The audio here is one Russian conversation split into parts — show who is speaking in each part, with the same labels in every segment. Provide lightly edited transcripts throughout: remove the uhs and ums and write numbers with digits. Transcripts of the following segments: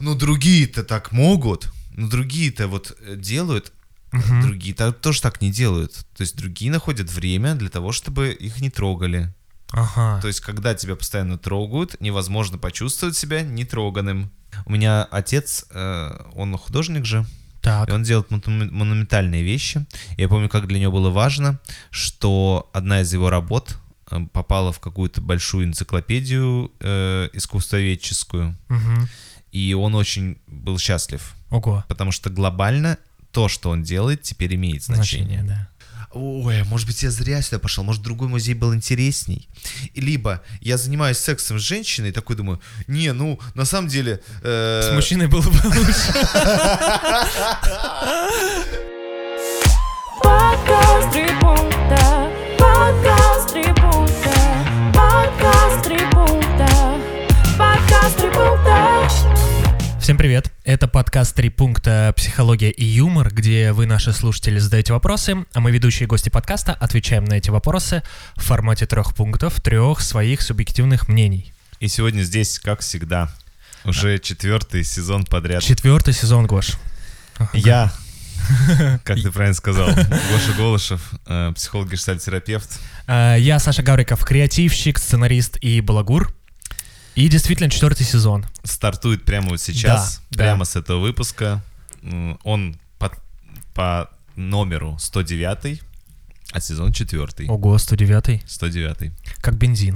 Speaker 1: ну, другие-то так могут, ну, другие-то вот делают, другие-то тоже так не делают. То есть другие находят время для того, чтобы их не трогали.
Speaker 2: Ага.
Speaker 1: То есть когда тебя постоянно трогают, невозможно почувствовать себя нетроганным. У меня отец, он художник же,
Speaker 2: Так.
Speaker 1: и он делает монументальные вещи. Я помню, как для него было важно, что одна из его работ попала в какую-то большую энциклопедию искусствоведческую, и он очень был счастлив.
Speaker 2: Ого.
Speaker 1: Потому что глобально то, что он делает, теперь имеет значение.
Speaker 2: Да.
Speaker 1: Ой, может быть, я зря сюда пошел, может, другой музей был интересней. Либо я занимаюсь сексом с женщиной и такой думаю, не, ну, на самом деле...
Speaker 2: С мужчиной было бы лучше.
Speaker 3: Подкаст «Три пункта», подкаст «Три пункта», подкаст «Три пункта», подкаст «Три пункта».
Speaker 2: Всем привет, это подкаст «Три пункта. Психология и юмор», где вы, наши слушатели, задаете вопросы, а мы, ведущие гости подкаста, отвечаем на эти вопросы в формате 3 пунктов, 3 своих субъективных мнений.
Speaker 1: И сегодня здесь, как всегда, уже 4-й сезон подряд.
Speaker 2: 4-й сезон, Гош.
Speaker 1: Я, как ты правильно сказал, Гоша Голышев, психолог-гештальт-терапевт.
Speaker 2: Я Саша Гавриков, креативщик, сценарист и балагур. И действительно 4-й сезон.
Speaker 1: Стартует прямо вот сейчас,
Speaker 2: Да,
Speaker 1: прямо
Speaker 2: да.
Speaker 1: с этого выпуска. Он по номеру 109, а сезон 4.
Speaker 2: Ого, 109-й.
Speaker 1: 109.
Speaker 2: Как бензин.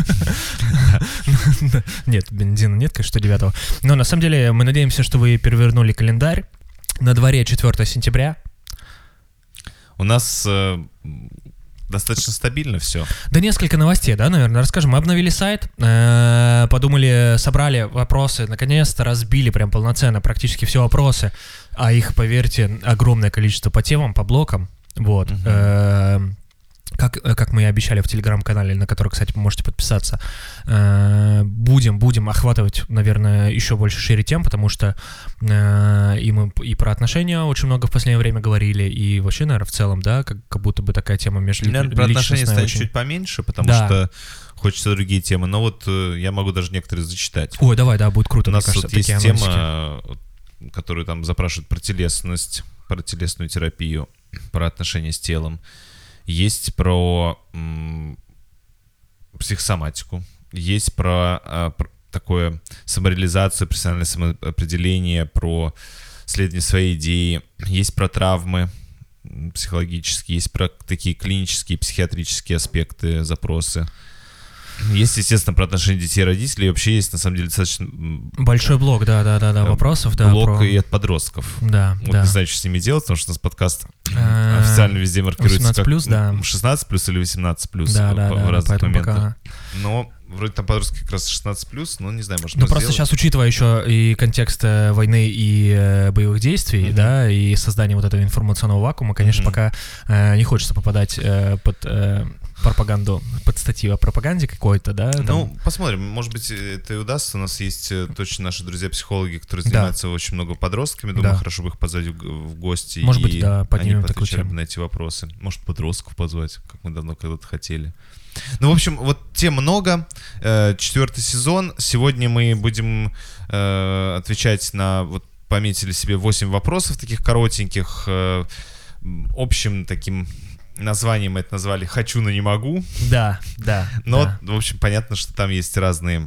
Speaker 2: Нет, бензина нет, конечно, 109-го. Но на самом деле мы надеемся, что вы перевернули календарь. На дворе 4 сентября.
Speaker 1: У нас достаточно стабильно все.
Speaker 2: Да несколько новостей, да, наверное, расскажем. Мы обновили сайт, подумали, собрали вопросы, наконец-то разбили прям полноценно практически все вопросы, а их, поверьте, огромное количество по темам, по блокам, вот. Как мы и обещали в телеграм-канале, на который, кстати, вы можете подписаться, будем охватывать, наверное, еще больше шире тем, потому что и мы и про отношения очень много в последнее время говорили, и вообще, наверное, в целом, да, как будто бы такая тема межличностная.
Speaker 1: Наверное, про отношения станет
Speaker 2: очень...
Speaker 1: чуть поменьше, потому
Speaker 2: Да.
Speaker 1: что хочется другие темы. Но вот я могу даже некоторые зачитать.
Speaker 2: Ой, давай, да, будет круто.
Speaker 1: У нас
Speaker 2: мне кажется,
Speaker 1: вот есть
Speaker 2: такие анонсики.
Speaker 1: тема, которую там запрашивают про телесность, про телесную терапию, про отношения с телом. Есть про психосоматику, есть про такое самореализацию, профессиональное самоопределение, про следование своей идеи, есть про травмы психологические, есть про такие клинические, психиатрические аспекты, запросы. Есть, естественно, про отношения детей и родителей. И вообще есть, на самом деле, достаточно...
Speaker 2: Большой блок, да, вопросов, да.
Speaker 1: Блок и от подростков.
Speaker 2: Да,
Speaker 1: Вот
Speaker 2: да.
Speaker 1: не знаю, что с ними делать, потому что у нас подкаст официально везде маркируется
Speaker 2: 18+, да.
Speaker 1: 16+, или 18+,
Speaker 2: Да,
Speaker 1: в разных
Speaker 2: поэтому
Speaker 1: моментах.
Speaker 2: пока...
Speaker 1: Но вроде там подростки как раз 16+, но не знаю, может,
Speaker 2: Ну
Speaker 1: мы
Speaker 2: просто
Speaker 1: сделаем.
Speaker 2: сейчас, учитывая еще и контекст войны и боевых действий, да, и создание вот этого информационного вакуума, конечно, пока не хочется попадать под пропаганду, под статью о пропаганде какой-то, да. Там...
Speaker 1: Ну, посмотрим, может быть, это и удастся. У нас есть точно наши друзья-психологи, которые
Speaker 2: Да.
Speaker 1: занимаются очень много подростками. Думаю,
Speaker 2: Да.
Speaker 1: хорошо бы их позвать в гости.
Speaker 2: Может
Speaker 1: и
Speaker 2: быть, да, поднимем
Speaker 1: они
Speaker 2: такую
Speaker 1: поотвечали бы
Speaker 2: тему.
Speaker 1: на эти вопросы. Может, подростков позвать, как мы давно когда-то хотели. Ну, в общем, вот тем много. 4-й сезон. Сегодня мы будем отвечать на... Вот пометили себе 8 вопросов таких коротеньких. Общим таким названием мы это назвали «Хочу, но не могу».
Speaker 2: Да.
Speaker 1: Но,
Speaker 2: да.
Speaker 1: в общем, понятно, что там есть разные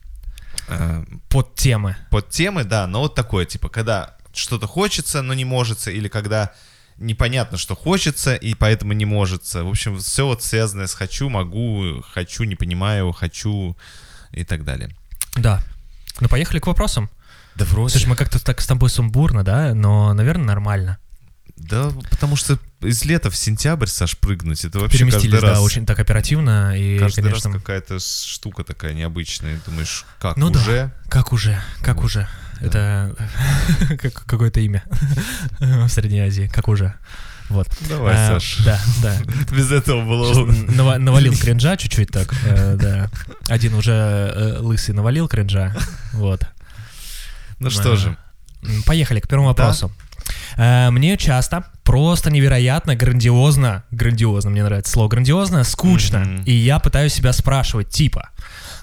Speaker 2: Подтемы.
Speaker 1: подтемы, да, но вот такое, типа, когда что-то хочется, но не можется, или когда непонятно, что хочется, и поэтому не можется. В общем, все вот связанное с «хочу», «могу», «хочу», «не понимаю», «хочу» и так далее.
Speaker 2: Да. Ну, поехали к вопросам.
Speaker 1: Да вроде.
Speaker 2: Слушай, мы как-то так с тобой сумбурно, да, но, наверное, нормально.
Speaker 1: Да, потому что из лета в сентябрь, Саш, прыгнуть, это вообще
Speaker 2: Переместились,
Speaker 1: каждый раз...
Speaker 2: да, очень так оперативно, и,
Speaker 1: Каждый
Speaker 2: конечно...
Speaker 1: раз какая-то штука такая необычная. Думаешь, как
Speaker 2: Ну да.
Speaker 1: уже?
Speaker 2: Как уже.
Speaker 1: Да.
Speaker 2: Это какое-то имя в Средней Азии. Как уже. Вот.
Speaker 1: Давай, Саш.
Speaker 2: Да.
Speaker 1: Без этого было...
Speaker 2: Навалил кринжа чуть-чуть так, да. Один уже лысый навалил кринжа, вот.
Speaker 1: Ну что же.
Speaker 2: Поехали к первому вопросу. Мне часто просто невероятно грандиозно, мне нравится слово грандиозно, скучно, и я пытаюсь себя спрашивать, типа,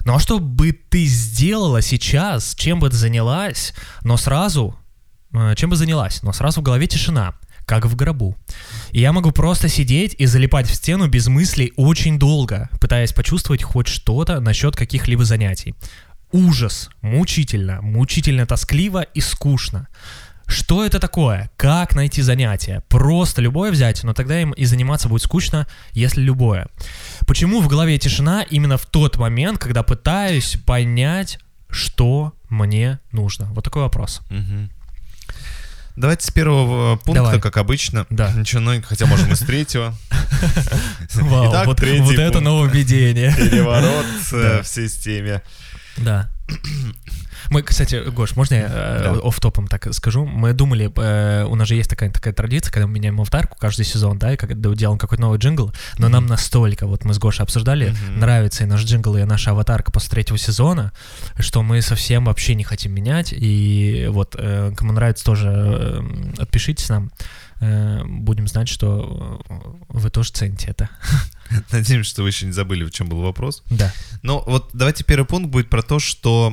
Speaker 2: Ну а что бы ты сделала сейчас, чем бы ты занялась, но сразу в голове тишина, как в гробу. И я могу просто сидеть и залипать в стену без мыслей очень долго, пытаясь почувствовать хоть что-то насчет каких-либо занятий. Ужас, мучительно тоскливо и скучно. Что это такое? Как найти занятие? Просто любое взять, но тогда им и заниматься будет скучно, если любое. Почему в голове тишина именно в тот момент, когда пытаюсь понять, что мне нужно? Вот такой вопрос.
Speaker 1: Угу. Давайте с первого пункта,
Speaker 2: Давай.
Speaker 1: Как обычно.
Speaker 2: Да.
Speaker 1: Ничего новенького, хотя можем и с третьего.
Speaker 2: Вау,
Speaker 1: Итак,
Speaker 2: вот
Speaker 1: третий
Speaker 2: это
Speaker 1: пункт.
Speaker 2: нововведение.
Speaker 1: Переворот
Speaker 2: Да.
Speaker 1: в системе.
Speaker 2: Да. Мы, кстати, Гош, можно я офф-топом так скажу? Мы думали, у нас же есть такая традиция, когда мы меняем аватарку каждый сезон, да, и когда делаем какой-то новый джингл, но нам настолько, вот мы с Гошей обсуждали, нравится и наш джингл, и наша аватарка после 3-го сезона, что мы совсем вообще не хотим менять, и вот кому нравится тоже, отпишитесь нам, будем знать, что вы тоже цените это.
Speaker 1: Надеемся, что вы еще не забыли, в чем был вопрос.
Speaker 2: Да.
Speaker 1: Ну, вот давайте первый пункт будет про то, что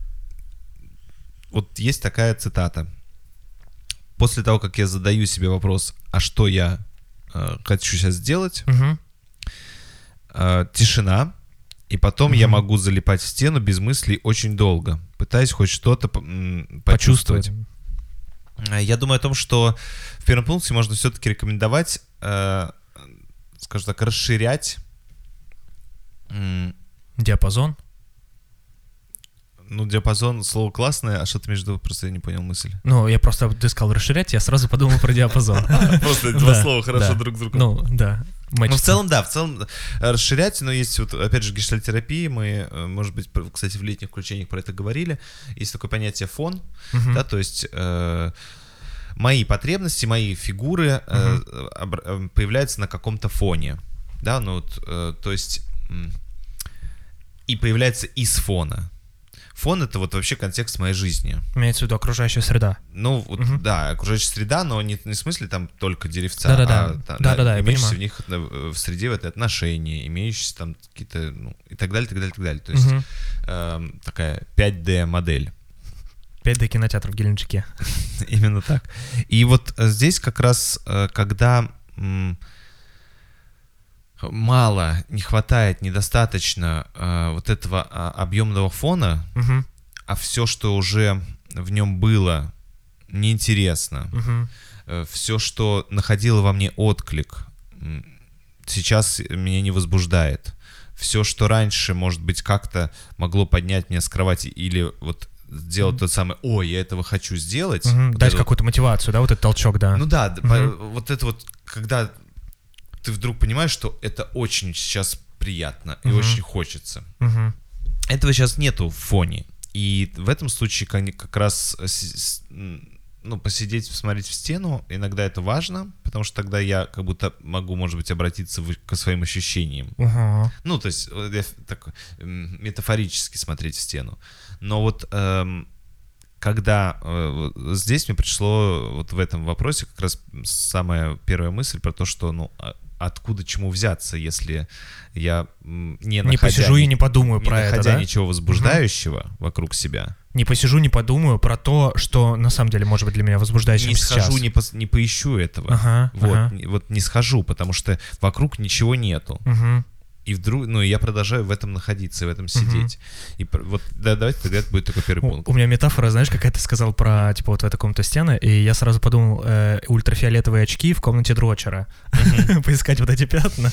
Speaker 1: вот есть такая цитата. После того, как я задаю себе вопрос, а что я хочу сейчас сделать, тишина, и потом я могу залипать в стену без мыслей очень долго, пытаясь хоть что-то почувствовать. Я думаю о том, что в первом пункте можно все-таки рекомендовать, скажем так, расширять
Speaker 2: Диапазон.
Speaker 1: Ну, диапазон, слово классное, а что ты между... Просто я не понял мысль.
Speaker 2: Ну, я просто, ты сказал расширять, я сразу подумал про диапазон.
Speaker 1: Просто два слова хорошо друг с другом.
Speaker 2: Ну, да.
Speaker 1: Ну, в целом расширять, но есть вот, опять же, гештальтерапия, мы, может быть, кстати, в летних включениях про это говорили, есть такое понятие фон, да, то есть мои потребности, мои фигуры появляются на каком-то фоне, да, ну, вот, то есть и появляется из фона. Фон — это вот вообще контекст моей жизни.
Speaker 2: Имеется в виду окружающая среда.
Speaker 1: Ну, вот, да, окружающая среда, но не в смысле там только деревца,
Speaker 2: Да-да-да, я
Speaker 1: имеющиеся
Speaker 2: понимаю.
Speaker 1: в них, в среде в этой отношения, имеющиеся там какие-то, ну, и так далее, так далее, так далее. То есть такая 5D-модель.
Speaker 2: 5D кинотеатр в Геленджике.
Speaker 1: Именно так. И вот здесь как раз, когда мало, не хватает, недостаточно вот этого объемного фона, а все, что уже в нем было, неинтересно, все, что находило во мне отклик, сейчас меня не возбуждает. Все, что раньше, может быть, как-то могло поднять меня с кровати или вот сделать тот самый, ой, я этого хочу сделать. Вот
Speaker 2: дать какую-то мотивацию, да, вот этот толчок, да.
Speaker 1: Ну да, вот это вот, когда ты вдруг понимаешь, что это очень сейчас приятно и очень хочется. Этого сейчас нету в фоне. И в этом случае как раз посидеть, посмотреть в стену, иногда это важно, потому что тогда я как будто могу, может быть, обратиться к своим ощущениям. Ну, то есть так, метафорически смотреть в стену. Но вот когда здесь мне пришло вот в этом вопросе как раз самая первая мысль про то, что, ну, откуда чему взяться, если я не
Speaker 2: посижу и не подумаю про это, да?
Speaker 1: Не находя ничего возбуждающего вокруг себя.
Speaker 2: Не посижу, не подумаю про то, что на самом деле может быть для меня возбуждающим сейчас.
Speaker 1: Не схожу, не поищу этого. Вот не схожу, потому что вокруг ничего нету. И вдруг, ну, я продолжаю в этом находиться, в этом сидеть. И вот давайте тогда это будет такой первый пункт.
Speaker 2: У меня метафора, знаешь, какая ты сказал про, типа, вот в этой комнате стены, и я сразу подумал, ультрафиолетовые очки в комнате дрочера. Поискать вот эти пятна.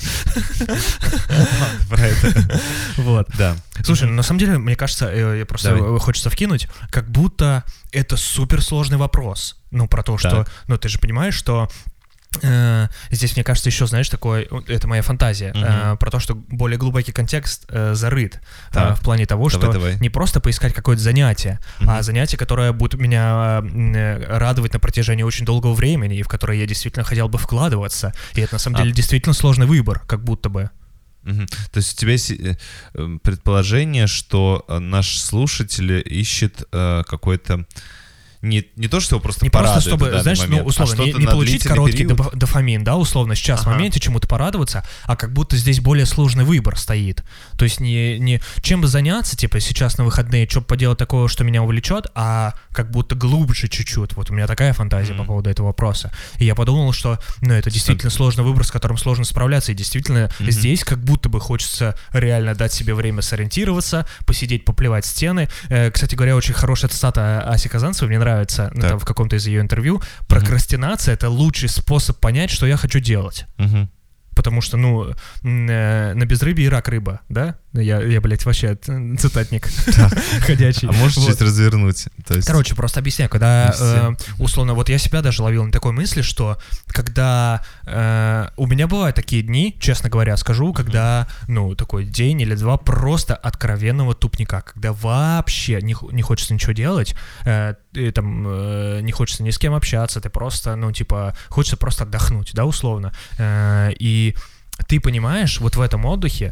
Speaker 1: Про это.
Speaker 2: Вот.
Speaker 1: Да.
Speaker 2: Слушай, на самом деле, мне кажется, я просто хочется вкинуть, как будто это суперсложный вопрос. Ну, про то, что, ну, ты же понимаешь, что здесь, мне кажется, еще, знаешь, такое, это моя фантазия, про то, что более глубокий контекст зарыт в плане того, что не просто поискать какое-то занятие, а занятие, которое будет меня радовать на протяжении очень долгого времени, и в которое я действительно хотел бы вкладываться. И это, на самом деле, действительно сложный выбор, как будто бы.
Speaker 1: То есть у тебя есть предположение, что наш слушатель ищет какой-то не то, что его просто
Speaker 2: не
Speaker 1: порадует
Speaker 2: просто, чтобы,
Speaker 1: в данный
Speaker 2: знаешь,
Speaker 1: момент,
Speaker 2: ну, условно,
Speaker 1: а что-то
Speaker 2: не
Speaker 1: на
Speaker 2: получить
Speaker 1: длительный
Speaker 2: короткий
Speaker 1: период.
Speaker 2: дофамин, да, условно, сейчас в моменте чему-то порадоваться, а как будто здесь более сложный выбор стоит. То есть не чем бы заняться, типа, сейчас на выходные, что поделать такого, что меня увлечет, а как будто глубже чуть-чуть. Вот у меня такая фантазия по поводу этого вопроса. И я подумал, что, ну, это действительно сложный выбор, с которым сложно справляться, и действительно здесь как будто бы хочется реально дать себе время сориентироваться, посидеть, поплевать стены. Кстати говоря, очень хорошая цитата Аси Казанцевой, мне нравится, ну, там в каком-то из ее интервью. Прокрастинация — это лучший способ понять, что я хочу делать. Потому что, ну, на безрыбье и рак рыба, да? Я, блядь, вообще цитатник ходячий.
Speaker 1: А можешь чуть развернуть?
Speaker 2: Короче, просто объясняю, когда, условно, вот я себя даже ловил на такой мысли, что когда у меня бывают такие дни, честно говоря, скажу, когда, ну, такой день или два просто откровенного тупника, когда вообще не хочется ничего делать, ты там не хочется ни с кем общаться, ты просто, ну, типа, хочется просто отдохнуть, да, условно. И ты понимаешь, вот в этом отдыхе,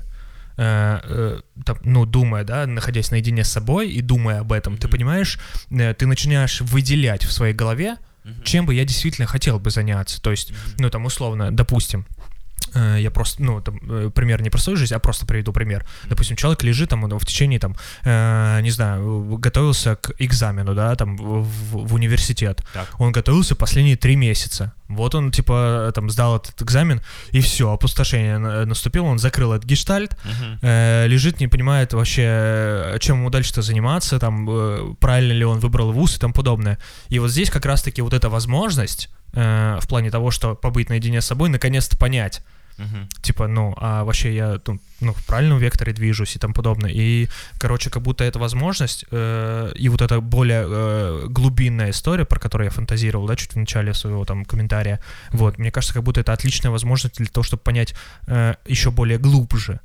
Speaker 2: ну, думая, да, находясь наедине с собой и думая об этом, ты понимаешь, ты начинаешь выделять в своей голове, чем бы я действительно хотел бы заняться. То есть, ну, там, условно, допустим, я просто, ну, там, пример не про свою жизнь, а просто приведу пример. Допустим, человек лежит там в течение, там, не знаю, готовился к экзамену, да, там, в университет. Так. Он готовился последние 3 месяца. Вот он, типа, там, сдал этот экзамен, и все, опустошение наступило, он закрыл этот гештальт, лежит, не понимает вообще, чем ему дальше-то заниматься, там, правильно ли он выбрал вуз и тому подобное. И вот здесь как раз-таки вот эта возможность, в плане того, что побыть наедине с собой, наконец-то понять, типа, ну, а вообще я, ну, в правильном векторе движусь и тому подобное. И, короче, как будто эта возможность и вот эта более глубинная история, про которую я фантазировал, да, чуть в начале своего там комментария, вот, мне кажется, как будто это отличная возможность для того, чтобы понять еще более глубже.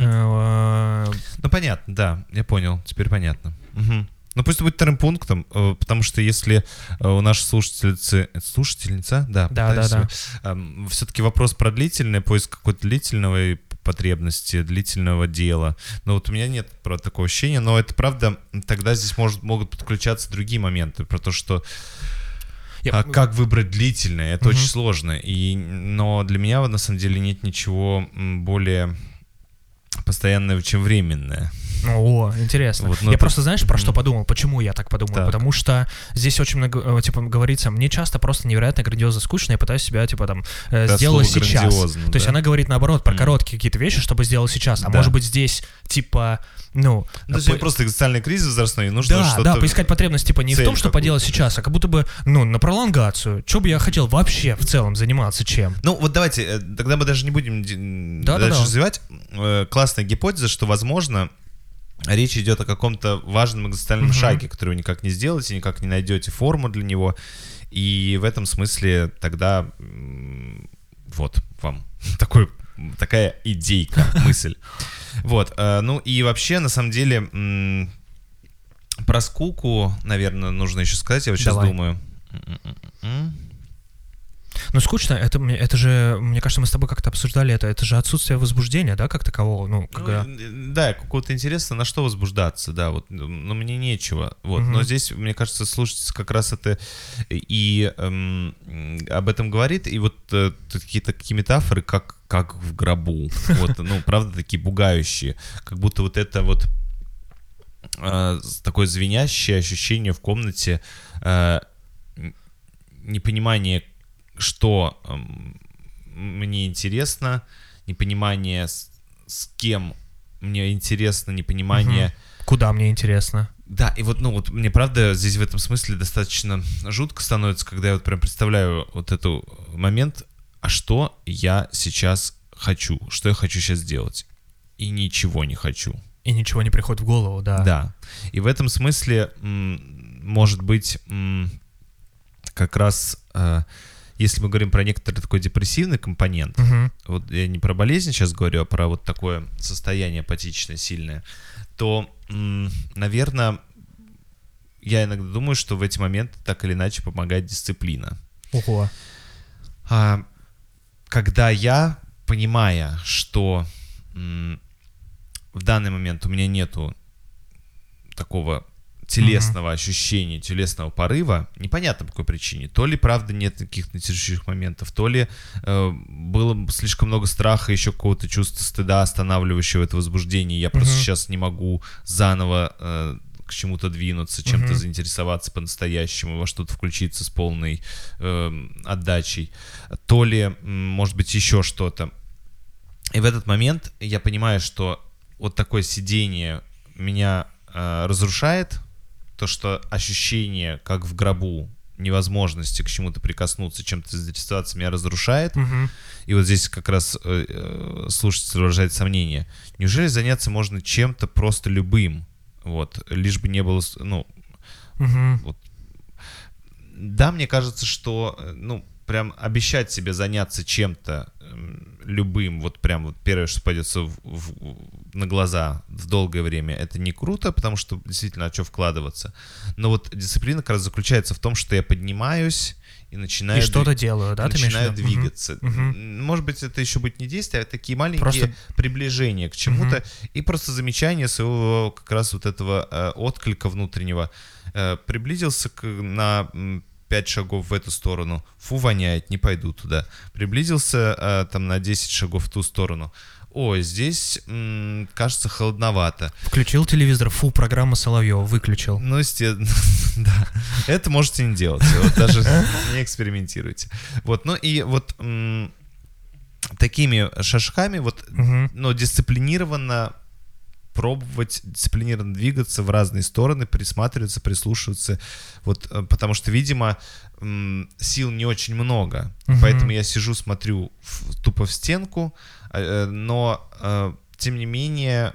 Speaker 1: Ну, понятно, да, я понял, теперь понятно. Ну, пусть это будет вторым пунктом, потому что если у нашей слушательница, да, все-таки вопрос про длительный, поиск какой-то длительного потребности, длительного дела. Но вот у меня нет про такого ощущения, но это правда, тогда здесь могут подключаться другие моменты, про то, что как выбрать длительное, это очень сложно. Но для меня на самом деле нет ничего более постоянного, чем временное.
Speaker 2: О, интересно. Вот, я просто, знаешь, про что подумал? Почему я так подумал?
Speaker 1: Так.
Speaker 2: Потому что здесь очень много, типа, говорится, мне часто просто невероятно грандиозно скучно, я пытаюсь себя, типа, там, сделать сейчас. То есть она говорит, наоборот, про короткие какие-то вещи, чтобы сделать сейчас. А может быть здесь, типа, ну...
Speaker 1: То есть просто экзистенциальный кризис возрастной, и нужно что-то...
Speaker 2: Да, поискать потребность, типа, не в том, что поделать сейчас, а как будто бы, ну, на пролонгацию. Что бы я хотел вообще в целом заниматься чем?
Speaker 1: Ну, вот давайте, тогда мы даже не будем дальше развивать. Классная гипотеза, что, возможно, речь идет о каком-то важном экзистенциальном шаге, который вы никак не сделаете, никак не найдете форму для него. И в этом смысле тогда вот вам такая идейка, мысль. Вот, ну и вообще, на самом деле, про скуку, наверное, нужно еще сказать, я вот сейчас думаю.
Speaker 2: Ну, скучно, это же, мне кажется, мы с тобой как-то обсуждали это же отсутствие возбуждения, да, как такового, ну, когда...
Speaker 1: Да, какого-то интереса, на что возбуждаться, да, вот, но мне нечего, вот, но здесь, мне кажется, слушатель как раз это и об этом говорит, и вот какие-то такие метафоры, как в гробу, вот, ну, правда, такие пугающие, как будто вот это вот такое звенящее ощущение в комнате, непонимание, что мне интересно, непонимание, с кем мне интересно, непонимание...
Speaker 2: Куда мне интересно.
Speaker 1: Да, и вот, ну, вот мне, правда, здесь в этом смысле достаточно жутко становится, когда я вот прям представляю вот этот момент, а что я сейчас хочу, что я хочу сейчас сделать, и ничего не хочу.
Speaker 2: И ничего не приходит в голову, да.
Speaker 1: Да, и в этом смысле, может быть, как раз... Если мы говорим про некоторый такой депрессивный компонент, вот я не про болезнь сейчас говорю, а про вот такое состояние апатичное, сильное, то, наверное, я иногда думаю, что в эти моменты так или иначе помогает дисциплина.
Speaker 2: Ого.
Speaker 1: Когда я, понимая, что в данный момент у меня нету такого телесного ощущения, телесного порыва, непонятно по какой причине. То ли, правда, нет каких-то интересующих моментов, то ли было слишком много страха, еще какого-то чувства стыда, останавливающего это возбуждение. Я просто сейчас не могу заново к чему-то двинуться, чем-то заинтересоваться по-настоящему, во что-то включиться с полной отдачей. То ли, может быть, еще что-то. И в этот момент я понимаю, что вот такое сидение меня разрушает, то, что ощущение, как в гробу, невозможности к чему-то прикоснуться, чем-то заинтересоваться, меня разрушает. И вот здесь как раз слушатель выражает сомнение. Неужели заняться можно чем-то просто любым? Вот, лишь бы не было, ну, вот. Да, мне кажется, что, ну, прям обещать себе заняться чем-то любым, вот прям вот первое, что пойдется на глаза в долгое время, это не круто, потому что действительно, а что вкладываться. Но вот дисциплина как раз заключается в том, что я поднимаюсь и начинаю...
Speaker 2: И что-то делаю, да, ты
Speaker 1: начинаю двигаться. Может быть, это еще будет не действие, а такие маленькие
Speaker 2: просто
Speaker 1: приближения к чему-то и просто замечание своего как раз вот этого отклика внутреннего. Приблизился на 5 шагов в эту сторону. Фу, воняет, не пойду туда. Приблизился там на 10 шагов в ту сторону. Ой, здесь, кажется, холодновато.
Speaker 2: Включил телевизор, фу, программа Соловьева, выключил.
Speaker 1: Ну, естественно, да. Это можете не делать. Вот даже не экспериментируйте. Вот, ну и вот такими шажками, вот, но дисциплинированно пробовать, дисциплинированно двигаться в разные стороны, присматриваться, прислушиваться, вот, потому что, видимо, сил не очень много, поэтому я сижу, смотрю тупо в стенку, но, тем не менее,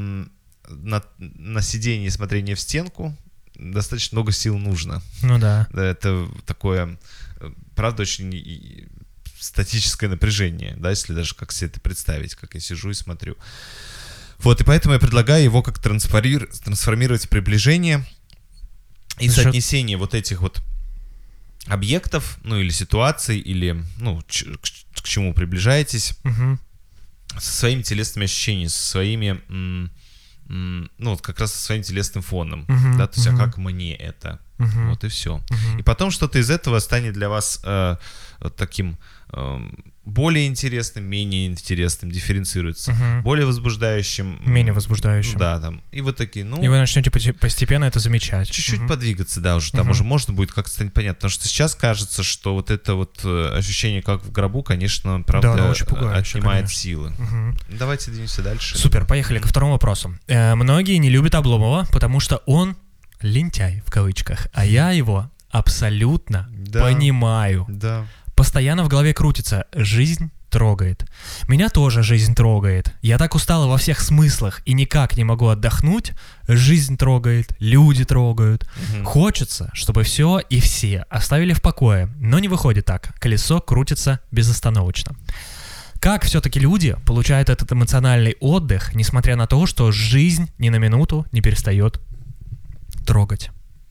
Speaker 1: на сидении и смотрении в стенку достаточно много сил нужно.
Speaker 2: Ну да.
Speaker 1: Это такое, правда, очень статическое напряжение, да, если даже как себе это представить, как я сижу и смотрю. Вот, и поэтому я предлагаю его как трансформировать в приближение и соотнесение вот этих вот объектов, ну, или ситуаций, или, ну, к чему приближаетесь, со своими телесными ощущениями, со своими, ну, вот как раз со своим телесным фоном, да, то есть, а как мне это, вот и все. И потом что-то из этого станет для вас таким... более интересным, менее интересным, дифференцируется, более возбуждающим,
Speaker 2: менее возбуждающим.
Speaker 1: Да, там. И вот такие, ну...
Speaker 2: И вы начнете постепенно это замечать.
Speaker 1: Чуть-чуть подвигаться, да, уже там уже можно будет как-то станет понятно, потому что сейчас кажется, что вот это вот ощущение, как в гробу, конечно, правда,
Speaker 2: да, очень пугающе,
Speaker 1: отнимает
Speaker 2: конечно.
Speaker 1: силы. Давайте двинемся дальше.
Speaker 2: Супер, поехали ко второму вопросу. Многие не любят Обломова, потому что он лентяй, в кавычках, а я его абсолютно понимаю.
Speaker 1: Да.
Speaker 2: Постоянно в голове крутится «жизнь трогает». Меня тоже жизнь трогает. Я так устала во всех смыслах и никак не могу отдохнуть. Жизнь трогает, люди трогают. Хочется, чтобы все и все оставили в покое, но не выходит так. Колесо крутится безостановочно. Как все-таки люди получают этот эмоциональный отдых, несмотря на то, что жизнь ни на минуту не перестает трогать?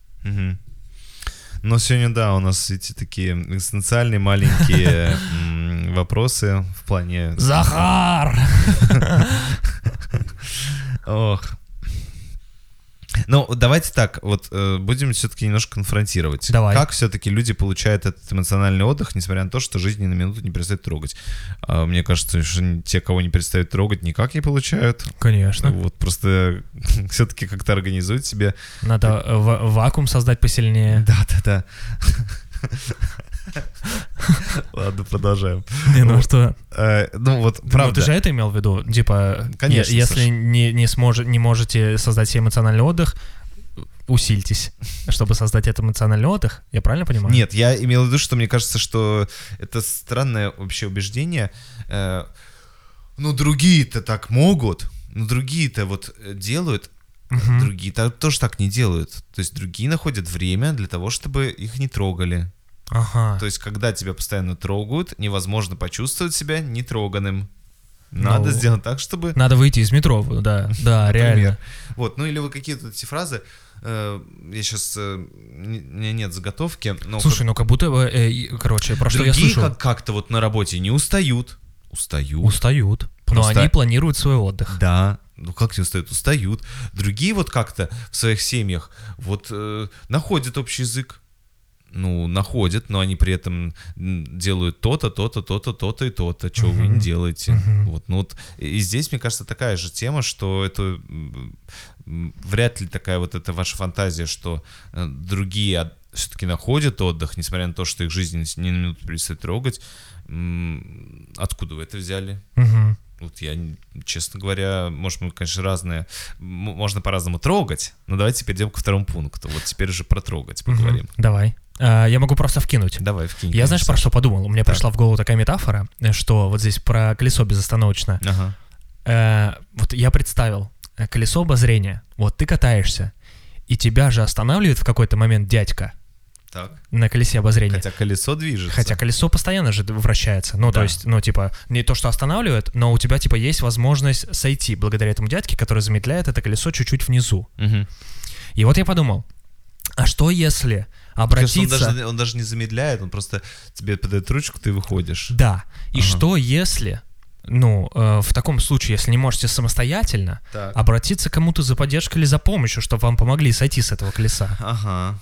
Speaker 1: Но сегодня, да, у нас эти такие экзистенциальные маленькие вопросы в плане...
Speaker 2: Захар!
Speaker 1: Ох. Ну, давайте так, вот будем все-таки немножко конфронтировать.
Speaker 2: Давай.
Speaker 1: Как все-таки люди получают этот эмоциональный отдых, несмотря на то, что жизнь ни на минуту не перестает трогать? Мне кажется, что те, кого не перестают трогать, никак не получают.
Speaker 2: Конечно.
Speaker 1: Вот, просто все-таки как-то организуют себе...
Speaker 2: Надо вакуум создать посильнее.
Speaker 1: Да. Ладно, продолжаем.
Speaker 2: Не, ну что?
Speaker 1: Ну вот, правда.
Speaker 2: Ну ты же это имел в виду? Типа,
Speaker 1: конечно,
Speaker 2: если не можете создать себе эмоциональный отдых, усильтесь, чтобы создать этот эмоциональный отдых. Я правильно понимаю?
Speaker 1: Нет, я имел в виду, что мне кажется, что это странное вообще убеждение. Ну, другие-то так могут, но другие-то вот делают, другие-то тоже так не делают. То есть другие находят время для того, чтобы их не трогали.
Speaker 2: Ага.
Speaker 1: То есть, когда тебя постоянно трогают, невозможно почувствовать себя нетроганным. Надо сделать так, чтобы...
Speaker 2: Надо выйти из метро, да, реально.
Speaker 1: Вот, ну или вы какие-то эти фразы... Я сейчас... У меня нет заготовки, но...
Speaker 2: Слушай, ну как будто бы... Короче, про что я слышал.
Speaker 1: Другие как-то вот на работе не устают.
Speaker 2: Устают. Но они планируют свой отдых.
Speaker 1: Да. ну как не устают? Устают. Другие вот как-то в своих семьях вот находят общий язык. Ну, находят, но они при этом делают то-то, то-то, то-то, то-то и то-то, чего вы не делаете. Вот, ну вот, и здесь, мне кажется, такая же тема, что это вряд ли такая вот эта ваша фантазия, что другие все-таки находят отдых, несмотря на то, что их жизнь ни на минуту перестает трогать. Откуда вы это взяли? Вот я, честно говоря, может, мы, конечно, разные, можно по-разному трогать, но давайте перейдем ко второму пункту. Вот теперь уже про трогать поговорим.
Speaker 2: Давай. Я могу просто вкинуть.
Speaker 1: Давай, вкинь.
Speaker 2: Я, знаешь, про что подумал? У меня пришла в голову такая метафора, что вот здесь про колесо безостановочное. Вот я представил колесо обозрения. Вот ты катаешься, и тебя же останавливает в какой-то момент дядька.
Speaker 1: Так.
Speaker 2: На колесе обозрения.
Speaker 1: Хотя колесо движется.
Speaker 2: Хотя колесо постоянно же вращается. Ну,
Speaker 1: да.
Speaker 2: То есть, ну, типа, не то, что останавливает, но у тебя, типа, есть возможность сойти благодаря этому дядьке, который замедляет это колесо чуть-чуть внизу. И вот я подумал, а что если обратиться...
Speaker 1: Он даже не замедляет, он просто тебе подает ручку, ты выходишь.
Speaker 2: Да. И что если... Ну, в таком случае, если не можете самостоятельно, обратиться к кому-то за поддержкой или за помощью, чтобы вам помогли сойти с этого колеса.
Speaker 1: Ага.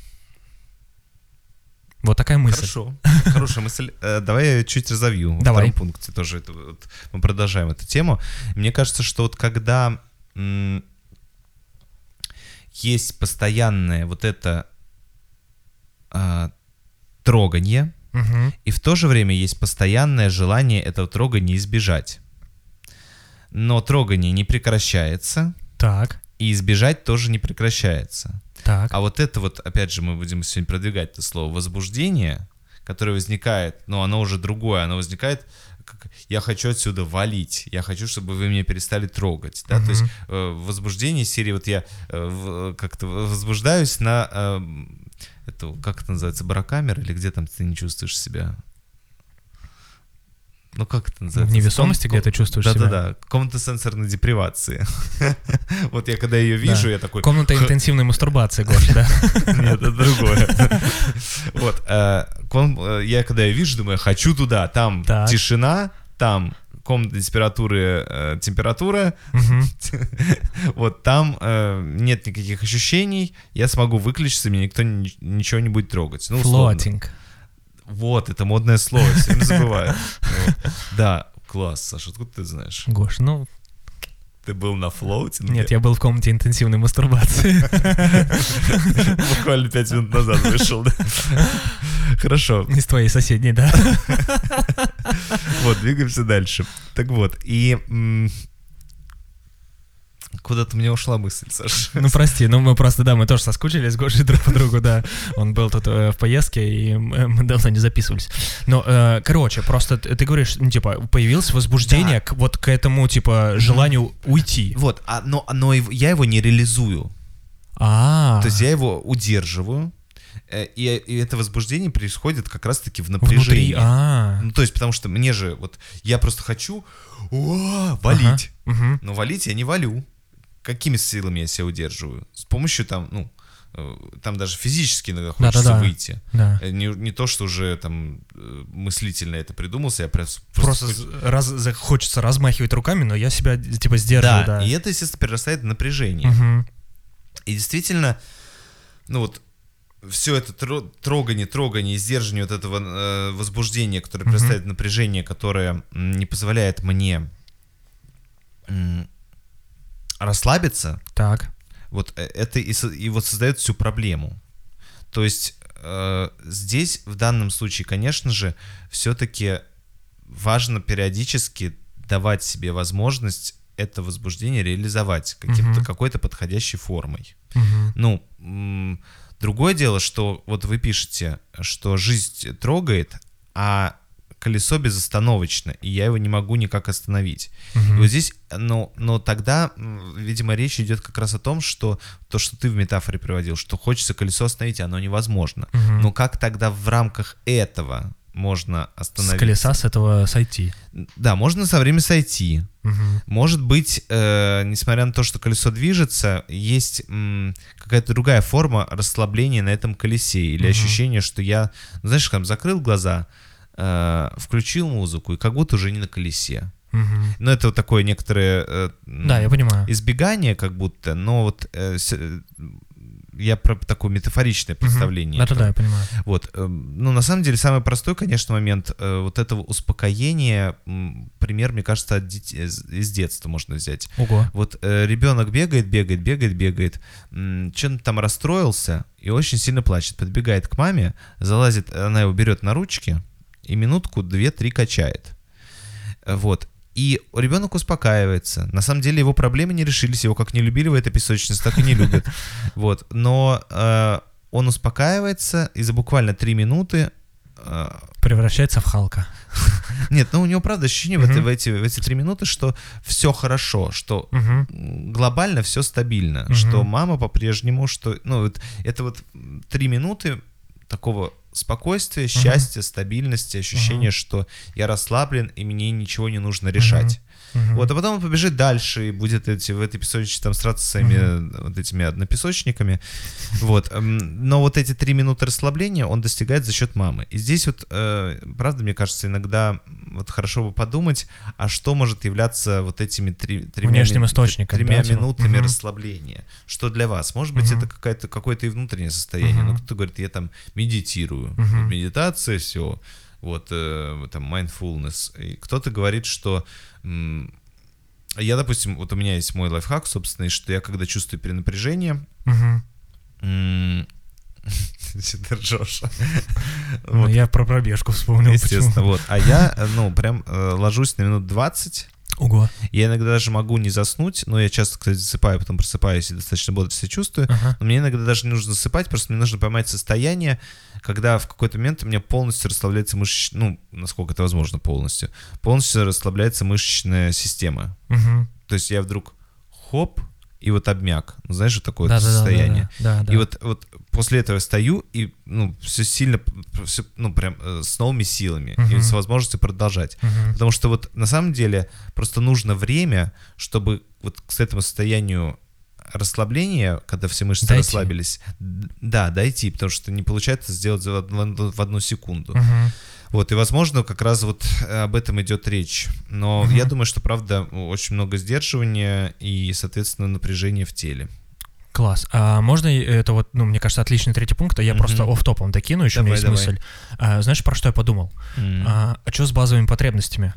Speaker 2: Вот такая мысль.
Speaker 1: Хорошо, хорошая мысль. Давай я чуть разовью. Во втором пункте тоже это, вот, мы продолжаем эту тему. Мне кажется, что вот когда есть постоянное вот это трогание, и в то же время есть постоянное желание этого трогания избежать. Но трогание не прекращается.
Speaker 2: Так.
Speaker 1: И избежать тоже не прекращается.
Speaker 2: Так.
Speaker 1: А вот это вот, опять же, мы будем сегодня продвигать это слово возбуждение, которое возникает, но оно уже другое, оно возникает, как я хочу отсюда валить, я хочу, чтобы вы меня перестали трогать, да, то есть возбуждение серии, вот я как-то возбуждаюсь на, это, как это называется, барокамера, или где там ты не чувствуешь себя? Ну, как это называется?
Speaker 2: В невесомости, где ты чувствуешь себя?
Speaker 1: Да-да-да, комната сенсорной депривации. Вот я когда ее вижу, я такой...
Speaker 2: Комната интенсивной мастурбации, Гоша, да?
Speaker 1: Нет, это другое. Вот, я когда ее вижу, думаю, хочу туда, там тишина, там комната температуры, температура, вот там нет никаких ощущений, я смогу выключиться, мне никто ничего не будет трогать.
Speaker 2: Флотинг.
Speaker 1: Вот, это модное слово, все время забываю. Да, класс, Саша, откуда ты знаешь?
Speaker 2: Гош, ну...
Speaker 1: Ты был на флоутинге?
Speaker 2: Нет, я был в комнате интенсивной мастурбации.
Speaker 1: Буквально 5 минут назад вышел, да? Хорошо.
Speaker 2: Из твоей соседней, да.
Speaker 1: Вот, двигаемся дальше. Так вот, и... Куда-то у меня ушла мысль, Саша.
Speaker 2: Ну, прости, ну мы просто, да, мы тоже соскучились с Гошей друг по другу, да. Он был тут в поездке, и мы давно не записывались. Но, короче, просто ты говоришь, ну, типа, появилось возбуждение вот к этому, типа, желанию уйти.
Speaker 1: Вот, но я его не реализую. То есть я его удерживаю, и это возбуждение происходит как раз-таки в напряжении. Ну, то есть, потому что мне же, вот, я просто хочу валить. Но валить я не валю. Какими силами я себя удерживаю? С помощью там, ну, там даже физически иногда хочется выйти.
Speaker 2: Да.
Speaker 1: Не то, что уже там мыслительно это придумался, я
Speaker 2: просто хочется размахивать руками, но я себя типа сдерживаю.
Speaker 1: Да, и это, естественно, перерастает в напряжение. И действительно, ну вот, все это трогание, сдерживание вот этого возбуждения, которое перерастает в напряжение, которое не позволяет мне расслабиться,
Speaker 2: так.
Speaker 1: Вот это и вот создает всю проблему. То есть здесь в данном случае, конечно же, все-таки важно периодически давать себе возможность это возбуждение реализовать какой-то подходящей формой. Ну, другое дело, что вот вы пишете, что жизнь трогает, а колесо безостановочно, и я его не могу никак остановить. И вот здесь, но тогда, видимо, речь идет как раз о том, что то, что ты в метафоре приводил, что хочется колесо остановить, оно невозможно. Но как тогда в рамках этого можно остановить?
Speaker 2: С колеса с этого сойти.
Speaker 1: Да, можно со временем сойти. Может быть, несмотря на то, что колесо движется, есть какая-то другая форма расслабления на этом колесе, или ощущение, что знаешь, там закрыл глаза, включил музыку, и как будто уже не на колесе.
Speaker 2: Мгм.
Speaker 1: Ну, это вот такое некоторое
Speaker 2: Да, я понимаю.
Speaker 1: избегание как будто, но вот я про такое метафоричное представление.
Speaker 2: Да, я понимаю.
Speaker 1: Вот, ну, на самом деле, самый простой, конечно, момент вот этого успокоения, пример, мне кажется, из детства можно взять.
Speaker 2: Ого.
Speaker 1: Вот ребенок бегает, что-то там расстроился и очень сильно плачет, подбегает к маме, залазит, она его берет на ручки и минутку, 2-3 качает. Вот. И ребенок успокаивается. На самом деле его проблемы не решились, его как не любили в этой песочнице, так и не любят. Вот. Но он успокаивается, и за буквально 3 минуты...
Speaker 2: Превращается в Халка.
Speaker 1: Нет, ну у него, правда, ощущение в эти 3 минуты, что все хорошо, что глобально все стабильно, что мама по-прежнему, что... Ну, вот, это вот 3 минуты такого спокойствия, счастья, стабильности, ощущения, что я расслаблен, и мне ничего не нужно решать. Вот, а потом он побежит дальше и будет в этой песочнице там сраться со своими вот этими однопесочниками. Вот. Но вот эти 3 минуты расслабления он достигает за счет мамы. И здесь вот, правда, мне кажется, иногда вот хорошо бы подумать, а что может являться вот этими
Speaker 2: внешним источником,
Speaker 1: тремя
Speaker 2: да,
Speaker 1: минутами расслабления? Что для вас? Может быть, это какое-то и внутреннее состояние. Ну, кто-то говорит, я там медитирую. Медитация, все. Вот, там, mindfulness. И кто-то говорит, что я, допустим, вот у меня есть мой лайфхак собственный, что я, когда чувствую перенапряжение, ты ржешь.
Speaker 2: Ну, я про пробежку вспомнил.
Speaker 1: Естественно, вот. А я, ну, прям ложусь на минут 20.
Speaker 2: Ого.
Speaker 1: Я иногда даже могу не заснуть, но я часто, кстати, засыпаю, потом просыпаюсь и достаточно бодро себя чувствую. Но мне иногда даже не нужно засыпать, просто мне нужно поймать состояние, когда в какой-то момент у меня полностью расслабляется мышечная, ну, насколько это возможно полностью расслабляется мышечная система. То есть я вдруг хоп, и вот обмяк. Ну, знаешь, вот такое состояние.
Speaker 2: Да.
Speaker 1: И вот после этого я стою, и, ну, все сильно, ну, прям с новыми силами, и с возможностью продолжать. Потому что вот на самом деле просто нужно время, чтобы вот к этому состоянию расслабления, когда все мышцы расслабились, да, дойти, потому что не получается сделать в одну секунду. Вот, и, возможно, как раз вот об этом идет речь. Но я думаю, что, правда, очень много сдерживания и, соответственно, напряжения в теле.
Speaker 2: Класс. А можно это вот, ну, мне кажется, отличный третий пункт, а я просто офф-топом докину, еще у меня есть мысль. Знаешь, про что я подумал? А что с базовыми потребностями?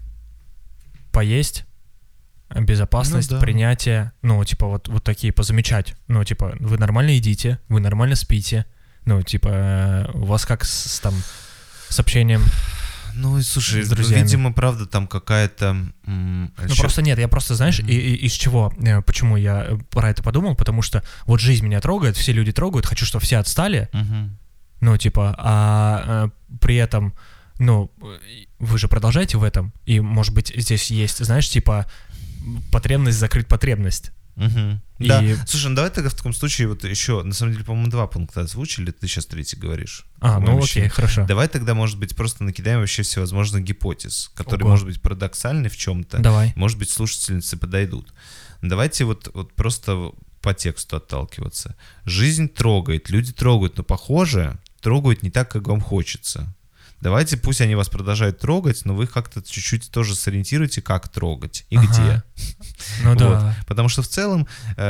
Speaker 2: Поесть, безопасность, принятие, ну, типа, вот такие позамечать. Ну, типа, вы нормально едите, вы нормально спите, ну, типа, у вас как с общением.
Speaker 1: Ну, слушай, видимо, правда, там какая-то...
Speaker 2: Ну, просто нет, я просто, знаешь, из чего, почему я про это подумал, потому что вот жизнь меня трогает, все люди трогают, хочу, чтобы все отстали, ну, типа, а при этом, ну, вы же продолжаете в этом, и, может быть, здесь есть, знаешь, типа, потребность закрыть потребность.
Speaker 1: Да, слушай, ну давай тогда в таком случае вот еще, на самом деле, по-моему, 2 пункта озвучили, ты сейчас 3 говоришь.
Speaker 2: Ну окей, хорошо.
Speaker 1: Давай тогда, может быть, просто накидаем вообще всевозможных гипотез, которые, может быть, парадоксальны в чем-то.
Speaker 2: Давай.
Speaker 1: Может быть, слушательницы подойдут. Давайте вот просто по тексту отталкиваться. Жизнь трогает, люди трогают, но, похоже, трогают не так, как вам хочется. Давайте, пусть они вас продолжают трогать, но вы как-то чуть-чуть тоже сориентируете, как трогать и где.
Speaker 2: Ну да.
Speaker 1: Потому что в целом,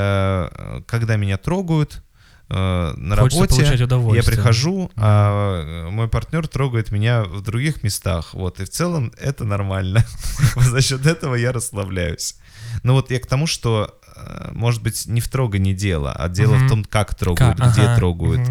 Speaker 1: когда меня трогают на работе, я прихожу, а мой партнер трогает меня в других местах. Вот, и в целом это нормально. За счет этого я расслабляюсь. Ну вот я к тому, что, может быть, не в трогании дело, а дело в том, как трогают, где трогают,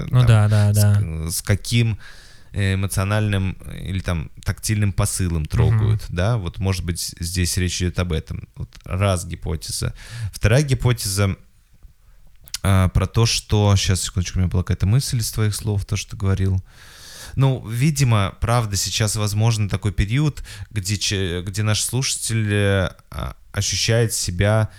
Speaker 1: с каким эмоциональным или там тактильным посылом трогают, да, вот может быть здесь речь идет об этом. Вот раз гипотеза. Вторая гипотеза про то, что... Сейчас, секундочку, у меня была какая-то мысль из твоих слов, то, что ты говорил. Ну, видимо, правда, сейчас возможен такой период, где наш слушатель ощущает себя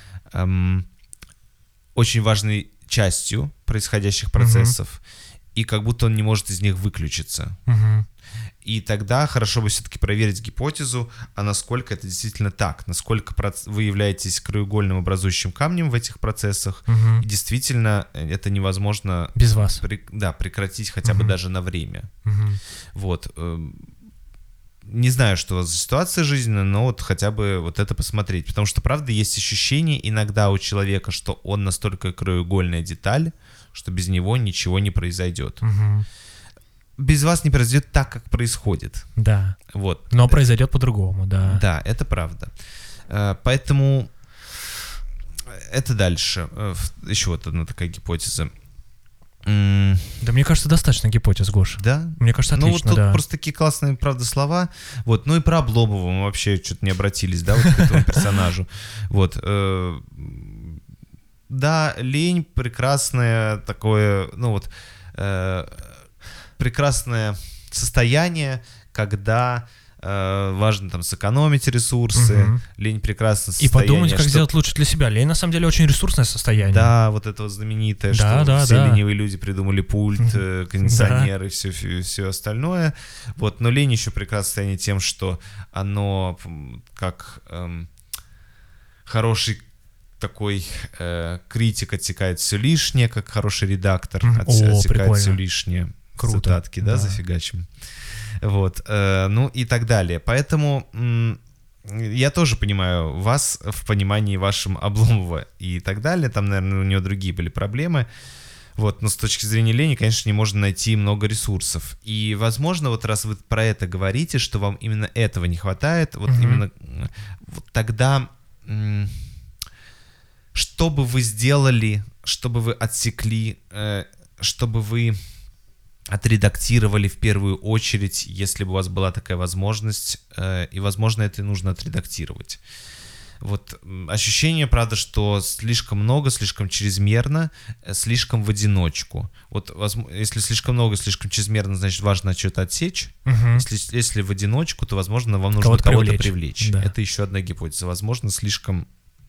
Speaker 1: очень важной частью происходящих процессов, и как будто он не может из них выключиться. И тогда хорошо бы все-таки проверить гипотезу, а насколько это действительно так, насколько вы являетесь краеугольным образующим камнем в этих процессах, и действительно это невозможно
Speaker 2: без вас.
Speaker 1: Прекратить хотя бы даже на время. Вот. не знаю, что у вас за ситуация жизненная, но вот хотя бы вот это посмотреть. Потому что, правда, есть ощущение иногда у человека, что он настолько краеугольная деталь, что без него ничего не произойдет.
Speaker 2: Мгм.
Speaker 1: Без вас не произойдет так, как происходит.
Speaker 2: Да.
Speaker 1: Вот.
Speaker 2: Но произойдет по-другому, да.
Speaker 1: Да, это правда. Поэтому это дальше. Еще вот одна такая гипотеза.
Speaker 2: Да, мне кажется, достаточно гипотез, Гош.
Speaker 1: Да?
Speaker 2: Мне кажется,
Speaker 1: Ну, вот
Speaker 2: отлично,
Speaker 1: тут
Speaker 2: да.
Speaker 1: просто такие классные, правда, слова. Вот. Ну и про Обломова мы вообще что-то не обратились, да, вот к этому персонажу. Вот. Да, лень прекрасное такое, ну вот, прекрасное состояние, когда важно там сэкономить ресурсы,
Speaker 2: Мгм.
Speaker 1: лень прекрасное
Speaker 2: И
Speaker 1: состояние.
Speaker 2: подумать, как
Speaker 1: что-
Speaker 2: сделать лучше для себя. Лень, на самом деле, очень ресурсное состояние.
Speaker 1: Да, вот это вот знаменитое,
Speaker 2: Да,
Speaker 1: что
Speaker 2: да,
Speaker 1: все
Speaker 2: да.
Speaker 1: ленивые люди придумали пульт, кондиционер и все остальное. Вот, но лень еще прекрасно состояние тем, что оно как хороший такой критик отсекает все лишнее, как хороший редактор
Speaker 2: Мгм. О,
Speaker 1: отсекает
Speaker 2: прикольно.
Speaker 1: все лишнее.
Speaker 2: Круто,
Speaker 1: Цитатки, да,
Speaker 2: да.
Speaker 1: зафигачим. Вот, ну и так далее. Поэтому я тоже понимаю вас в понимании вашем Обломова и так далее. Там, наверное, у него другие были проблемы. Вот, но с точки зрения лени, конечно, не можно найти много ресурсов. И, возможно, вот раз вы про это говорите, что вам именно этого не хватает, вот
Speaker 2: Мгм.
Speaker 1: именно вот тогда что бы вы сделали, чтобы вы отсекли, чтобы вы отредактировали в первую очередь, если бы у вас была такая возможность, и, возможно, это и нужно отредактировать. Вот ощущение, правда, что слишком много, слишком чрезмерно, слишком в одиночку. Вот если слишком много, слишком чрезмерно, значит, важно что-то отсечь.
Speaker 2: Мгм.
Speaker 1: Если в одиночку, то, возможно, вам нужно
Speaker 2: Кого-то
Speaker 1: кого-то
Speaker 2: привлечь.
Speaker 1: привлечь.
Speaker 2: Да.
Speaker 1: Это еще одна гипотеза. Возможно, слишком,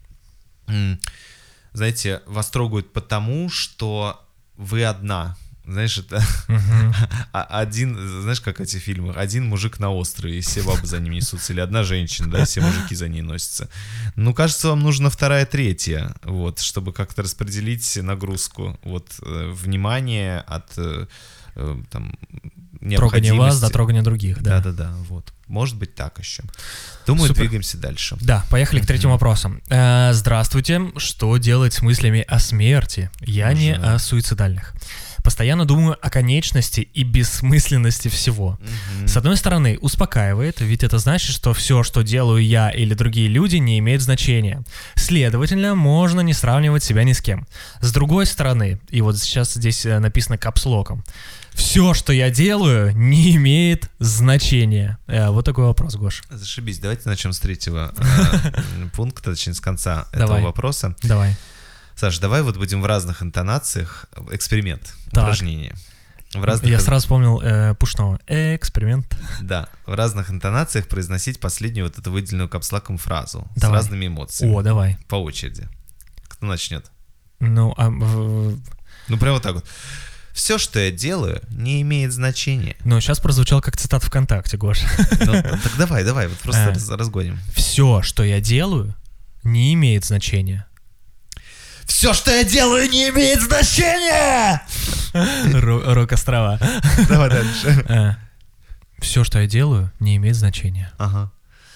Speaker 1: знаете, вас трогают потому, что вы одна. Знаешь, это
Speaker 2: Мгм.
Speaker 1: один, знаешь, как эти фильмы, один мужик на острове, и все бабы за ним несутся, или одна женщина, да, и все мужики за ней носятся. Ну, кажется, вам нужна вторая, третья, вот, чтобы как-то распределить нагрузку, вот, внимание от, там,
Speaker 2: Трогание
Speaker 1: необходимости.
Speaker 2: вас до трогания других, да.
Speaker 1: Да-да-да, вот. Может быть, так еще. Думаю,
Speaker 2: Супер.
Speaker 1: двигаемся дальше.
Speaker 2: Да, поехали к третьему вопросу. Здравствуйте, что делать с мыслями о смерти? Я не
Speaker 1: Ужасно.
Speaker 2: о суицидальных. Постоянно думаю о конечности и бессмысленности всего. С одной стороны, успокаивает, ведь это значит, что все, что делаю я или другие люди, не имеет значения. Следовательно, можно не сравнивать себя ни с кем. С другой стороны, и вот сейчас здесь написано капслоком, все, что я делаю, не имеет значения. Вот такой вопрос, Гош.
Speaker 1: Зашибись. Давайте начнем с третьего пункта, точнее, с конца
Speaker 2: Давай.
Speaker 1: этого вопроса.
Speaker 2: Давай.
Speaker 1: Саш, давай вот будем в разных интонациях. Эксперимент,
Speaker 2: Так.
Speaker 1: упражнение. В разных,
Speaker 2: Я сразу вспомнил Пушного. Эксперимент.
Speaker 1: Да, в разных интонациях произносить последнюю вот эту выделенную капслаком фразу
Speaker 2: Давай.
Speaker 1: с разными эмоциями.
Speaker 2: О, давай.
Speaker 1: По очереди. Кто начнет?
Speaker 2: Ну,
Speaker 1: Ну, прямо вот так вот. Все, что я делаю, не имеет значения.
Speaker 2: сейчас прозвучал как цитат ВКонтакте, Гош.
Speaker 1: Ну, так давай, вот просто разгоним.
Speaker 2: Все, что я делаю, не имеет значения.
Speaker 1: Все, что я делаю, не имеет значения!
Speaker 2: Рок-острова.
Speaker 1: Давай дальше.
Speaker 2: Все, что я делаю, не имеет значения.
Speaker 1: Ага.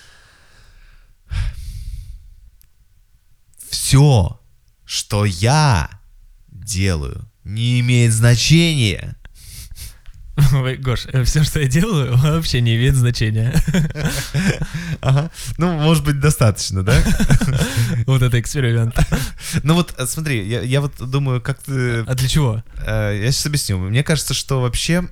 Speaker 1: Все, что я делаю, не имеет значения.
Speaker 2: Ой, Гош, все, что я делаю, вообще не имеет значения.
Speaker 1: Ага. Ну, может быть, достаточно, да?
Speaker 2: Вот это эксперимент.
Speaker 1: Ну вот, смотри, я вот думаю, как ты...
Speaker 2: А для чего?
Speaker 1: Я сейчас объясню. Мне кажется, что вообще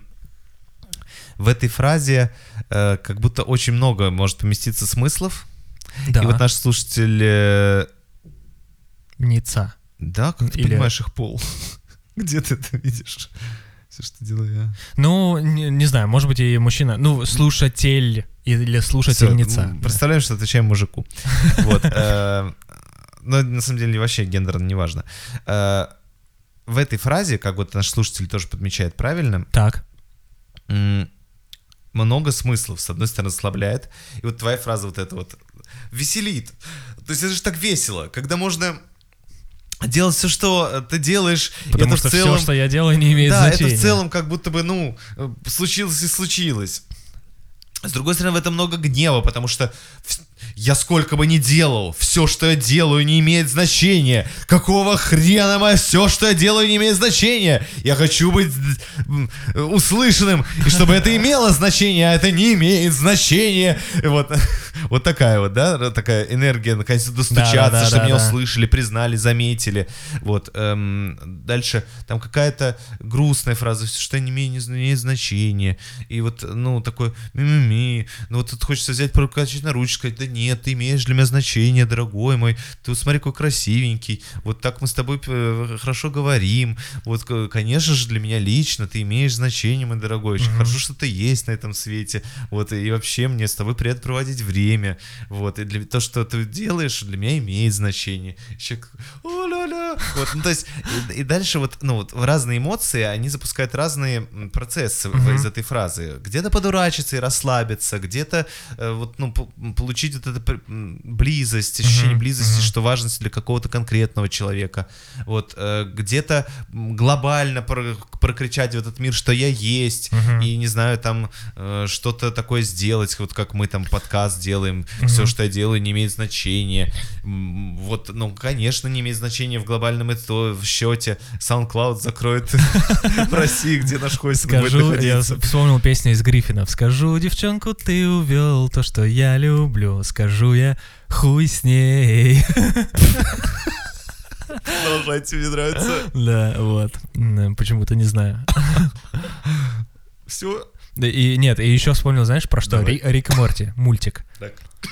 Speaker 1: в этой фразе как будто очень много может поместиться смыслов.
Speaker 2: Да.
Speaker 1: И вот наш слушатель...
Speaker 2: Ница.
Speaker 1: Да, как ты
Speaker 2: Или-
Speaker 1: понимаешь их пол? Где ты это видишь? Все, что делаю я.
Speaker 2: Ну, не знаю, может быть, и мужчина. Ну, слушатель или слушательница.
Speaker 1: Всё, представляем, что отвечаем мужику. Вот. Но на самом деле вообще гендерно не важно. В этой фразе, как вот наш слушатель тоже подмечает правильно,
Speaker 2: Так.
Speaker 1: много смыслов. С одной стороны, расслабляет. И вот твоя фраза вот эта вот веселит. То есть это же так весело, когда можно делать все, что ты делаешь.
Speaker 2: Потому
Speaker 1: это
Speaker 2: что
Speaker 1: в целом,
Speaker 2: все, что я делаю, не имеет
Speaker 1: да,
Speaker 2: значения.
Speaker 1: это в целом как будто бы, случилось и случилось. С другой стороны, в этом много гнева, потому что я сколько бы ни делал, все, что я делаю, не имеет значения. Какого хрена все, что я делаю, не имеет значения? Я хочу быть услышанным, и чтобы это имело значение, а это не имеет значения. Вот такая вот, да, такая энергия, наконец-то достучаться, чтобы меня услышали, признали, заметили. Вот. Дальше там какая-то грустная фраза, все, что не имеет значения. И вот, ну, такой ну вот тут хочется взять, прокачать на ручку, сказать, да нет, ты имеешь для меня значение, дорогой мой, ты вот смотри, какой красивенький, вот так мы с тобой хорошо говорим, вот, конечно же, для меня лично ты имеешь значение, мой дорогой, очень хорошо, что ты есть на этом свете, вот, и вообще мне с тобой приятно проводить время, вот, и для то, что ты делаешь, для меня имеет значение. Человек, о-ля-ля, вот, ну, то есть, и дальше вот, ну, вот, разные эмоции, они запускают разные процессы из этой фразы, где-то подурачиться и расслабиться, где-то вот, ну, получить вот эту близость, ощущение близости, что важность для какого-то конкретного человека. Вот, где-то глобально прокричать в этот мир, что я есть, и, не знаю, там что-то такое сделать, вот как мы там подкаст делаем, все, что я делаю, не имеет значения. Вот, ну, конечно, не имеет значения в глобальном в счете. SoundCloud закроет в России, где наш хостинг будет находиться.
Speaker 2: Я вспомнил песню из Гриффинов. Скажу, девчонку, ты увел то, что я люблю. Скажу я, хуй с ней.
Speaker 1: Продолжайте, мне нравится.
Speaker 2: Да, вот. Почему-то не знаю.
Speaker 1: Все.
Speaker 2: И нет, и еще вспомнил, знаешь, про что? Рик и Морти, мультик.
Speaker 1: Так.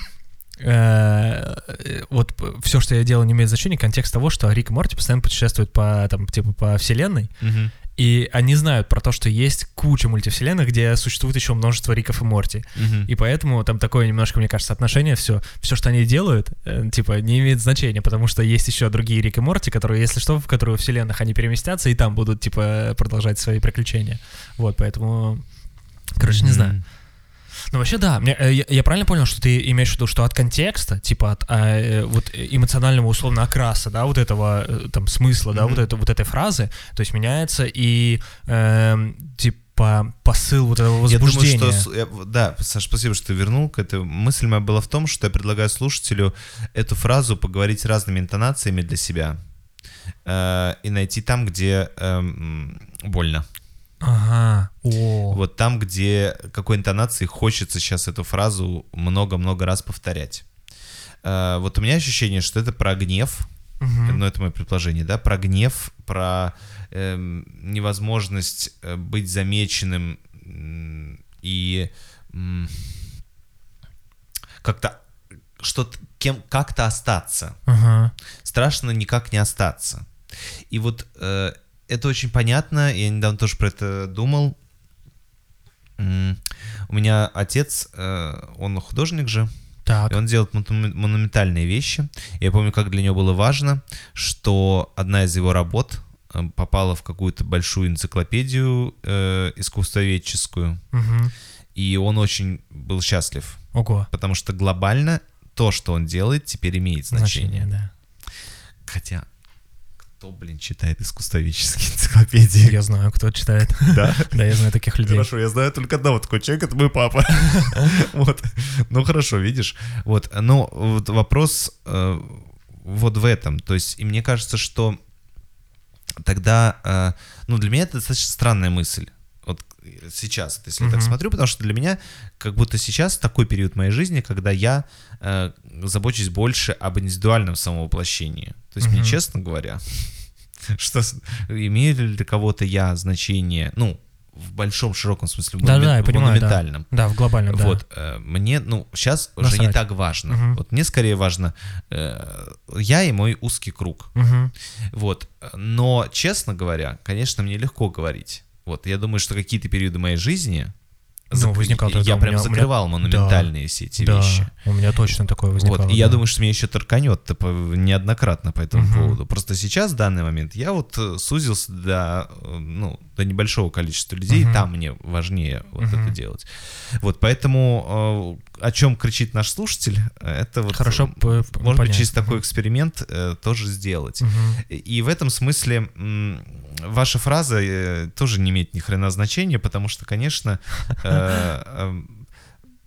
Speaker 2: Вот все, что я делаю, не имеет значения. Контекст того, что Рик и Морти постоянно путешествуют по, там, типа, по вселенной. И они знают про то, что есть куча мультивселенных, где существует еще множество Риков и Морти. И поэтому там такое немножко, мне кажется, отношение, все, что они делают, типа, не имеет значения, потому что есть еще другие Рик и Морти, которые, если что, в которые вселенных они переместятся, и там будут, типа, продолжать свои приключения. Вот, поэтому, короче, не знаю. Ну, вообще, да, я правильно понял, что ты имеешь в виду, что от контекста, типа от вот эмоционального, условно, окраса, да, вот этого там смысла, да, вот этой фразы, то есть меняется и типа посыл вот этого возбуждения.
Speaker 1: Я думаю, что... Да, Саш, спасибо, что ты вернул к этой. Мысль моя была в том, что я предлагаю слушателю эту фразу поговорить разными интонациями для себя и найти там, где больно.
Speaker 2: Ага.
Speaker 1: Вот там, где какой интонации хочется сейчас эту фразу много-много раз повторять. Вот у меня ощущение, что это про гнев, ну это мое предположение, да, про гнев, про невозможность быть замеченным и как-то как-то остаться. Страшно никак не остаться. И вот это очень понятно, я недавно тоже про это думал. У меня отец, он художник же,
Speaker 2: так.
Speaker 1: И он делает монументальные вещи. Я помню, как для него было важно, что одна из его работ попала в какую-то большую энциклопедию искусствоведческую, и он очень был счастлив.
Speaker 2: Ого.
Speaker 1: Потому что глобально то, что он делает, теперь имеет значение.
Speaker 2: Да.
Speaker 1: Хотя... Кто, читает искусствоведческие энциклопедии?
Speaker 2: Я знаю, кто читает.
Speaker 1: Да?
Speaker 2: Да, я знаю таких людей.
Speaker 1: Хорошо, я знаю только одного такого человека, это мой папа. Вот. Ну, хорошо, видишь. Вот, ну, вот вопрос вот в этом. То есть, и мне кажется, что тогда, ну, для меня это достаточно странная мысль. Вот сейчас, если я так смотрю, потому что для меня как будто сейчас такой период моей жизни, когда я забочусь больше об индивидуальном самовоплощении. То есть мне, честно говоря, что имею ли для кого-то я значение, ну, в большом, широком смысле, в монументальном.
Speaker 2: Да, в глобальном, да.
Speaker 1: Вот, мне, ну, сейчас уже не так важно. Вот мне скорее важно я и мой узкий круг. Вот, но, честно говоря, конечно, мне легко говорить. Вот, я думаю, что какие-то периоды моей жизни я прям закрывал монументальные все эти вещи.
Speaker 2: У меня точно такое возникало.
Speaker 1: Вот, и я думаю, что меня еще торканет неоднократно по этому поводу. Просто сейчас, в данный момент, я вот сузился до небольшого количества людей, и там мне важнее вот это делать. Вот, поэтому о чем кричит наш слушатель, это вот
Speaker 2: хорошо,
Speaker 1: может быть, через такой эксперимент тоже сделать. И в этом смысле ваша фраза тоже не имеет ни хрена значения, потому что, конечно,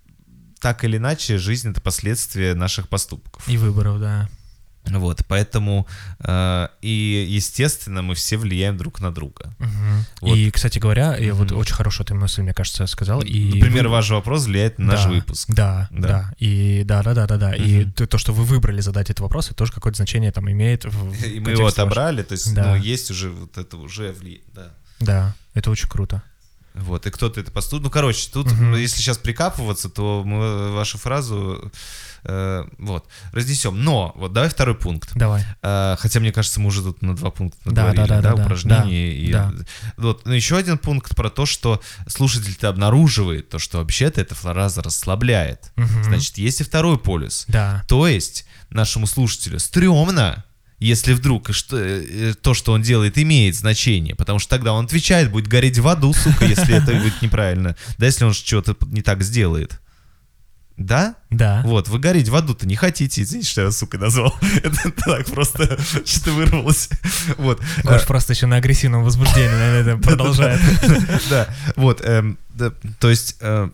Speaker 1: так или иначе жизнь — это последствия наших поступков.
Speaker 2: И выборов, да.
Speaker 1: Вот, поэтому, и, естественно, мы все влияем друг на друга. Вот.
Speaker 2: И, кстати говоря, я вот очень хорошую ты мысль, мне кажется, сказал. И
Speaker 1: например, ваш вопрос влияет на наш выпуск.
Speaker 2: Да. И И то, что вы выбрали задать этот вопрос, это тоже какое-то значение там имеет.
Speaker 1: И мы его отобрали, то есть, есть уже вот это уже влияет,
Speaker 2: Да, это очень круто.
Speaker 1: Вот, и кто-то это поступил. Ну, короче, тут, если сейчас прикапываться, то мы вашу фразу разнесем. Но, вот давай второй пункт.
Speaker 2: Давай.
Speaker 1: Хотя, мне кажется, мы уже тут на 2 пункта наговорили, упражнения.
Speaker 2: Да.
Speaker 1: Вот, но еще один пункт про то, что слушатель-то обнаруживает то, что вообще-то эта фраза расслабляет. Значит, есть и второй полюс.
Speaker 2: Да.
Speaker 1: То есть, нашему слушателю стрёмно, если вдруг то, что он делает, имеет значение, потому что тогда он отвечает, будет гореть в аду, сука, если это будет неправильно. Да, если он что-то не так сделает. Да?
Speaker 2: Да.
Speaker 1: Вот, вы гореть в аду-то не хотите, извините, что я вас сукой назвал. Это так просто что-то вырвалось. Вот.
Speaker 2: Гош просто еще на агрессивном возбуждении, наверное, продолжает.
Speaker 1: Да, вот, то есть...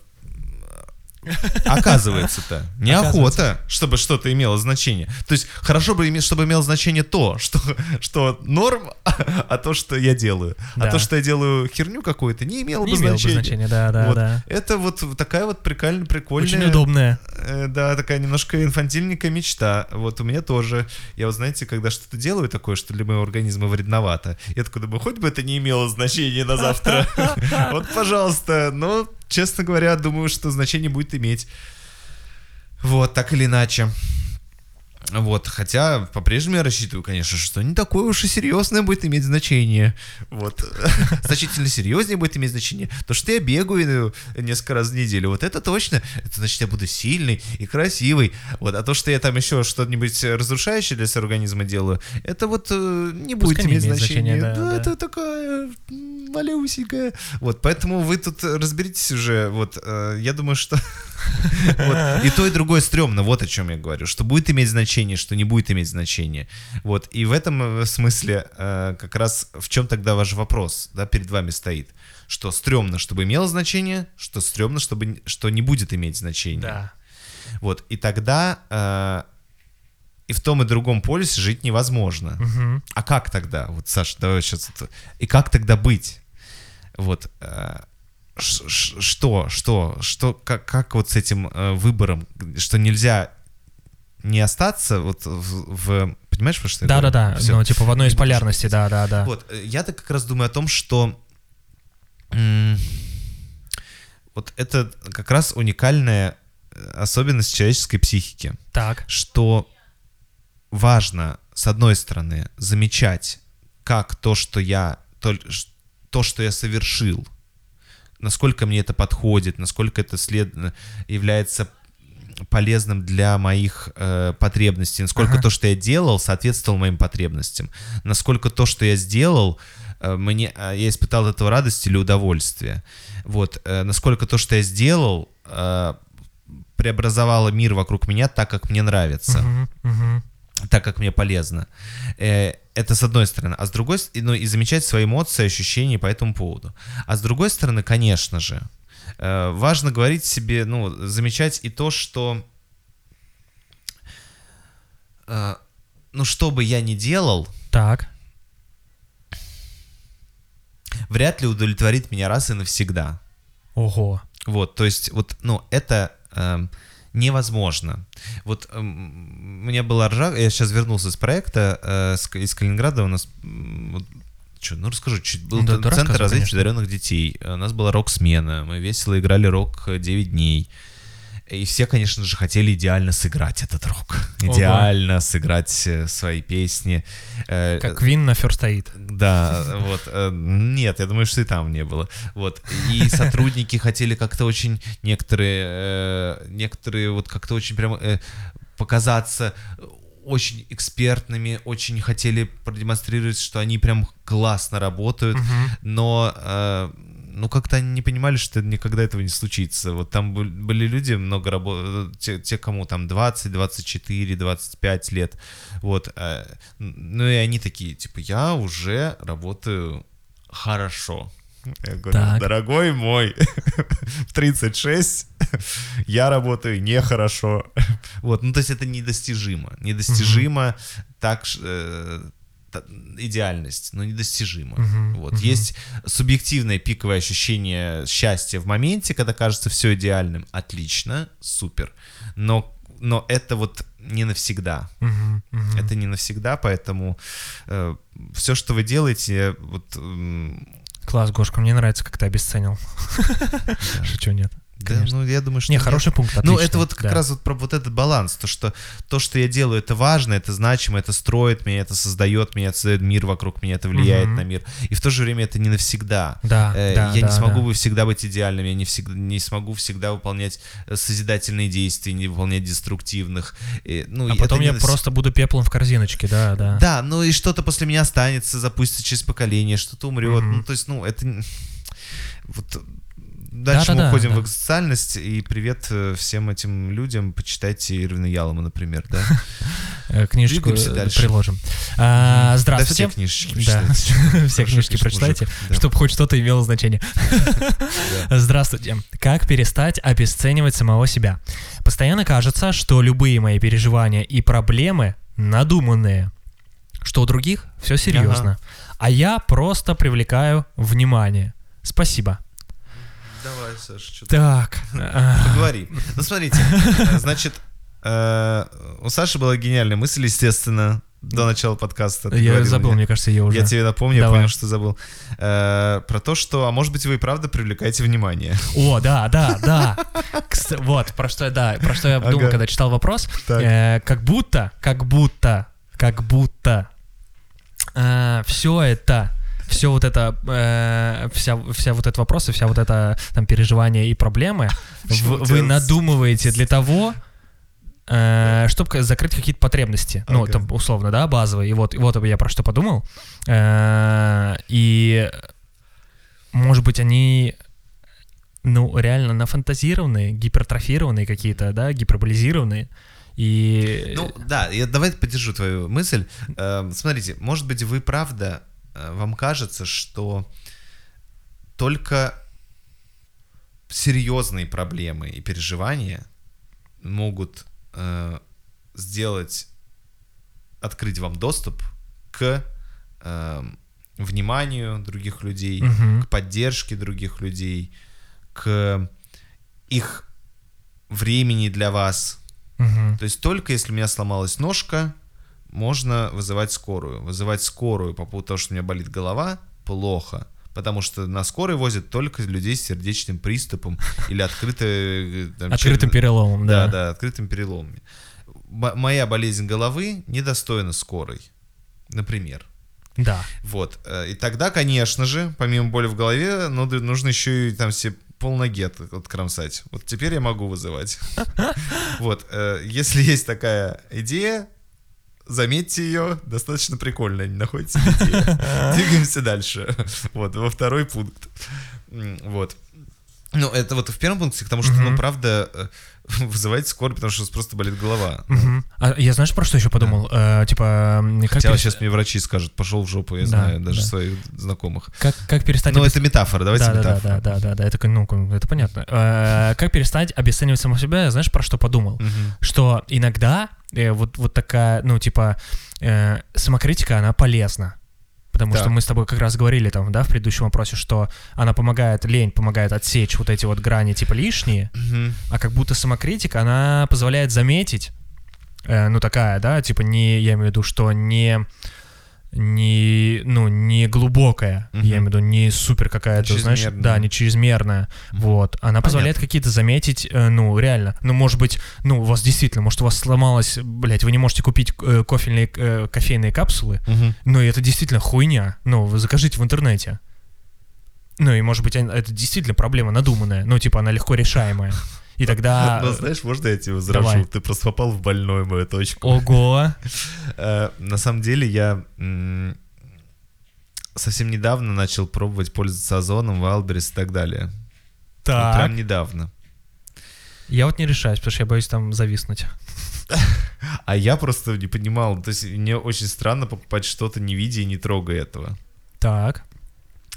Speaker 1: Оказывается-то, неохота, чтобы что-то имело значение. То есть хорошо бы, чтобы имело значение то, что норм, а то, что я делаю. А то, что я делаю херню какую-то, не имело бы значения.
Speaker 2: Да.
Speaker 1: Это вот такая вот прикольная...
Speaker 2: Очень удобная.
Speaker 1: Да, такая немножко инфантильненькая мечта. Вот у меня тоже. Я вот, знаете, когда что-то делаю такое, что для моего организма вредновато, я такой думаю, хоть бы это не имело значения на завтра. Вот, пожалуйста, но... Честно говоря, думаю, что значение будет иметь. Вот, так или иначе. Вот, хотя по-прежнему я рассчитываю, конечно, что не такое уж и серьезное будет иметь значение. Вот. Значительно серьезнее будет иметь значение. То, что я бегаю несколько раз в неделю, вот это точно. Это значит, я буду сильный и красивый. Вот. А то, что я там еще что-нибудь разрушающее для своего организма делаю, это вот не будет иметь значения. Да, это такая малюсенькая. Вот, поэтому вы тут разберитесь уже. Вот, я думаю, что вот. И то, и другое стрёмно. Вот о чем я говорю. Что будет иметь значение, что не будет иметь значения. Вот. И в этом смысле как раз в чем тогда ваш вопрос, да, перед вами стоит. Что стрёмно, чтобы имело значение, что стрёмно, что не будет иметь значения.
Speaker 2: Да.
Speaker 1: Вот. И тогда и в том и другом полюсе жить невозможно. А как тогда? Вот, Саша, давай сейчас... И как тогда быть? Вот... как вот с этим выбором, что нельзя не остаться вот понимаешь, про что я говорю?
Speaker 2: Да, ну, типа в одной из полярностей, да.
Speaker 1: Вот, я-то как раз думаю о том, что вот это как раз уникальная особенность человеческой психики.
Speaker 2: Так.
Speaker 1: Что важно, с одной стороны, замечать, как то, что я совершил, насколько мне это подходит, насколько это является полезным для моих потребностей, насколько то, что я делал, соответствовало моим потребностям, насколько то, что я сделал, я испытал от этого радость или удовольствие. Вот, насколько то, что я сделал, преобразовало мир вокруг меня так, как мне нравится. Так, как мне полезно. Это с одной стороны. А с другой стороны, и замечать свои эмоции, ощущения по этому поводу. А с другой стороны, конечно же, важно говорить себе, замечать и то, что что бы я ни делал,
Speaker 2: так,
Speaker 1: вряд ли удовлетворит меня раз и навсегда.
Speaker 2: Ого.
Speaker 1: Вот, то есть, это... невозможно. Вот у меня была ржака, я сейчас вернулся с проекта из Калининграда, у нас, расскажу, был центр развития одаренных детей, у нас была рок-смена, мы весело играли рок 9 дней, и все, конечно же, хотели идеально сыграть этот рок, идеально сыграть свои песни.
Speaker 2: Как Queen на First Aid.
Speaker 1: Да, вот. Нет, я думаю, что и там не было. Вот. И сотрудники хотели как-то очень, некоторые вот как-то очень прям показаться очень экспертными, очень хотели продемонстрировать, что они прям классно работают, но как-то они не понимали, что никогда этого не случится. Вот там были люди, много те, кому там 20, 24, 25 лет, вот, и они такие, типа, я уже работаю хорошо. Я говорю, дорогой мой, в 36 я работаю нехорошо. Вот, ну то есть это недостижимо. Недостижимо так идеальность, но недостижимо. Вот. Есть субъективное пиковое ощущение счастья в моменте, когда кажется все идеальным. Отлично, супер. Но это вот не навсегда. Это не навсегда, поэтому все, что вы делаете, вот...
Speaker 2: Класс, Гошка, мне нравится, как ты обесценил. Шучу, нет.
Speaker 1: Да, ну, я думаю, что...
Speaker 2: Не, хороший пункт, отлично.
Speaker 1: Ну, это вот как раз вот про вот этот баланс, то, что я делаю, это важно, это значимо, это строит меня, это создает мир вокруг меня, это влияет на мир. И в то же время это не навсегда. Я не смогу всегда быть идеальным, я не смогу всегда выполнять созидательные действия, не выполнять деструктивных.
Speaker 2: Ну, а потом я просто буду пеплом в корзиночке, да.
Speaker 1: Да, ну и что-то после меня останется, запустится через поколение, что-то умрет. Ну, то есть, ну, это... Вот... Дальше мы уходим в экзистенциальность, и привет всем этим людям. Почитайте Ирвина Ялома, например, да?
Speaker 2: Книжечку приложим. Здравствуйте.
Speaker 1: Да, все книжечки прочитайте.
Speaker 2: Да, все книжки прочитайте, чтобы хоть что-то имело значение. Здравствуйте. Как перестать обесценивать самого себя? Постоянно кажется, что любые мои переживания и проблемы надуманные, что у других все серьезно, а я просто привлекаю внимание. Спасибо.
Speaker 1: Давай, Саша, что-то.
Speaker 2: Так.
Speaker 1: Поговори. Ну, смотрите, значит, у Саши была гениальная мысль, естественно, до начала подкаста.
Speaker 2: Я забыл, мне кажется, ее уже.
Speaker 1: Я тебе напомню, я понял, что забыл. Про то, что, а может быть, вы и правда привлекаете внимание.
Speaker 2: О, да. Вот, про что я думал, когда читал вопрос. Как будто все это... Все вот это, вся вот этот вопрос и вся вот это там переживания и проблемы вы надумываете для того, чтобы закрыть какие-то потребности, ну, там, условно, да, базовые. И вот я про что подумал. И, может быть, они, ну, реально нафантазированные, гипертрофированные какие-то, да, гиперболизированные. И...
Speaker 1: Ну, да, давай поддержу твою мысль. Смотрите, может быть, вы правда... Вам кажется, что только серьезные проблемы и переживания могут открыть вам доступ к вниманию других людей, к поддержке других людей, к их времени для вас. То есть только если у меня сломалась ножка, можно вызывать скорую. Вызывать скорую по поводу того, что у меня болит голова, плохо. Потому что на скорой возят только людей с сердечным приступом или
Speaker 2: открытым переломом.
Speaker 1: Да, открытым переломом. Моя болезнь головы недостойна скорой, например.
Speaker 2: Да.
Speaker 1: Вот. И тогда, конечно же, помимо боли в голове, нужно еще и там все полноги откромсать. Вот теперь я могу вызывать. Вот. Если есть такая идея, заметьте ее, достаточно прикольно, не находите идею. Двигаемся дальше. Вот, во второй пункт. Вот. Ну, это вот в первом пункте, потому что, ну, правда, вызывайте скорую, потому что у вас просто болит голова.
Speaker 2: А я знаешь, про что еще подумал? Типа...
Speaker 1: Хотя сейчас мне врачи скажут, пошел в жопу, я знаю, даже своих знакомых.
Speaker 2: Как перестать...
Speaker 1: Ну, это метафора, давайте метафору.
Speaker 2: Да, это понятно. Как перестать обесценивать самого себя, знаешь, про что подумал? Что иногда вот такая, ну, типа, самокритика, она полезна. Потому что мы с тобой как раз говорили там, да, в предыдущем вопросе, что она лень помогает отсечь вот эти вот грани типа лишние, а как будто самокритика, она позволяет заметить, ну такая, да, типа я имею в виду, что не глубокая, я имею в виду, не супер какая-то, знаешь, да, не чрезвычайная, вот, она позволяет какие-то заметить, ну, реально, ну, может быть, ну, у вас действительно, может, у вас сломалось, блядь, вы не можете купить кофейные капсулы, но это действительно хуйня, ну, вы закажите в интернете, ну, и, может быть, это действительно проблема надуманная, ну, типа, она легко решаемая. И тогда...
Speaker 1: Ну, знаешь, можно я тебе возражу? Давай. Ты просто попал в больную мою точку.
Speaker 2: Ого!
Speaker 1: На самом деле, я совсем недавно начал пробовать пользоваться Озоном, Wildberries и так далее.
Speaker 2: Так.
Speaker 1: Вот прям недавно.
Speaker 2: Я вот не решаюсь, потому что я боюсь там зависнуть.
Speaker 1: А я просто не понимал. То есть мне очень странно покупать что-то, не видя и не трогая этого.
Speaker 2: Так.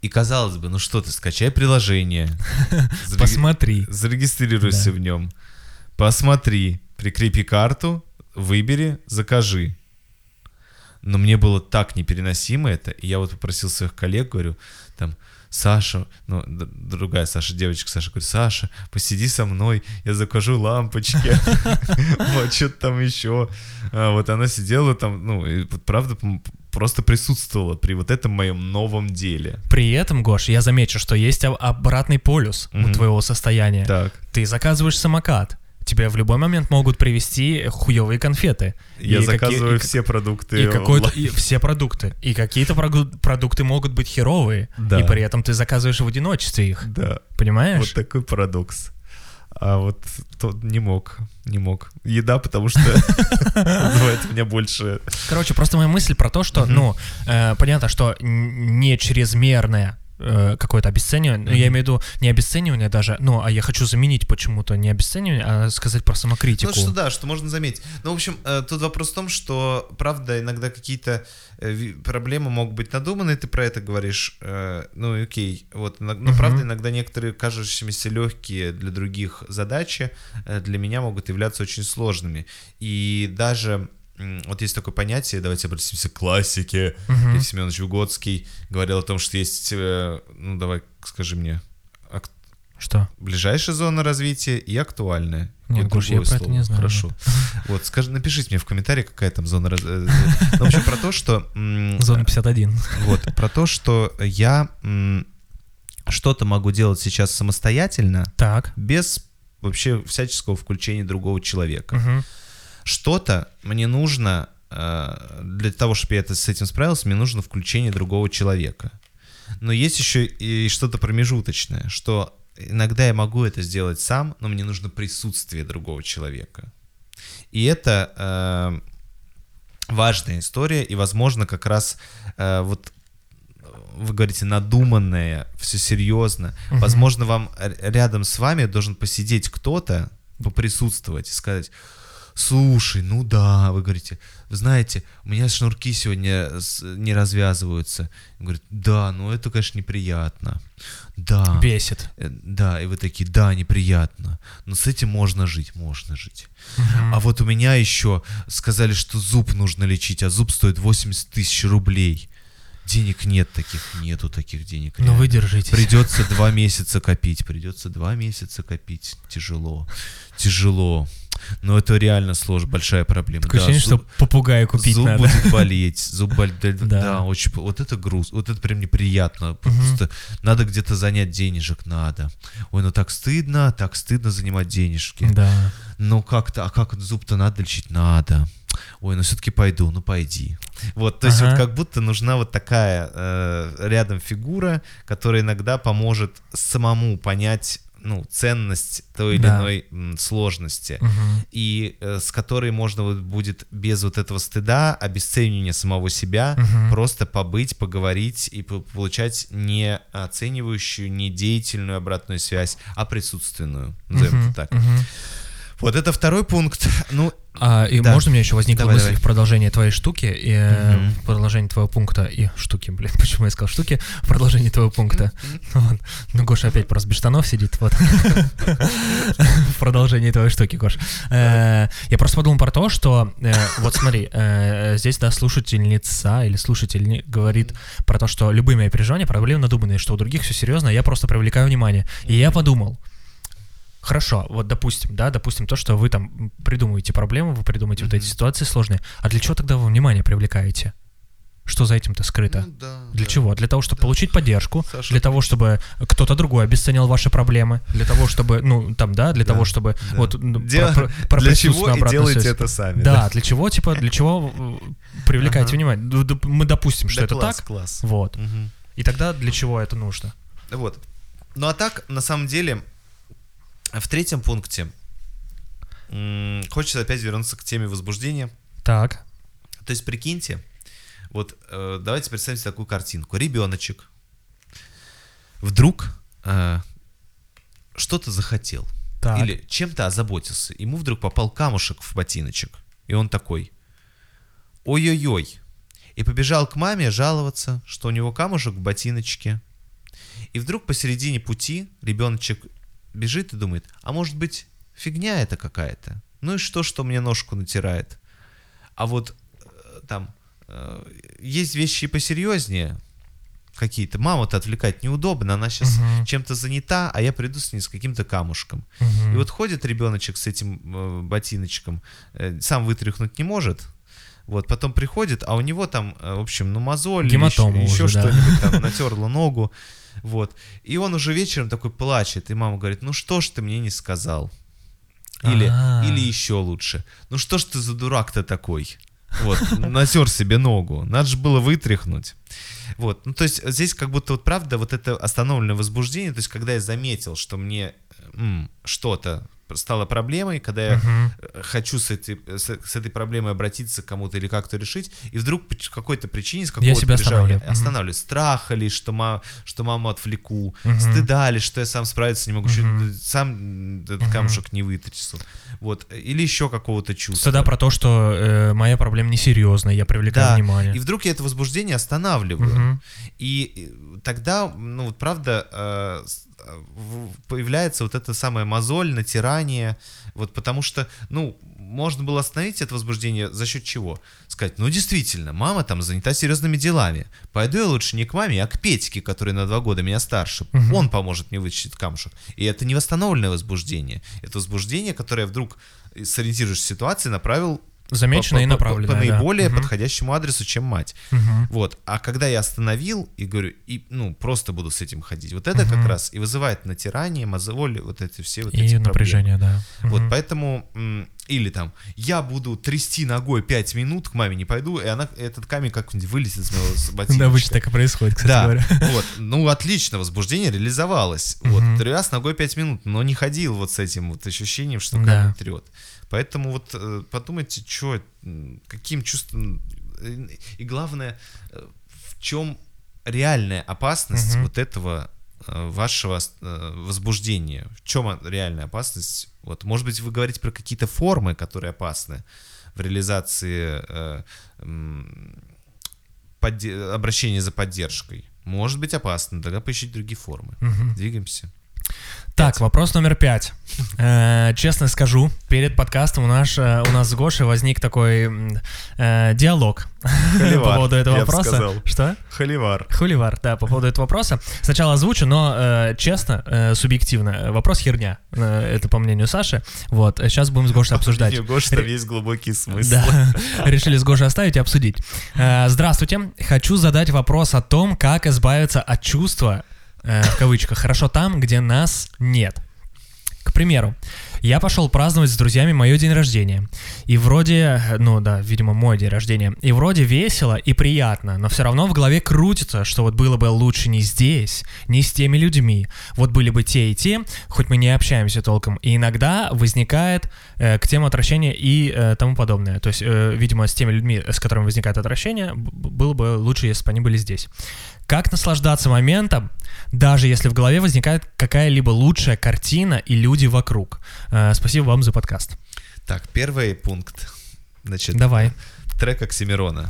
Speaker 1: И казалось бы, ну что ты, скачай приложение,
Speaker 2: Посмотри.
Speaker 1: зарегистрируйся в нем, посмотри, прикрепи карту, выбери, закажи. Но мне было так непереносимо это, и я вот попросил своих коллег, говорю, там, Саша, ну, другая Саша, девочка Саша, говорит, Саша, посиди со мной, я закажу лампочки, вот, что-то там еще. Вот она сидела там, ну, и правда просто присутствовала при вот этом моем новом деле.
Speaker 2: При этом, Гош, я замечу, что есть обратный полюс у твоего состояния.
Speaker 1: Так.
Speaker 2: Ты заказываешь самокат, тебе в любой момент могут привезти хуёвые конфеты.
Speaker 1: Я заказываю все продукты.
Speaker 2: Все продукты. И какие-то продукты могут быть херовые,
Speaker 1: Да.
Speaker 2: и при этом ты заказываешь в одиночестве их.
Speaker 1: Да.
Speaker 2: Понимаешь?
Speaker 1: Вот такой парадокс. А вот тот не мог. Еда, потому что вызывает у меня больше...
Speaker 2: Короче, просто моя мысль про то, что, понятно, что не чрезмерное какое-то обесценивание, я имею в виду не обесценивание даже, а я хочу заменить почему-то не обесценивание, а сказать про самокритику.
Speaker 1: Ну, что да, что можно заметить. Ну, в общем, тут вопрос в том, что, правда, иногда какие-то проблемы могут быть надуманы, ты про это говоришь, ну, окей, вот, но, правда, иногда некоторые кажущиеся легкие для других задачи для меня могут являться очень сложными. И даже... Вот есть такое понятие, давайте обратимся к классике. Лев Семенович Выгодский говорил о том, что есть, ну давай, скажи мне,
Speaker 2: что?
Speaker 1: Ближайшая зона развития и актуальная.
Speaker 2: Нет, Гош, я про это не знаю.
Speaker 1: Хорошо. Вот, напишите мне в комментариях, какая там зона развития. В общем, про то, что...
Speaker 2: Зона 51.
Speaker 1: Вот, про то, что я что-то могу делать сейчас самостоятельно, без вообще всяческого включения другого человека. Что-то мне нужно, для того, чтобы я с этим справился, мне нужно включение другого человека. Но есть еще и что-то промежуточное, что иногда я могу это сделать сам, но мне нужно присутствие другого человека. И это важная история, и, возможно, как раз вот вы говорите, надуманное, все серьезно. Возможно, вам рядом с вами должен посидеть кто-то, поприсутствовать и сказать... Слушай, ну да, вы говорите, вы знаете, у меня шнурки сегодня не развязываются. Он говорит, да, ну это, конечно, неприятно. Да.
Speaker 2: Бесит.
Speaker 1: Да, и вы такие, да, неприятно. Но с этим можно жить. А вот у меня еще сказали, что зуб нужно лечить, а зуб стоит 80 тысяч рублей. Денег нету таких денег.
Speaker 2: Ну вы держитесь.
Speaker 1: Придется 2 месяца копить. Тяжело. Но это реально сложно, большая проблема.
Speaker 2: Такое ощущение, что попугая купить
Speaker 1: зуб
Speaker 2: надо.
Speaker 1: Будет болеть, да, очень. Вот это груз, вот это прям неприятно. Просто надо где-то занять денежек, надо. Ой, ну так стыдно занимать денежки.
Speaker 2: Да.
Speaker 1: Ну как-то, а как зуб-то надо лечить? Надо. Ой, ну все-таки пойду, ну пойди. Вот, то есть вот как будто нужна вот такая рядом фигура, которая иногда поможет самому понять, ну, ценность той или иной сложности, и с которой можно будет без вот этого стыда, обесценивания самого себя, просто побыть, поговорить и получать не оценивающую, не деятельную обратную связь, а присутственную, назовем это так. Вот это второй пункт. Ну,
Speaker 2: и можно мне еще возникла мысль
Speaker 1: давай.
Speaker 2: в продолжении твоей штуки, в продолжении твоего пункта и штуки, почему я сказал штуки, в продолжении твоего пункта. Вот. Ну, Гоша опять просто без штанов сидит, вот. В продолжении твоей штуки, Гош. Я просто подумал про то, что, вот смотри, здесь, да, слушательница или слушатель говорит про то, что любые мои переживания, проблемы надуманные, что у других все серьезно, а я просто привлекаю внимание. И я подумал, хорошо, вот допустим то, что вы там придумываете проблемы, вы придумываете вот эти ситуации сложные, а для чего тогда вы внимание привлекаете? Что за этим-то скрыто? Для чего? Для того, чтобы получить поддержку, Саша, для того, чтобы кто-то другой обесценил ваши проблемы, для того, чтобы, для того, чтобы вот
Speaker 1: для чего и делайте это сами.
Speaker 2: Да, для чего привлекаете внимание? Мы допустим, что это так. Вот. И тогда для чего это нужно?
Speaker 1: Вот. Ну а так, на самом деле, в третьем пункте хочется опять вернуться к теме возбуждения.
Speaker 2: Так.
Speaker 1: То есть, прикиньте, вот давайте представим себе такую картинку. Ребеночек вдруг что-то захотел.
Speaker 2: Так.
Speaker 1: Или чем-то озаботился. Ему вдруг попал камушек в ботиночек. И он такой, ой-ой-ой. И побежал к маме жаловаться, что у него камушек в ботиночке. И вдруг посередине пути ребеночек бежит и думает, а может быть фигня это какая-то? Ну и что мне ножку натирает? А вот там есть вещи и посерьезнее какие-то. Маму-то отвлекать неудобно, она сейчас чем-то занята, а я приду с ней с каким-то камушком. И вот ходит ребеночек с этим ботиночком, сам вытряхнуть не может. Вот, потом приходит, а у него там, в общем, мозоль, еще что-нибудь, там, натерла ногу. Вот. И он уже вечером такой плачет, и мама говорит, ну что ж ты мне не сказал? Или еще лучше, ну что ж ты за дурак-то такой? Вот, натер себе ногу, надо же было вытряхнуть. Вот, ну то есть здесь как будто вот правда вот это остановленное возбуждение, то есть когда я заметил, что мне что-то стало проблемой, когда я хочу с этой проблемой обратиться к кому-то или как-то решить, и вдруг по какой-то причине, с какого-то переживания останавливаюсь. Страха ли, что маму отвлеку, стыда ли, что я сам справиться не могу, сам этот камушек не вытрясу. Вот. Или еще какого-то чувства.
Speaker 2: Стыда про то, что моя проблема несерьезная, я привлекаю внимание.
Speaker 1: И вдруг я это возбуждение останавливаю. И тогда, ну вот правда, появляется вот эта самая мозоль, натирание, вот потому что, ну, можно было остановить это возбуждение за счет чего? Сказать, ну, действительно, мама там занята серьезными делами, пойду я лучше не к маме, а к Петьке, который на 2 года меня старше, он поможет мне вытащить камушек. И это не восстановленное возбуждение, это возбуждение, которое я вдруг, сориентируясь в ситуации, направил
Speaker 2: замечено и направлено
Speaker 1: по наиболее подходящему адресу, чем мать. Вот. А когда я остановил и говорю, просто буду с этим ходить, вот это как раз и вызывает натирание, мозоль, вот эти все вот эти
Speaker 2: напряжение,
Speaker 1: проблемы. Вот, поэтому, или там, я буду трясти ногой 5 минут, к маме не пойду, и этот камень как-нибудь вылезет из моего ботиночка.
Speaker 2: Да, обычно так и происходит, кстати говоря.
Speaker 1: Вот, ну, отлично, возбуждение реализовалось. Вот, тряс ногой 5 минут, но не ходил вот с этим вот ощущением, что камень трет. Поэтому вот подумайте, каким чувством, и главное, в чем реальная опасность вот этого вашего возбуждения, в чем реальная опасность. Вот, может быть, вы говорите про какие-то формы, которые опасны в реализации обращения за поддержкой. Может быть, опасно, тогда поищите другие формы. Двигаемся.
Speaker 2: Так, вопрос номер 5. Честно скажу, перед подкастом у нас с Гошей возник такой диалог по поводу этого вопроса. Что? Холивар, да, по поводу этого вопроса. Сначала озвучу, но честно, субъективно, вопрос херня. Это по мнению Саши. Вот, сейчас будем с Гошей обсуждать.
Speaker 1: По мнению Гоши там есть глубокий смысл.
Speaker 2: Да, решили с Гошей оставить и обсудить. Здравствуйте, хочу задать вопрос о том, как избавиться от чувства, в кавычках, хорошо там, где нас нет. К примеру, я пошел праздновать с друзьями мое день рождения. И вроде, видимо, мой день рождения. И вроде весело и приятно, но все равно в голове крутится, что вот было бы лучше не здесь, не с теми людьми. Вот были бы те и те, хоть мы не общаемся толком. И иногда возникает к тем отвращение и тому подобное. То есть, видимо, с теми людьми, с которыми возникает отвращение, было бы лучше, если бы они были здесь. Как наслаждаться моментом, даже если в голове возникает какая-либо лучшая картина и люди вокруг? Спасибо вам за подкаст.
Speaker 1: Так, первый пункт. Значит,
Speaker 2: давай.
Speaker 1: Трек Оксимирона.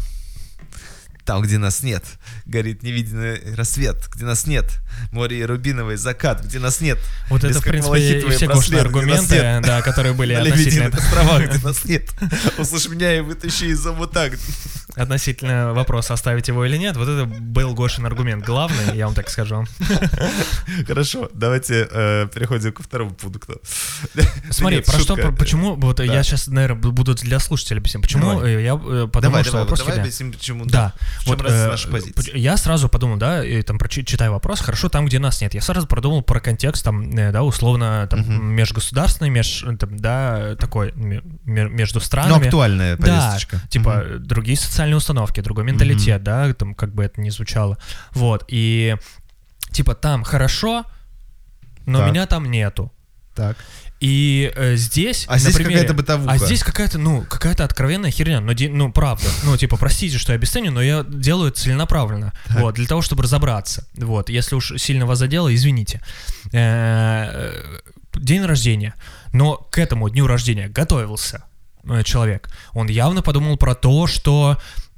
Speaker 1: Там, где нас нет, горит невидимый рассвет, где нас нет, море рубиновый закат, где нас нет.
Speaker 2: Вот это, в принципе, все Гошины аргументы, да, которые были относительно...
Speaker 1: На островах, где нас нет. Услышь меня и вытащи из омута.
Speaker 2: Относительно вопроса, оставить его или нет, вот это был Гошин аргумент главный, я вам так скажу.
Speaker 1: Хорошо, давайте переходим ко второму пункту.
Speaker 2: Смотри, почему, вот я сейчас, наверное, буду для слушателей объяснять, почему я подумал, что вопрос...
Speaker 1: Давай объясним, почему...
Speaker 2: Да.
Speaker 1: В чем разница нашей позиции?
Speaker 2: Я сразу подумал, да, и там читая вопрос, хорошо там, где нас нет. Я сразу продумал про контекст, там, да, условно, там, межгосударственный, такой, между странами.
Speaker 1: Ну, актуальная повесточка.
Speaker 2: Да, типа, другие социальные установки, другой менталитет, да, там, как бы это ни звучало. Вот, и, типа, там хорошо, но меня там нету.
Speaker 1: Так.
Speaker 2: И здесь,
Speaker 1: здесь какая-то бытовуха.
Speaker 2: А здесь какая-то откровенная херня, правда. Типа, простите, что я обесценю, но я делаю это целенаправленно. Так. Вот, для того, чтобы разобраться. Вот, если уж сильно вас задело, извините. День рождения. Но к этому дню рождения готовился. человек. Он явно подумал про то, что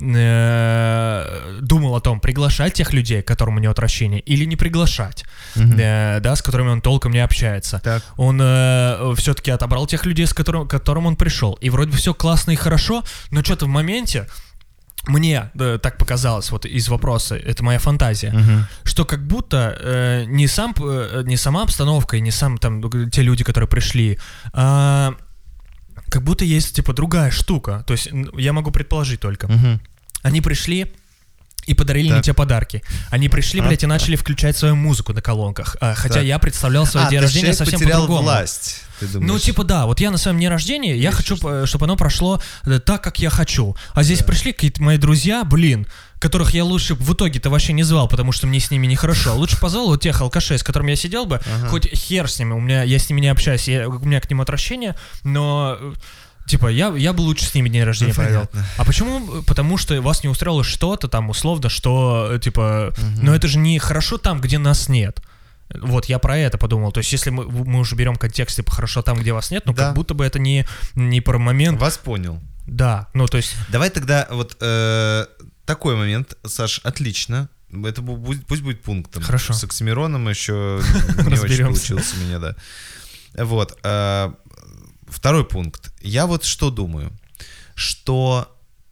Speaker 2: думал о том, приглашать тех людей, к которым у него отвращение, или не приглашать, да, с которыми он толком не общается.
Speaker 1: Так.
Speaker 2: Он все-таки отобрал тех людей, к которым он пришел. И вроде бы все классно и хорошо, но что-то в моменте мне так показалось, вот из вопроса, это моя фантазия, что как будто не сама обстановка и не сам там те люди, которые пришли, а как будто есть типа другая штука. То есть я могу предположить только. Они пришли и подарили мне те подарки. Они пришли, блядь, и начали включать свою музыку на колонках. Хотя я представлял свой день рождения совсем по-другому.
Speaker 1: Власть, ты думаешь?
Speaker 2: Ну, типа, да, вот я на своем дне рождения, я хочу, чтобы оно прошло так, как я хочу. А здесь пришли какие-то мои друзья, которых я лучше в итоге-то вообще не звал, потому что мне с ними нехорошо. Лучше позвал вот тех алкашей, с которыми я сидел бы, хоть хер с ними, я с ними не общаюсь, у меня к ним отвращение, но... Типа, я бы лучше с ними день рождения провел. А почему? Потому что вас не устроило что-то там, условно, что, типа, но это же не хорошо там, где нас нет. Вот, я про это подумал. То есть, если мы уже берем контекст, типа, хорошо там, где вас нет, ну, как будто бы это не про момент...
Speaker 1: Вас понял.
Speaker 2: Да, ну, то есть...
Speaker 1: Давай тогда вот такой момент, Саш, отлично. Это пусть будет пунктом.
Speaker 2: Хорошо.
Speaker 1: С оксимироном еще не очень получился у меня, да. Вот. Второй пункт. Я вот что думаю, что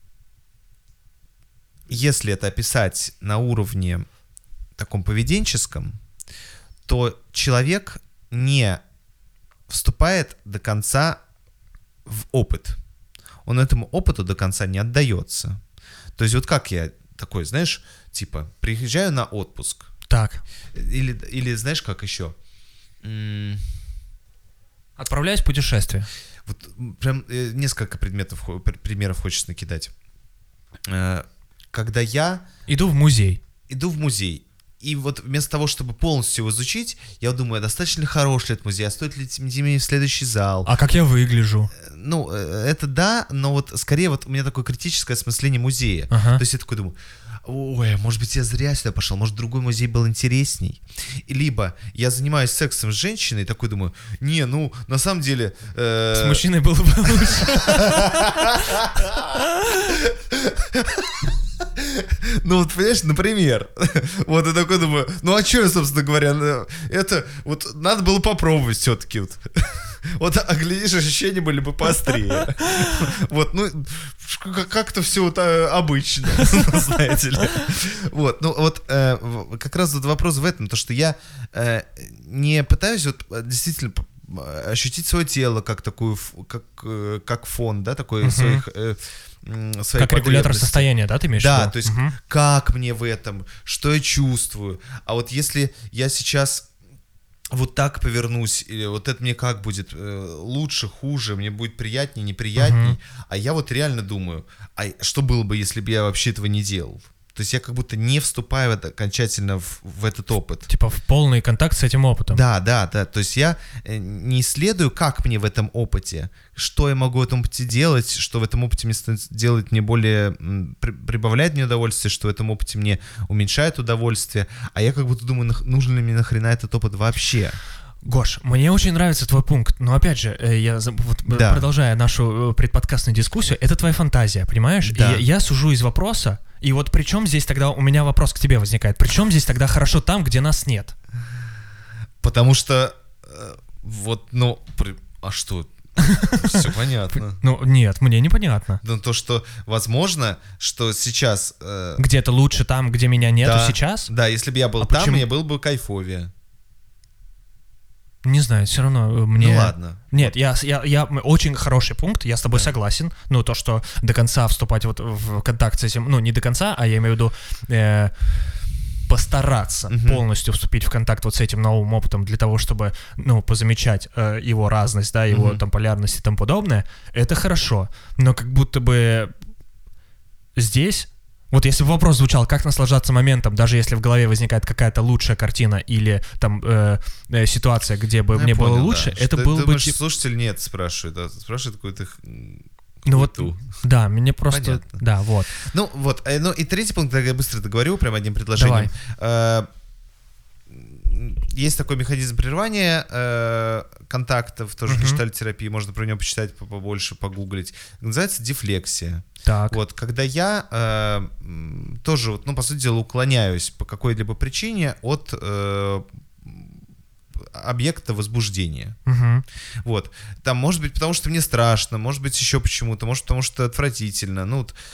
Speaker 1: если это описать на уровне таком поведенческом, то человек не вступает до конца в опыт. Он этому опыту до конца не отдается. То есть вот как я такой, знаешь, типа, приезжаю на отпуск.
Speaker 2: Так.
Speaker 1: Или знаешь, как еще?
Speaker 2: Отправляюсь в путешествие.
Speaker 1: Вот прям несколько примеров хочется накидать. Когда я...
Speaker 2: Иду в музей.
Speaker 1: И вот вместо того, чтобы полностью его изучить, я думаю, достаточно ли хороший этот музей, а стоит ли идти мне в следующий зал.
Speaker 2: А как я выгляжу?
Speaker 1: Ну, это да, но вот скорее вот у меня такое критическое осмысление музея. То есть я такой думаю, ой, может быть, я зря сюда пошел, может, другой музей был интересней. Либо я занимаюсь сексом с женщиной и такой думаю, не, ну, на самом деле...
Speaker 2: С мужчиной было бы лучше.
Speaker 1: Ну вот, понимаешь, например, вот я такой думаю, ну а что я, собственно говоря, это вот надо было попробовать все-таки вот. Вот, а глядишь, ощущения были бы поострее. Вот, ну, как-то все вот обычно, знаете ли. Вот, ну вот, как раз вот вопрос в этом, то, что я не пытаюсь вот действительно ощутить свое тело как такую, как фон, да, такой своих...
Speaker 2: Как регулятор состояния, да, ты имеешь в виду?
Speaker 1: Да, то есть как мне в этом, что я чувствую. А вот если я сейчас вот так повернусь, или вот это мне как будет лучше, хуже, мне будет приятнее, неприятней, а я вот реально думаю, а что было бы, если бы я вообще этого не делал? То есть я как будто не вступаю окончательно в этот опыт.
Speaker 2: Типа в полный контакт с этим опытом.
Speaker 1: Да. То есть я не исследую, как мне в этом опыте, что я могу в этом опыте делать, что в этом опыте мне делает мне более, прибавляет мне удовольствие, что в этом опыте мне уменьшает удовольствие, а я как будто думаю, нужен ли мне нахрена этот опыт вообще?
Speaker 2: Гош, мне очень нравится твой пункт, но опять же, продолжая нашу предподкастную дискуссию, это твоя фантазия, понимаешь?
Speaker 1: Да.
Speaker 2: И я сужу из вопроса, и вот при чем здесь тогда, у меня вопрос к тебе возникает, при чем здесь тогда хорошо там, где нас нет?
Speaker 1: Потому что, а что? Все понятно.
Speaker 2: Ну, нет, мне непонятно.
Speaker 1: Ну, то, что, возможно, что сейчас...
Speaker 2: Где-то лучше там, где меня нету сейчас?
Speaker 1: Да, если бы я был там, мне было бы кайфовее.
Speaker 2: Не знаю, все равно мне...
Speaker 1: Ну ладно.
Speaker 2: Нет, я очень хороший пункт, я с тобой согласен. Ну, то, что до конца вступать вот в контакт с этим, ну, не до конца, а я имею в виду постараться полностью вступить в контакт вот с этим новым опытом для того, чтобы, ну, позамечать его разность, да, его там полярность и тому подобное, это хорошо. Но как будто бы здесь... Вот если бы вопрос звучал, как наслаждаться моментом, даже если в голове возникает какая-то лучшая картина или там ситуация, где бы мне было лучше,
Speaker 1: да.
Speaker 2: это было бы...
Speaker 1: Думаешь, слушатель нет, спрашивает какую-то...
Speaker 2: Ну вот, да, мне просто...
Speaker 1: Понятно.
Speaker 2: Да, вот.
Speaker 1: Ну вот, ну и третий пункт, я быстро договорю, прям одним предложением.
Speaker 2: Давай.
Speaker 1: есть такой механизм прерывания контактов, тоже гештальт-терапии, можно про него почитать побольше, погуглить. Называется дефлексия.
Speaker 2: Так.
Speaker 1: Вот, когда я тоже, вот, ну, по сути дела, уклоняюсь по какой-либо причине от объекта возбуждения. Вот. Там, может быть, потому что мне страшно, может быть, еще почему-то, может, потому что отвратительно. Ну, вот,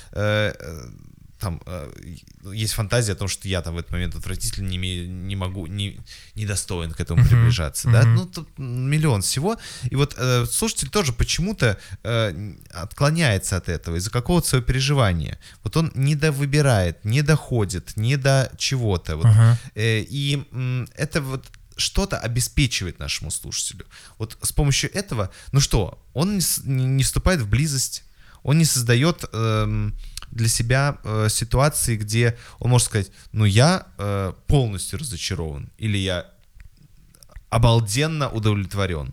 Speaker 1: там есть фантазия о том, что я там в этот момент отвратительно не могу, не достоин к этому приближаться, да, ну, тут миллион всего, и вот слушатель тоже почему-то отклоняется от этого из-за какого-то своего переживания, вот он не довыбирает, не доходит, не до чего-то, вот, и это вот что-то обеспечивает нашему слушателю, вот с помощью этого, ну что, он не вступает в близость, он не создает для себя ситуации, где он может сказать, ну я полностью разочарован, или я обалденно удовлетворен.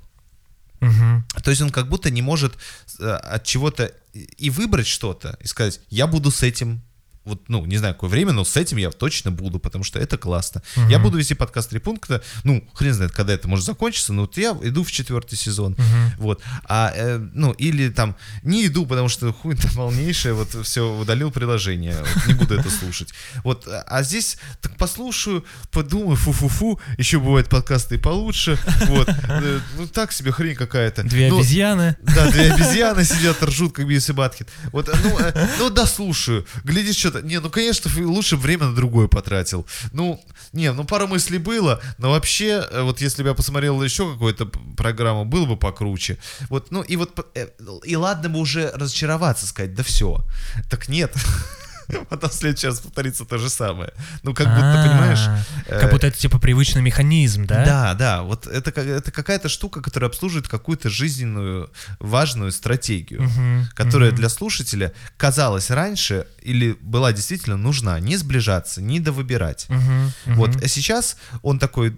Speaker 1: То есть он как будто не может от чего-то и выбрать что-то, и сказать, я буду с этим, вот, ну, не знаю, какое время, но с этим я точно буду, потому что это классно. Я буду вести подкаст «Три пункта», ну, хрен знает, когда это может закончиться, но вот я иду в 4-й сезон, вот, ну, или там, не иду, потому что хуй там полнейшее, вот, все, удалил приложение, вот, не буду это слушать, вот, а здесь так послушаю, подумаю, фу-фу-фу, еще бывают подкасты и получше, вот, ну, так себе хрень какая-то.
Speaker 2: Две обезьяны.
Speaker 1: Да, две обезьяны сидят, ржут, как Бивис и Батхед, вот, ну, да, слушаю, глядишь, что-то, не, ну, конечно, лучше время на другое потратил. Ну, не, ну, пару мыслей было, но вообще, вот если бы я посмотрел еще какую-то программу, было бы покруче. Вот, ну, и вот, и ладно бы уже разочароваться, сказать, да все. Так нет. Потом в следующий раз повторится то же самое. Ну, как будто, понимаешь...
Speaker 2: Как будто это, типа, привычный механизм, да?
Speaker 1: Да, вот это какая-то штука, которая обслуживает какую-то жизненную важную стратегию, которая для слушателя казалась раньше или была действительно нужна. Не сближаться, не довыбирать. Вот, а сейчас он такой...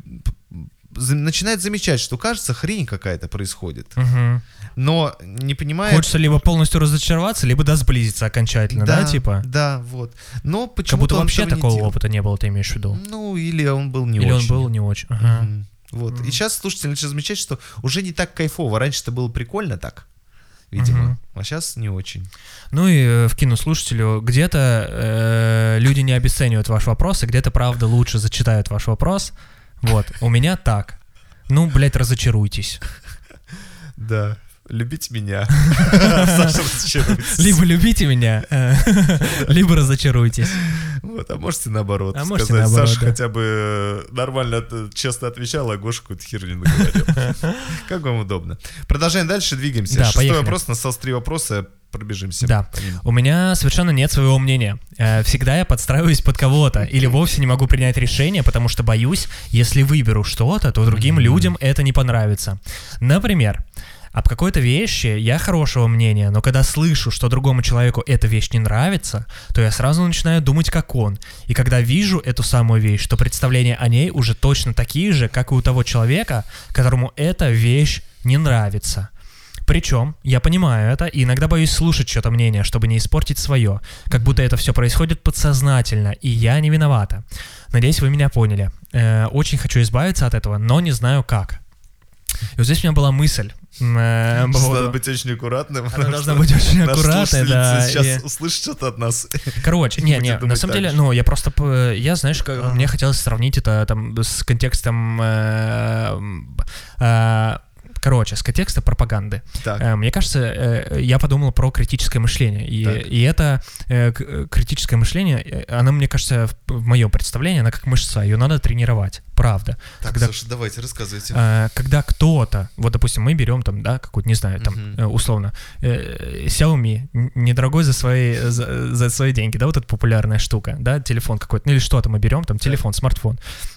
Speaker 1: начинает замечать, что, кажется, хрень какая-то происходит. Но не понимает...
Speaker 2: Хочется либо полностью разочароваться, либо сблизиться окончательно, да, типа?
Speaker 1: Да, вот. Но почему-то
Speaker 2: как будто вообще такого опыта не было, ты имеешь в виду?
Speaker 1: Ну, или он был не очень.
Speaker 2: Или он был не очень.
Speaker 1: Вот. И сейчас слушатель начинает замечать, что уже не так кайфово. Раньше-то было прикольно так, видимо, а сейчас не очень.
Speaker 2: Ну и вкину слушателю, где-то люди не обесценивают ваш вопрос, и где-то, правда, лучше зачитают ваш вопрос. Вот, у меня так. Ну, блядь, разочаруйтесь.
Speaker 1: Да, любите меня. Саша, разочаруйтесь.
Speaker 2: Либо любите меня, либо разочаруйтесь.
Speaker 1: Вот, а можете наоборот
Speaker 2: сказать.
Speaker 1: Можете наоборот, Саша хотя бы нормально, честно отвечал, а Гоша какую-то херню наговорил. Как вам удобно. Продолжаем дальше, двигаемся.
Speaker 2: Да,
Speaker 1: 6-й вопрос, у нас осталось 3 вопроса. Пробежимся.
Speaker 2: Да. У меня совершенно нет своего мнения. Всегда я подстраиваюсь под кого-то или вовсе не могу принять решение, потому что боюсь, если выберу что-то, то другим людям это не понравится. Например, об какой-то вещи я хорошего мнения, но когда слышу, что другому человеку эта вещь не нравится, то я сразу начинаю думать, как он. И когда вижу эту самую вещь, то представления о ней уже точно такие же, как и у того человека, которому эта вещь не нравится. Причем я понимаю это и иногда боюсь слушать чьё-то мнение, чтобы не испортить свое, как будто это все происходит подсознательно, и я не виновата. Надеюсь, вы меня поняли. Очень хочу избавиться от этого, но не знаю как. И вот здесь у меня была мысль.
Speaker 1: Надо быть очень аккуратным.
Speaker 2: Она должна быть очень аккуратной, да.
Speaker 1: Сейчас услышит что-то от нас.
Speaker 2: Короче, не, на самом деле, ну, я просто, знаешь, мне хотелось сравнить это там с контекстом... с контекста пропаганды. Мне кажется, я подумал про критическое мышление. И это критическое мышление, оно, мне кажется, в моем представлении, она как мышца, ее надо тренировать. Правда.
Speaker 1: Так, Саша, давайте, рассказывайте.
Speaker 2: Когда кто-то, вот, допустим, мы берем там, да, какую-то, не знаю, там, условно, Xiaomi, недорогой за свои деньги, да, вот эта популярная штука, да, телефон какой-то, ну или что-то мы берем, там, телефон, смартфон.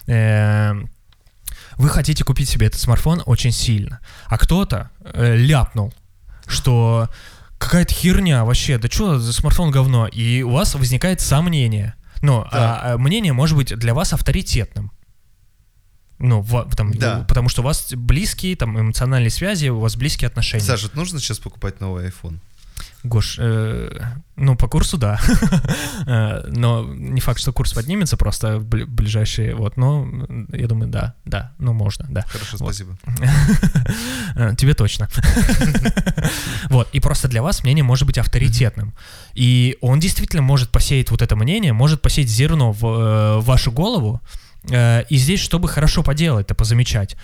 Speaker 2: Вы хотите купить себе этот смартфон очень сильно, а кто-то ляпнул, что какая-то херня вообще, да что за смартфон говно, и у вас возникает сомнение. Но мнение может быть для вас авторитетным. Ну, потому что у вас близкие там эмоциональные связи, у вас близкие отношения.
Speaker 1: Саша, нужно сейчас покупать новый iPhone?
Speaker 2: Гош, ну, по курсу, да. Но не факт, что курс поднимется просто в ближайшие, вот, но я думаю, да, ну, можно, да.
Speaker 1: Хорошо,
Speaker 2: вот.
Speaker 1: спасибо.
Speaker 2: Тебе точно. Вот, и просто для вас мнение может быть авторитетным. И он действительно может посеять вот это мнение, может посеять зерно в вашу голову, и здесь, чтобы хорошо поделать-то, позамечать.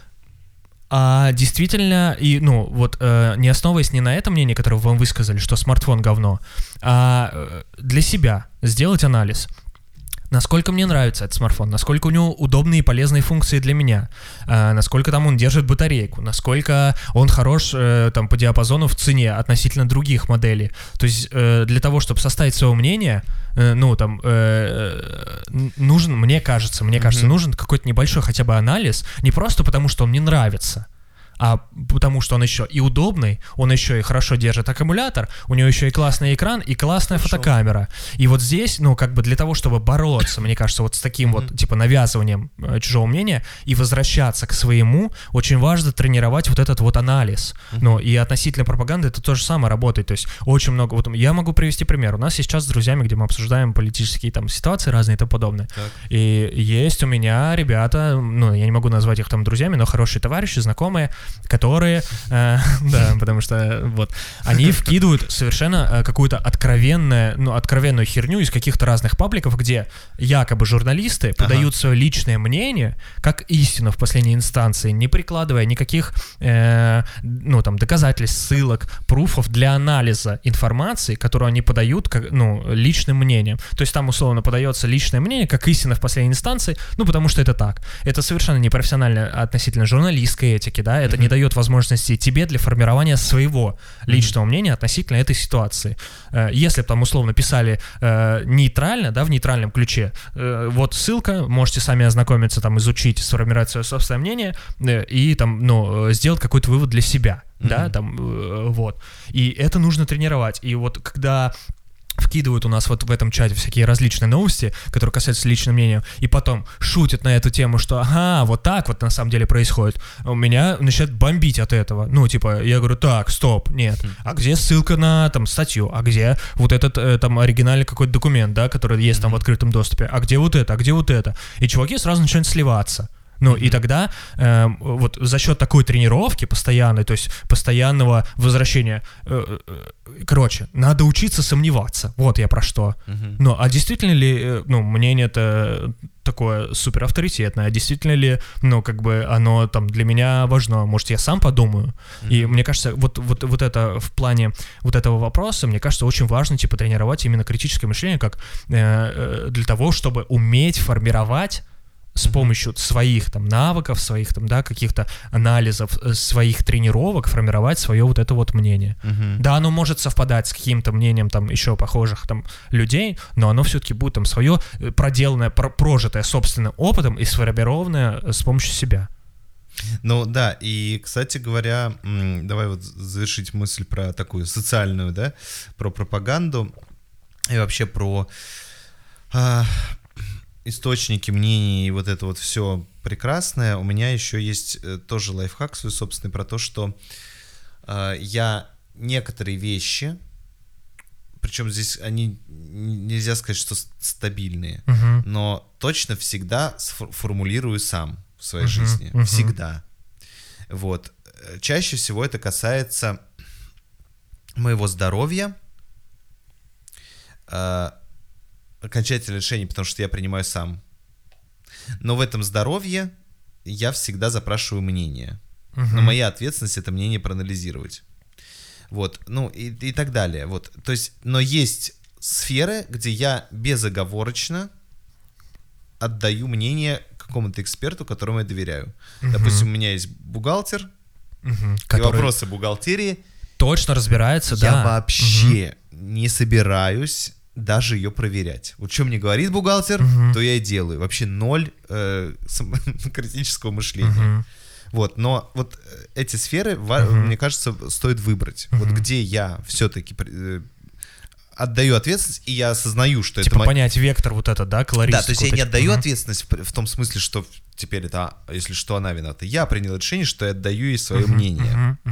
Speaker 2: А действительно, и, ну, вот, не основываясь ни на это мнение, которое вам высказали, что смартфон говно, а для себя сделать анализ. Насколько мне нравится этот смартфон, насколько у него удобные и полезные функции для меня, насколько там он держит батарейку, насколько он хорош там по диапазону в цене относительно других моделей. То есть для того, чтобы составить свое мнение, ну, там, нужен, мне кажется, нужен какой-то небольшой хотя бы анализ, не просто потому, что он мне нравится, а потому что он еще и удобный, он еще и хорошо держит аккумулятор, у него еще и классный экран, и классная фотокамера. И вот здесь, ну, как бы для того, чтобы бороться, мне кажется, вот с таким вот, типа, навязыванием чужого мнения и возвращаться к своему, очень важно тренировать вот этот вот анализ. Ну, и относительно пропаганды это то же самое работает. То есть очень много... Вот я могу привести пример. У нас есть сейчас с друзьями, где мы обсуждаем политические там ситуации разные и тому подобное. Так. И есть у меня ребята, ну, я не могу назвать их там друзьями, но хорошие товарищи, знакомые, которые, да, потому что вот, они вкидывают совершенно какую-то откровенную херню из каких-то разных пабликов, где якобы журналисты подают свое личное мнение как истину в последней инстанции, не прикладывая никаких, ну, там, доказательств, ссылок, пруфов для анализа информации, которую они подают, как, ну, личным мнением. То есть там, условно, подается личное мнение как истина в последней инстанции, ну, потому что это так. Это совершенно непрофессионально относительно журналистской этики, да, это не дает возможности тебе для формирования своего личного мнения относительно этой ситуации. Если бы там условно писали нейтрально, да, в нейтральном ключе, вот ссылка, можете сами ознакомиться, там, изучить, сформировать свое собственное мнение и там, ну, сделать какой-то вывод для себя, да, там, вот. И это нужно тренировать. И вот когда вкидывают у нас вот в этом чате всякие различные новости, которые касаются личного мнения, и потом шутят на эту тему, что ага, вот так вот на самом деле происходит, у меня начинает бомбить от этого. Ну, типа, я говорю, так, стоп, нет. А где ссылка на там статью? А где вот этот там оригинальный какой-то документ, да, который есть там в открытом доступе? А где вот это? А где вот это? И чуваки сразу начинают сливаться. Ну, и тогда вот за счет такой тренировки постоянной, то есть постоянного возвращения, короче, надо учиться сомневаться. Вот я про что. Ну, а действительно ли, ну, мнение-то такое супер авторитетное, а действительно ли, ну, как бы оно там для меня важно, может, я сам подумаю. И мне кажется, вот это в плане вот этого вопроса, мне кажется, очень важно, типа, тренировать именно критическое мышление, как для того, чтобы уметь формировать с помощью своих там навыков, своих там, да, каких-то анализов, своих тренировок формировать свое вот это вот мнение. Да, оно может совпадать с каким-то мнением там еще похожих там людей, но оно все-таки будет там свое проделанное, прожитое собственным опытом и сформированное с помощью себя.
Speaker 1: Ну да, и, кстати говоря, давай вот завершить мысль про такую социальную, да, про пропаганду и вообще про источники мнений и вот это вот все прекрасное. У меня еще есть тоже лайфхак свой собственный про то, что я некоторые вещи, причем здесь они нельзя сказать, что стабильные, но точно всегда формулирую сам в своей жизни. Всегда. Вот. Чаще всего это касается моего здоровья, окончательное решение, потому что я принимаю сам. Но в этом здоровье я всегда запрашиваю мнение. Но моя ответственность это мнение проанализировать. Вот, ну и так далее. Вот, то есть, но есть сферы, где я безоговорочно отдаю мнение какому-то эксперту, которому я доверяю. Допустим, у меня есть бухгалтер, и вопросы бухгалтерии.
Speaker 2: Точно разбирается,
Speaker 1: я
Speaker 2: да.
Speaker 1: Я вообще не собираюсь даже ее проверять. Вот что мне говорит бухгалтер, то я и делаю. Вообще ноль критического мышления. Вот, но вот эти сферы, мне кажется, стоит выбрать. Вот где я все-таки отдаю ответственность, и я осознаю, что
Speaker 2: типа
Speaker 1: это...
Speaker 2: понять вектор вот это, да, колористику.
Speaker 1: Да, то есть я не отдаю ответственность в том смысле, что теперь это, если что, она виновата. Я принял решение, что я отдаю ей свое мнение.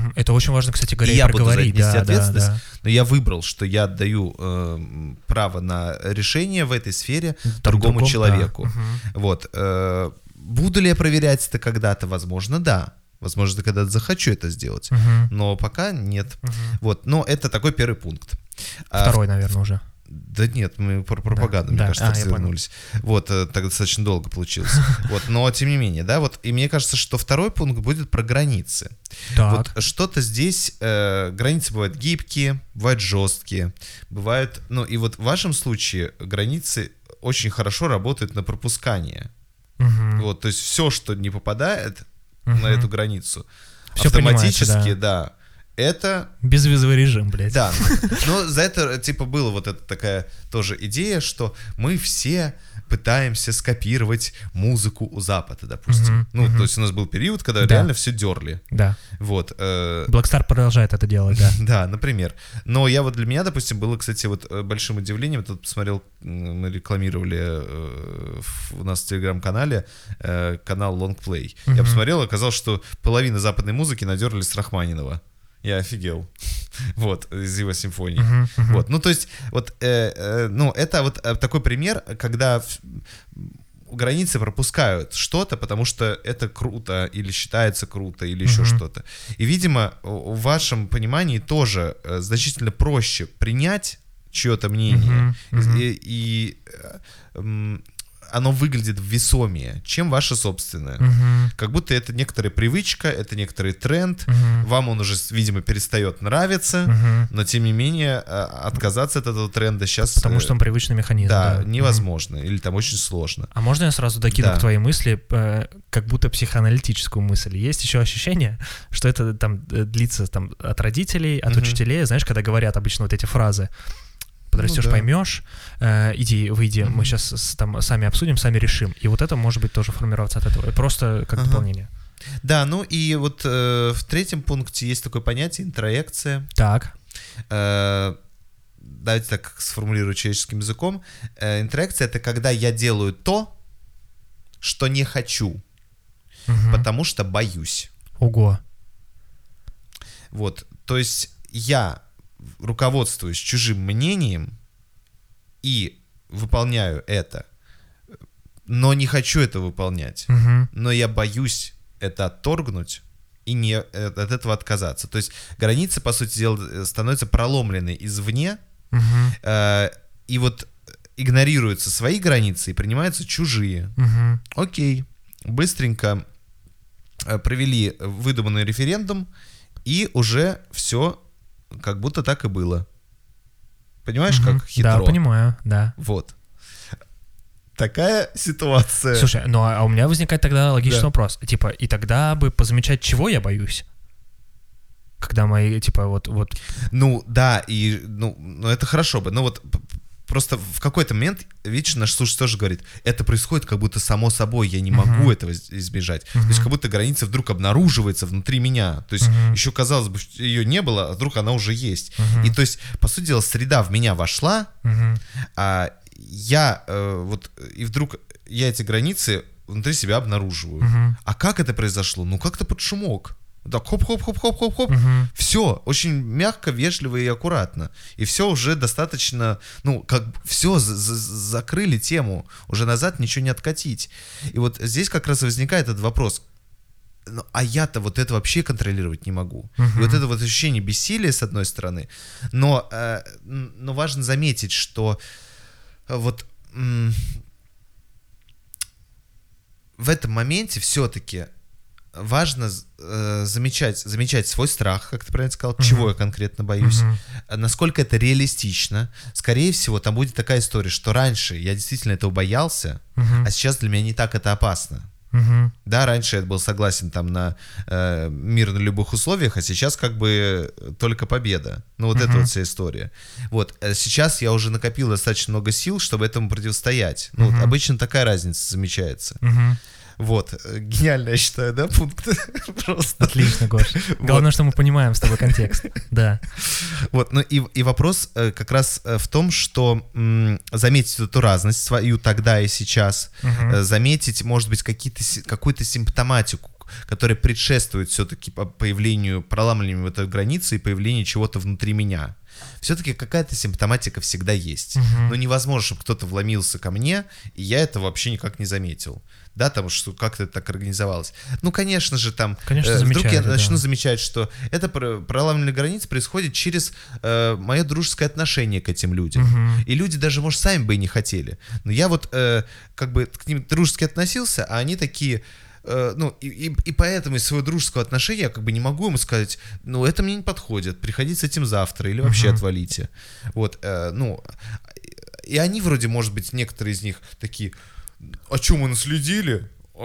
Speaker 2: Это очень важно, кстати говоря,
Speaker 1: и я буду за это
Speaker 2: проговорить.
Speaker 1: нести
Speaker 2: Да,
Speaker 1: ответственность,
Speaker 2: да.
Speaker 1: но я выбрал, что я отдаю право на решение в этой сфере
Speaker 2: Там
Speaker 1: другому
Speaker 2: другом,
Speaker 1: человеку.
Speaker 2: да. Мгм.
Speaker 1: Вот. Буду ли я проверять это когда-то? Возможно, да. Возможно, когда-то захочу это сделать.
Speaker 2: Мгм.
Speaker 1: Но пока нет.
Speaker 2: Мгм.
Speaker 1: Вот. Но это такой первый пункт.
Speaker 2: Второй, наверное, уже.
Speaker 1: Да нет, мы про пропаганду, мне
Speaker 2: да.
Speaker 1: кажется,
Speaker 2: Я понял.
Speaker 1: развернулись. Вот, так достаточно долго получилось. Вот, но тем не менее, да, вот, и мне кажется, что второй пункт будет про границы.
Speaker 2: Так.
Speaker 1: Вот что-то здесь, границы бывают гибкие, бывают жесткие, бывают, ну и вот в вашем случае границы очень хорошо работают на пропускание.
Speaker 2: Мгм.
Speaker 1: Вот, то есть все, что не попадает
Speaker 2: Мгм.
Speaker 1: на эту границу,
Speaker 2: Всё
Speaker 1: автоматически,
Speaker 2: понимаете,
Speaker 1: да, это...
Speaker 2: Безвизовый режим, блядь.
Speaker 1: Да, но за это, типа, была вот эта такая тоже идея, что мы все пытаемся скопировать музыку у Запада, допустим.
Speaker 2: Мгм,
Speaker 1: Ну,
Speaker 2: мгм.
Speaker 1: то есть у нас был период, когда
Speaker 2: Да.
Speaker 1: реально все дерли.
Speaker 2: Да.
Speaker 1: Вот.
Speaker 2: Blackstar продолжает это делать, да.
Speaker 1: Да, например. Но я вот для меня, допустим, было, кстати, вот большим удивлением. Тут посмотрел, мы рекламировали у нас в телеграм-канале канал Long Play. Я
Speaker 2: Мгм.
Speaker 1: посмотрел, оказалось, что половина западной музыки надерли с Рахманинова. Я офигел. Вот, из его симфонии.
Speaker 2: Мгм, мгм.
Speaker 1: Вот, ну, то есть, вот, ну, это вот такой пример, когда границы пропускают что-то, потому что это круто, или считается круто, или еще
Speaker 2: Мгм.
Speaker 1: что-то. И, видимо, в вашем понимании тоже значительно проще принять чье-то мнение,
Speaker 2: Мгм, мгм.
Speaker 1: и оно выглядит весомее, чем ваше собственное.
Speaker 2: Мгм,
Speaker 1: Как будто это некоторая привычка, это некоторый тренд,
Speaker 2: мгм,
Speaker 1: вам он уже, видимо, перестает нравиться,
Speaker 2: мгм.
Speaker 1: но тем не менее отказаться от этого тренда сейчас
Speaker 2: Потому что он привычный механизм.
Speaker 1: да,
Speaker 2: Мгм.
Speaker 1: невозможно, или там очень сложно.
Speaker 2: А можно я сразу докину
Speaker 1: Да.
Speaker 2: к твоей мысли, как будто психоаналитическую мысль? Есть еще ощущение, что это там длится там, от родителей, от
Speaker 1: Мгм.
Speaker 2: учителей, знаешь, когда говорят обычно вот эти фразы. Подрастешь,
Speaker 1: Ну да.
Speaker 2: поймешь, иди, выйди, мы
Speaker 1: Мгм.
Speaker 2: сейчас там сами обсудим, сами решим. И вот это может быть тоже формироваться от этого. Просто как
Speaker 1: Ага.
Speaker 2: дополнение.
Speaker 1: Да, ну и вот в третьем пункте есть такое понятие интроекция.
Speaker 2: Так.
Speaker 1: Давайте так сформулирую человеческим языком. Интроекция — это когда я делаю то, что не хочу,
Speaker 2: Мгм.
Speaker 1: потому что боюсь.
Speaker 2: Ого.
Speaker 1: Вот, то есть я руководствуюсь чужим мнением и выполняю это, но не хочу это выполнять.
Speaker 2: Мгм.
Speaker 1: Но я боюсь это отторгнуть и не от этого отказаться. То есть границы, по сути дела, становятся проломлены извне,
Speaker 2: Мгм.
Speaker 1: и вот игнорируются свои границы и принимаются чужие.
Speaker 2: Мгм.
Speaker 1: Окей, быстренько провели выдуманный референдум, и уже все как будто так и было. Понимаешь,
Speaker 2: Мгм.
Speaker 1: как хитро?
Speaker 2: Да, понимаю, да.
Speaker 1: Вот. Такая ситуация.
Speaker 2: Слушай, ну а у меня возникает тогда логичный
Speaker 1: Да.
Speaker 2: вопрос. Типа, и тогда бы позамечать, чего я боюсь? Когда мои, типа, вот...
Speaker 1: Ну, да, и, ну, это хорошо бы. Но вот просто в какой-то момент, видишь, наш слушатель тоже говорит, это происходит как будто само собой, я не могу
Speaker 2: Мгм.
Speaker 1: этого избежать. То
Speaker 2: Мгм.
Speaker 1: есть как будто граница вдруг обнаруживается внутри меня. То есть
Speaker 2: Мгм.
Speaker 1: еще казалось бы, что ее не было, а вдруг она уже есть.
Speaker 2: Мгм.
Speaker 1: И то есть, по сути дела, среда в меня вошла,
Speaker 2: Мгм.
Speaker 1: а я вот, и вдруг я эти границы внутри себя обнаруживаю.
Speaker 2: Мгм.
Speaker 1: А как это произошло? Ну, как-то под шумок. Так, хоп-хоп-хоп-хоп-хоп-хоп.
Speaker 2: Мгм.
Speaker 1: Все очень мягко, вежливо и аккуратно. И все уже достаточно, ну, как все, закрыли тему, уже назад ничего не откатить. И вот здесь как раз возникает этот вопрос. Ну, а я-то вот это вообще контролировать не могу.
Speaker 2: Мгм.
Speaker 1: И вот это вот ощущение бессилия, с одной стороны, но важно заметить, что вот в этом моменте все-таки важно замечать свой страх, как ты правильно сказал, чего я конкретно боюсь,
Speaker 2: Мгм.
Speaker 1: насколько это реалистично. Скорее всего, там будет такая история, что раньше я действительно этого боялся,
Speaker 2: Мгм.
Speaker 1: а сейчас для меня не так это опасно.
Speaker 2: Мгм.
Speaker 1: Да, раньше я был согласен там на мир на любых условиях, а сейчас как бы только победа. Ну вот это
Speaker 2: Мгм.
Speaker 1: вот вся история. Вот, сейчас я уже накопил достаточно много сил, чтобы этому противостоять. Ну, вот
Speaker 2: Мгм.
Speaker 1: обычно такая разница замечается.
Speaker 2: Мгм.
Speaker 1: Вот, гениально, я считаю, да, пункт? Просто.
Speaker 2: Отлично, Гош. Главное, что мы понимаем с тобой контекст. Да.
Speaker 1: Вот, ну и вопрос как раз в том, что заметить эту разность свою тогда и сейчас,
Speaker 2: Мгм.
Speaker 1: заметить, может быть, какую-то симптоматику, которая предшествует все-таки появлению, проламыванию этой границы и появлению чего-то внутри меня. Все-таки какая-то симптоматика всегда есть. Но невозможно, чтобы кто-то вломился ко мне, и я это вообще никак не заметил. Да, там, что как-то это так организовалось. Ну, конечно же, там... вдруг я начну замечать, что это проламывание границ происходит через мое дружеское отношение к этим людям. И люди даже, может, сами бы и не хотели. Но я вот как бы к ним дружески относился, а они такие... и поэтому из своего дружеского отношения я как бы не могу ему сказать, ну, это мне не подходит, приходите с этим завтра или вообще отвалите. Вот, и они вроде, может быть, некоторые из них такие, а что, мы наследили?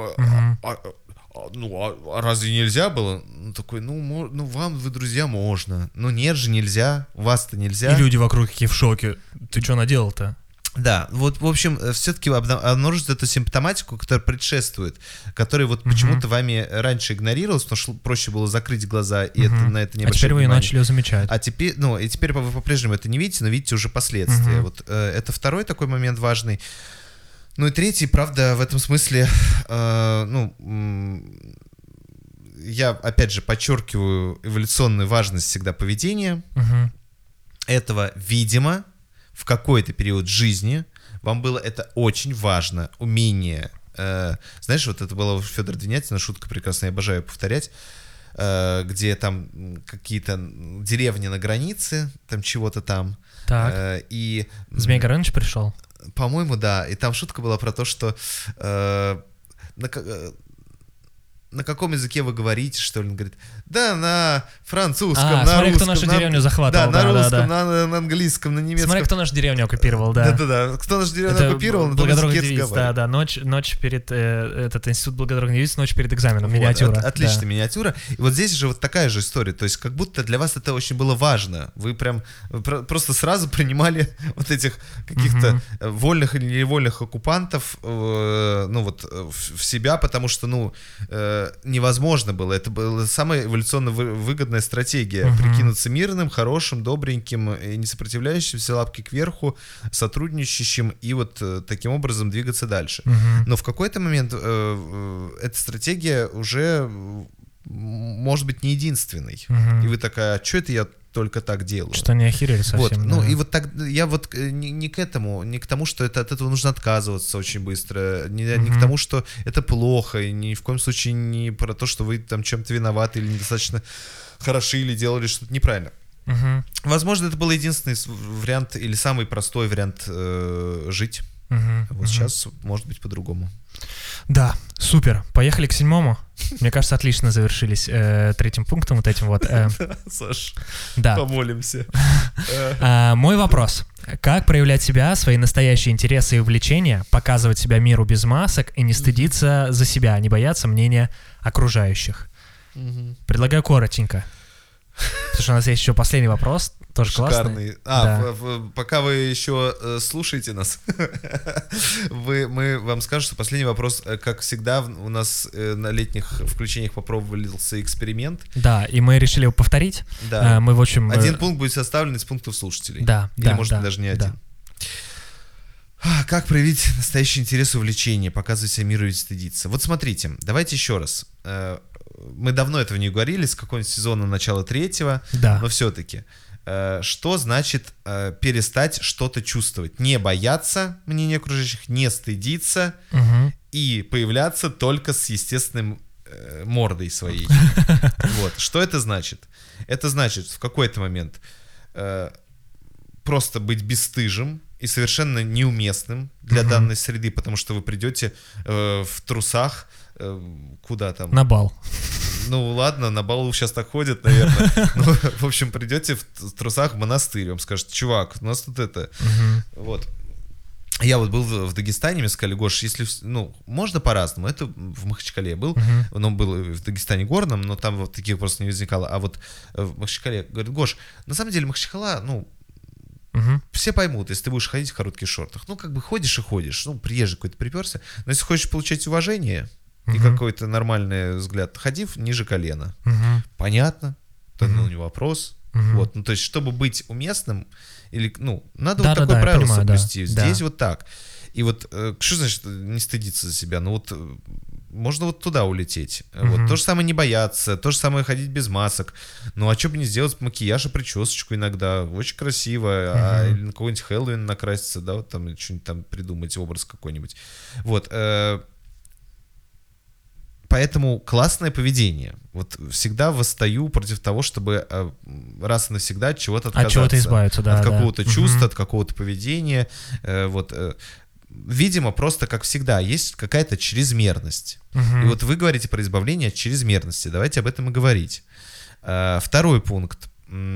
Speaker 1: Разве нельзя было? Ну, такой, вам, вы друзья, можно. Ну, нет же, нельзя, вас-то нельзя.
Speaker 2: И люди вокруг такие в шоке. Ты что наделал-то?
Speaker 1: Да, вот, в общем, все-таки обнаружить эту симптоматику, которая предшествует, которая вот почему-то вами раньше игнорировалась, потому что проще было закрыть глаза и на это не обращать внимания. А
Speaker 2: теперь вы ее начали замечать.
Speaker 1: А теперь, и теперь вы по-прежнему это не видите, но видите уже последствия. Вот это второй такой момент важный. Ну и третий, правда, в этом смысле, я, опять же, подчеркиваю эволюционную важность всегда поведения. Этого, видимо, в какой-то период жизни вам было это очень важно, умение. Знаешь, вот это была у Федора Двинятина шутка прекрасная, я обожаю повторять, где там какие-то деревни на границе, там чего-то там.
Speaker 2: Так.
Speaker 1: И
Speaker 2: Змей Горыныч пришел?
Speaker 1: По-моему, да. И там шутка была про то, что на каком языке вы говорите, что ли? Он говорит, да, на французском, на
Speaker 2: смотри,
Speaker 1: русском.
Speaker 2: Кто нашу деревню захватывал.
Speaker 1: Да, на русском, на английском, на немецком.
Speaker 2: Смотри, кто нашу деревню оккупировал, да.
Speaker 1: Да-да-да, кто нашу деревню оккупировал, на том языке разговаривает.
Speaker 2: Да, ночь перед, этот институт благородных девиц, ночь перед экзаменом, миниатюра.
Speaker 1: Отличная миниатюра. И вот здесь же вот такая же история, то есть как будто для вас это очень было важно. Вы прям просто сразу принимали вот этих каких-то вольных или невольных оккупантов, в себя, потому что, невозможно было. Это была самая эволюционно выгодная стратегия. Прикинуться мирным, хорошим, добреньким, и не сопротивляющимся, лапки кверху, сотрудничающим, и вот таким образом двигаться дальше. Но в какой-то момент эта стратегия уже может быть не единственной. И вы такая, а что это я только так делаю?
Speaker 2: Что не охерели совсем.
Speaker 1: Вот,
Speaker 2: да.
Speaker 1: И вот так я вот не к тому, что от этого нужно отказываться очень быстро, не к тому, что это плохо, и ни в коем случае не про то, что вы там чем-то виноваты или недостаточно хороши, или делали что-то неправильно. Возможно, это был единственный вариант или самый простой вариант жить. Сейчас может быть по-другому.
Speaker 2: Да, супер. Поехали к 7-му. Мне кажется, отлично завершились третьим пунктом вот этим вот.
Speaker 1: Саш,
Speaker 2: да.
Speaker 1: помолимся.
Speaker 2: Мой вопрос. Как проявлять себя, свои настоящие интересы и увлечения, показывать себя миру без масок и не стыдиться за себя, не бояться мнения окружающих? Предлагаю коротенько. Потому что у нас есть еще последний вопрос, тоже
Speaker 1: шикарный.
Speaker 2: Классный.
Speaker 1: Пока вы еще слушаете нас, мы вам скажем, что последний вопрос, как всегда, у нас на летних включениях попробовался эксперимент.
Speaker 2: Да, и мы решили его повторить.
Speaker 1: Да.
Speaker 2: Мы, в общем...
Speaker 1: Один пункт будет составлен из пунктов слушателей.
Speaker 2: Да.
Speaker 1: Или, может, даже не один. Как проявить настоящий интерес и увлечение, показывать себя миру и стыдиться? Вот смотрите, давайте еще раз. Мы давно этого не говорили, с какого-нибудь сезона начала 3-го, но все-таки. Что значит перестать что-то чувствовать? Не бояться мнения окружающих, не стыдиться и появляться только с естественным мордой своей. Вот. Что это значит? Это значит в какой-то момент просто быть бесстыжим и совершенно неуместным для данной среды, потому что вы придете в трусах куда там?
Speaker 2: На бал.
Speaker 1: Ну ладно, на бал сейчас так ходят, наверное. Ну, в общем, придете в трусах в монастырь, вам скажут, чувак, у нас тут это... Вот. Я вот был в Дагестане, мне сказали, Гош, если... можно по-разному. Это в Махачкале был. Он был в Дагестане горном, но там вот таких просто не возникало. А вот в Махачкале, говорит, Гош, на самом деле Махачкала, все поймут, если ты будешь ходить в коротких шортах. Как бы ходишь и ходишь. Приезжий какой-то приперся. Но если хочешь получать уважение и какой-то нормальный взгляд, ходи ниже колена. Понятно? Тогда у него вопрос. Вот. То есть, чтобы быть уместным, или, надо вот такое правило соблюсти. Здесь вот так. И вот, что значит не стыдиться за себя? можно вот туда улететь. Вот. То же самое не бояться, то же самое ходить без масок. Ну, а что бы не сделать макияж и причесочку иногда? Очень красиво. Или на какой-нибудь Хэллоуин накраситься, да, вот там что-нибудь там придумать, образ какой-нибудь. Вот. Поэтому классное поведение. Вот всегда восстаю против того, чтобы раз и навсегда от чего-то отказаться.
Speaker 2: От чего-то избавиться, да.
Speaker 1: От какого-то чувства, от какого-то поведения. Вот. Видимо, просто, как всегда, есть какая-то чрезмерность. И вот вы говорите про избавление от чрезмерности. Давайте об этом и говорить. Второй пункт.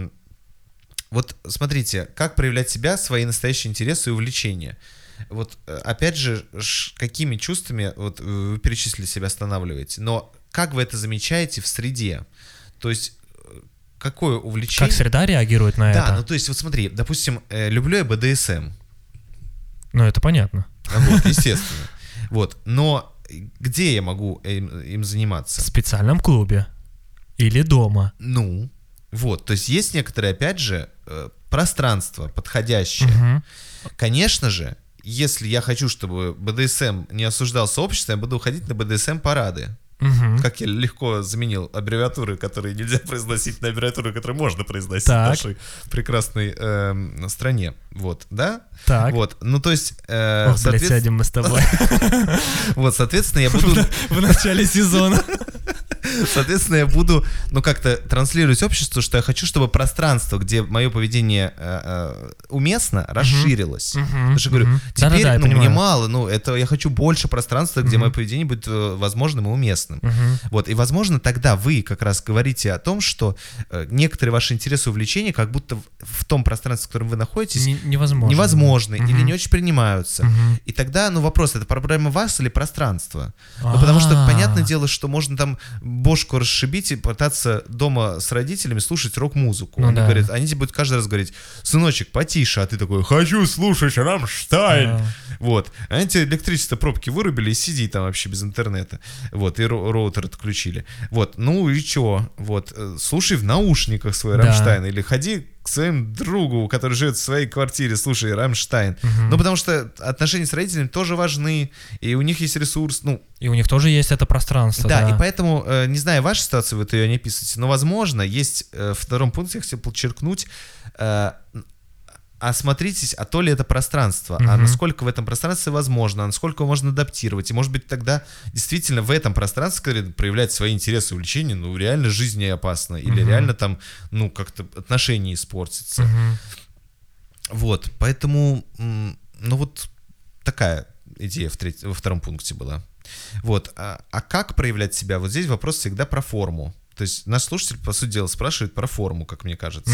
Speaker 1: Вот смотрите, как проявлять себя, свои настоящие интересы и увлечения. Вот опять же, какими чувствами, вот вы перечислили, себя останавливаете, но как вы это замечаете в среде? То есть какое увлечение...
Speaker 2: Как среда реагирует на это?
Speaker 1: Да, ну то есть вот смотри, допустим, люблю я БДСМ.
Speaker 2: Ну это понятно.
Speaker 1: Вот, естественно. Вот, но где я могу им заниматься?
Speaker 2: В специальном клубе или дома.
Speaker 1: Ну, вот, то есть есть некоторые, опять же, пространство подходящее. Конечно же, если я хочу, чтобы БДСМ не осуждался обществом, я буду ходить на БДСМ-парады. Как я легко заменил аббревиатуры, которые нельзя произносить, на аббревиатуры, которые можно произносить в нашей прекрасной стране. Вот, да?
Speaker 2: Так.
Speaker 1: Вот, ну то есть...
Speaker 2: Ох, блядь, сядем мы с тобой.
Speaker 1: Вот, соответственно, я буду...
Speaker 2: В начале сезона.
Speaker 1: Соответственно, я буду, ну, как-то транслировать обществу, что я хочу, чтобы пространство, где мое поведение уместно, расширилось. Потому что говорю, теперь, ну, мне мало, ну, это я хочу больше пространства, где мое поведение будет возможным и уместным. Вот, и, возможно, тогда вы как раз говорите о том, что некоторые ваши интересы и увлечения как будто в том пространстве, в котором вы находитесь, невозможны или не очень принимаются. И тогда, ну, вопрос, это проблема вас или пространства? Ну, потому что, понятное дело, что можно там бошку расшибить и пытаться дома с родителями слушать рок-музыку. Они говорят, они тебе будут каждый раз говорить: сыночек, потише, а ты такой: хочу слушать Рамштайн. Вот. Они тебе электричество, пробки вырубили, и сиди там вообще без интернета. Вот, и роутер отключили. Вот, ну и чё? Вот, слушай в наушниках свой Рамштайн, или ходи к своему другу, который живет в своей квартире, слушай Рамштайн. Ну, потому что отношения с родителями тоже важны, и у них есть ресурс, ну...
Speaker 2: И у них тоже есть это пространство.
Speaker 1: Да, и поэтому, не знаю, ваша ситуация, вы ее не описываете, но, возможно, есть в втором пункте, я хотел подчеркнуть, осмотритесь, а то ли это пространство, а насколько в этом пространстве возможно, а насколько можно адаптировать. И, может быть, тогда действительно в этом пространстве, когда проявлять свои интересы и увлечения, ну, реально жизнь не опасна, или реально там, ну, как-то отношения испортятся. Вот, поэтому, ну, вот такая идея во втором пункте была. Вот, а как проявлять себя? Вот здесь вопрос всегда про форму. То есть наш слушатель, по сути дела, спрашивает про форму, как мне кажется.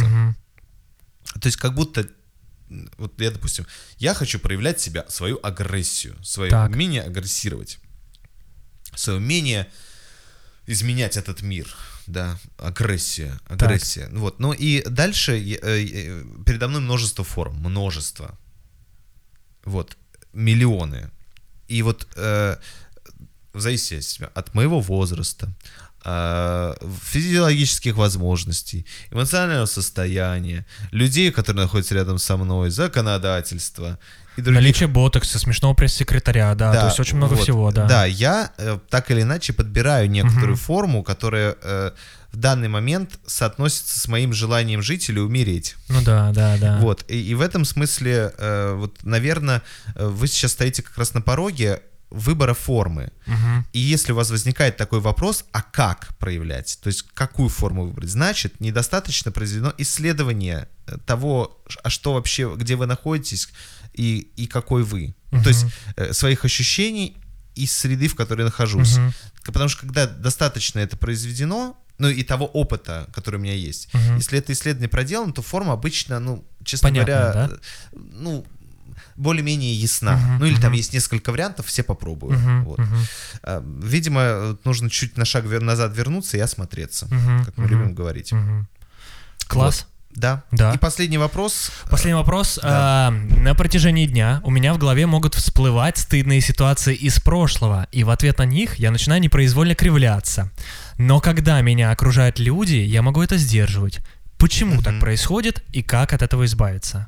Speaker 1: То есть как будто... Вот я, допустим, я хочу проявлять себя, свою агрессию, свое умение агрессировать, свое умение изменять этот мир, да, агрессия. Вот, ну и дальше передо мной множество форм, вот, миллионы. И вот в зависимости от моего возраста, физиологических возможностей, эмоционального состояния, людей, которые находятся рядом со мной, законодательства и других.
Speaker 2: Наличие ботокса, смешного пресс-секретаря, да, то есть очень много всего, да.
Speaker 1: Да, я так или иначе подбираю некоторую форму, которая в данный момент соотносится с моим желанием жить или умереть.
Speaker 2: Ну да.
Speaker 1: Вот, и в этом смысле, вот, наверное, вы сейчас стоите как раз на пороге выбора формы. И если у вас возникает такой вопрос, а как проявлять, то есть какую форму выбрать, значит, недостаточно произведено исследование того, а что вообще, где вы находитесь и какой вы. То есть своих ощущений и среды, в которой я нахожусь. Потому что когда достаточно это произведено, ну и того опыта, который у меня есть, если это исследование проделано, то форма обычно, ну, честно говоря, ну, более-менее ясна. Ну или там есть несколько вариантов, все попробую. Вот. Видимо, нужно чуть на шаг назад вернуться и осмотреться, как мы любим говорить.
Speaker 2: Класс.
Speaker 1: Вот. Да. И последний вопрос.
Speaker 2: Последний вопрос. На протяжении дня у меня в голове могут всплывать стыдные ситуации из прошлого, и в ответ на них я начинаю непроизвольно кривляться. Но когда меня окружают люди, я могу это сдерживать. Почему так происходит и как от этого избавиться?